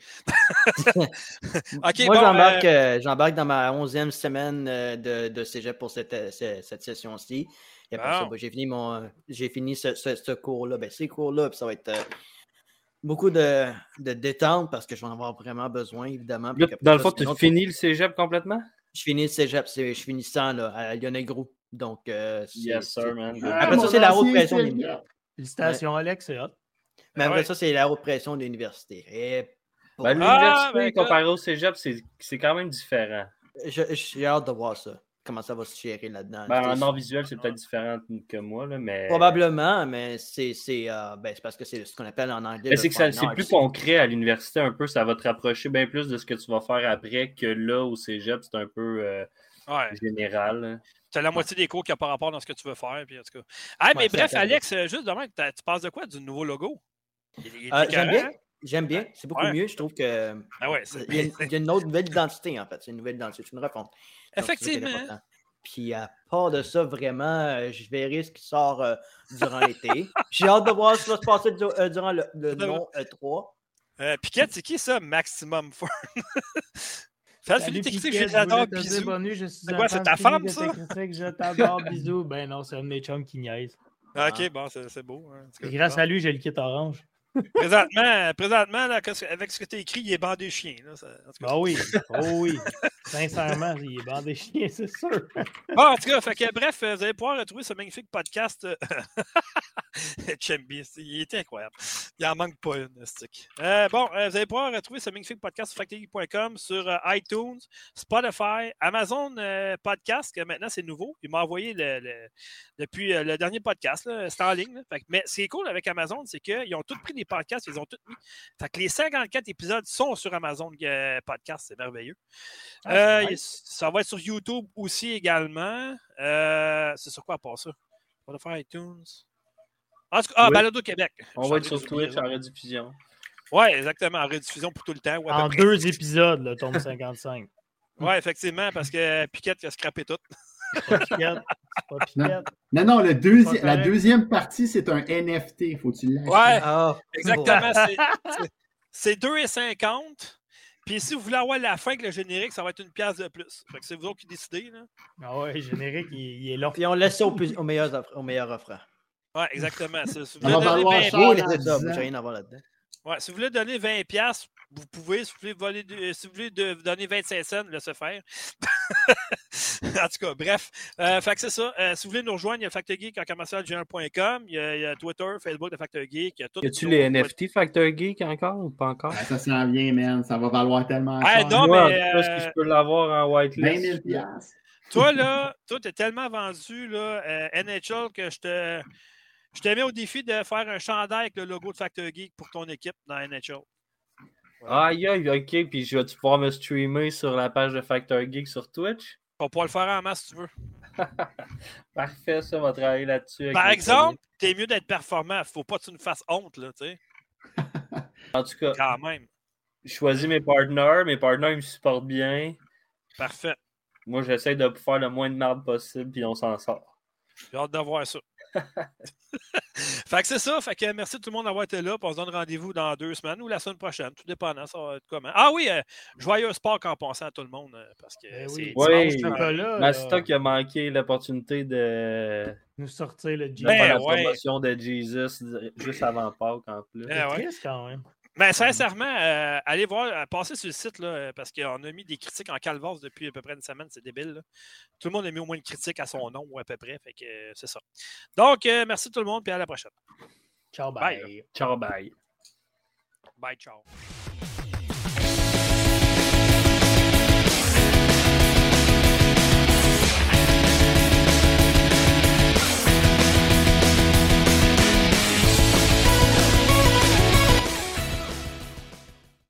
OK, Moi, bon, j'embarque, euh, euh, j'embarque dans ma onzième semaine euh, de, de cégep pour cette, euh, cette, cette session-ci. Et après Bon. ça, bah, j'ai fini, mon, j'ai fini ce, ce, ce cours-là. Ben, ces cours-là, puis ça va être euh, beaucoup de, de détente parce que je vais en avoir vraiment besoin, évidemment. puis Là, qu'après dans le ça, fond, c'est tu une autre- finis le cégep complètement? Je finis le cégep, c'est- je finis ça là, à Lionel Gros. Donc, euh, c'est- Yes, c'est- sir, man. Ah, Après ça, mon c'est la haute ancien pression cégep. des- Félicitations, Alex, c'est hot. Mais après ouais. ça, c'est la haute pression de l'université. Et Ben, bon, Ah, l'université, ben, écoute. comparé au cégep, c'est c'est quand même différent. je- j'ai hâte de voir ça. Comment ça va se gérer là-dedans. Ben, en C'est- art visuel, c'est peut-être différent que moi, là, mais. Probablement, mais c'est c'est, euh, ben, c'est parce que c'est ce qu'on appelle en anglais. Mais le c'est que ça- fine c'est arts. plus concret à l'université un peu, ça va te rapprocher bien plus de ce que tu vas faire après que là au cégep, c'est un peu euh, ouais. général. Tu as la moitié des cours qui n'a pas rapport dans ce que tu veux faire. Puis, en tout cas. Ah, mais Ouais, bref, c'est Alex, euh, juste demain, t'as- tu penses de quoi du nouveau logo? Il, il est Euh, J'aime écœurant, bien. hein? J'aime bien. C'est beaucoup Ouais. mieux. Je trouve que Ah ouais, c'est- il y, a une, il y a une autre nouvelle identité, en fait. C'est une nouvelle identité. C'est une refonte. Donc, c'est ça qui est Effectivement. important. Puis à part de ça, vraiment, euh, je verrai ce qui sort euh, durant l'été. J'ai hâte de voir ce qui va se passer du- euh, durant le, le non E trois. Euh, Piquette, c'est qui ça, Maximum Fun? Fais Salut, fini t'écris que Piquet, je l'adore, voulais te dire bisous. bonne nuit, je suis C'est quoi, un c'est fan ta fini femme, de ça? tes critiques, je t'adore, bisous. Ben non, c'est un de mes chums qui niaise. Ok, bon, c'est c'est beau. hein. En tout cas, Et grâce bon. à lui, j'ai le kit orange. Présentement, présentement là, qu'est-ce que- avec ce que tu as écrit, il est bandé chien. Là, ça- en tout cas. Ah oui, oh oui. Sincèrement, il est bandé chien, c'est sûr. Bon, en tout cas, fait que, bref, euh, vous allez pouvoir retrouver ce magnifique podcast. euh, Chemby, c'est- il était incroyable. Il en manque pas une, stick. Euh, bon, euh, vous allez pouvoir retrouver ce magnifique podcast sur factory point com, sur euh, iTunes, Spotify, Amazon euh, Podcast, que maintenant c'est nouveau. Il m'a envoyé le, le- depuis euh, le dernier podcast, là, c'est en ligne. là. Fait que- mais ce qui est cool avec Amazon, c'est qu'ils ont tous pris des podcasts, ils ont tous mis. Fait que les cinquante-quatre épisodes sont sur Amazon euh, Podcast, c'est merveilleux. Ah, Euh, c'est nice. Ça va être sur YouTube aussi également. Euh, c'est sur quoi à part ça? On va faire iTunes. En tout cas, ah, Oui. Balado Québec. On va être sur Twitch en rediffusion. Oui, exactement, en rediffusion pour tout le temps. ou à peu En près. deux épisodes, le tome cinquante-cinq. Oui, effectivement, parce que Piquette a scrappé tout. C'est pas Piquette. C'est pas Piquette. Non, non, le deuxi- Pas la correct. deuxième partie, c'est un N F T. Faut-tu l'acheter? Ouais, Ah, exactement. c'est- c'est- C'est deux virgule cinquante. Puis si vous voulez avoir la fin avec le générique, ça va être une pièce de plus. Fait que c'est vous autres qui décidez. Là. Ah ouais, générique, il, il est long. Puis on laisse ça au, plus, au, meilleur, offre- au meilleur offrant. Oui, exactement. Si si vous Ça voulez va donner valoir vingt cher. Oui, dans c'est ça. dix Moi, ans. j'ai rien à voir là-dedans. Ouais, si vous voulez donner vingt piastres, vous pouvez. Si vous voulez, voler de- si vous voulez de- donner vingt-cinq cents, laissez faire. En tout cas, bref. Euh, fait que c'est ça. Euh, si vous voulez nous rejoindre, il y a Factor Geek en commercial gmail point com. Il y, a, il y a Twitter, Facebook de Factor Geek. Il y a tout. Y a-tu les N F T Factor Geek encore ou pas encore? Ah, ça s'en vient, man. Ça va valoir tellement Ah, cher. non, Moi, mais, est-ce que je peux l'avoir en whitelist? vingt mille piastres. Toi, là, toi, t'es tellement vendu, là, euh, N H L, que je te, je te mets au défi de faire un chandail avec le logo de Factor Geek pour ton équipe dans N H L. Aïe, aïe, ok. Puis je vais-tu pouvoir me streamer sur la page de Factor Geek sur Twitch? On pourra le faire en masse si tu veux. Parfait, ça, on va travailler là-dessus. avec Par les exemple, t'es mieux d'être performant. Faut pas que tu nous fasses honte, là, tu sais. collègues. En tout cas, Quand même. je choisis mes partenaires. Mes partenaires, ils me supportent bien. Parfait. Moi, j'essaie de faire le moins de merde possible, puis on s'en sort. J'ai hâte de voir ça. Fait que c'est ça. Fait que merci tout le monde d'avoir été là. Puis on se donne rendez-vous dans deux semaines ou la semaine prochaine. Tout dépendant. Ça va être comment. Ah oui, euh, joyeux sport en pensant à tout le monde. euh, Parce que Ben c'est oui. Oui. dimanche. Pas là, Masta là, qui a manqué l'opportunité de, nous sortir le de G. Ben, faire la ouais. promotion de Jesus juste avant Pâques en plus. Ben, C'est ouais. triste quand même. Mais sincèrement, euh, allez voir, euh, passez sur le site là, euh, parce qu'on a mis des critiques en calvasse depuis à peu près une semaine, c'est débile. Là. Tout le monde a mis au moins une critique à son nom ou à peu près, fait que euh, c'est ça. Donc, euh, merci tout le monde, puis à la prochaine. Ciao, Bye, bye. Ciao, bye. Bye, ciao.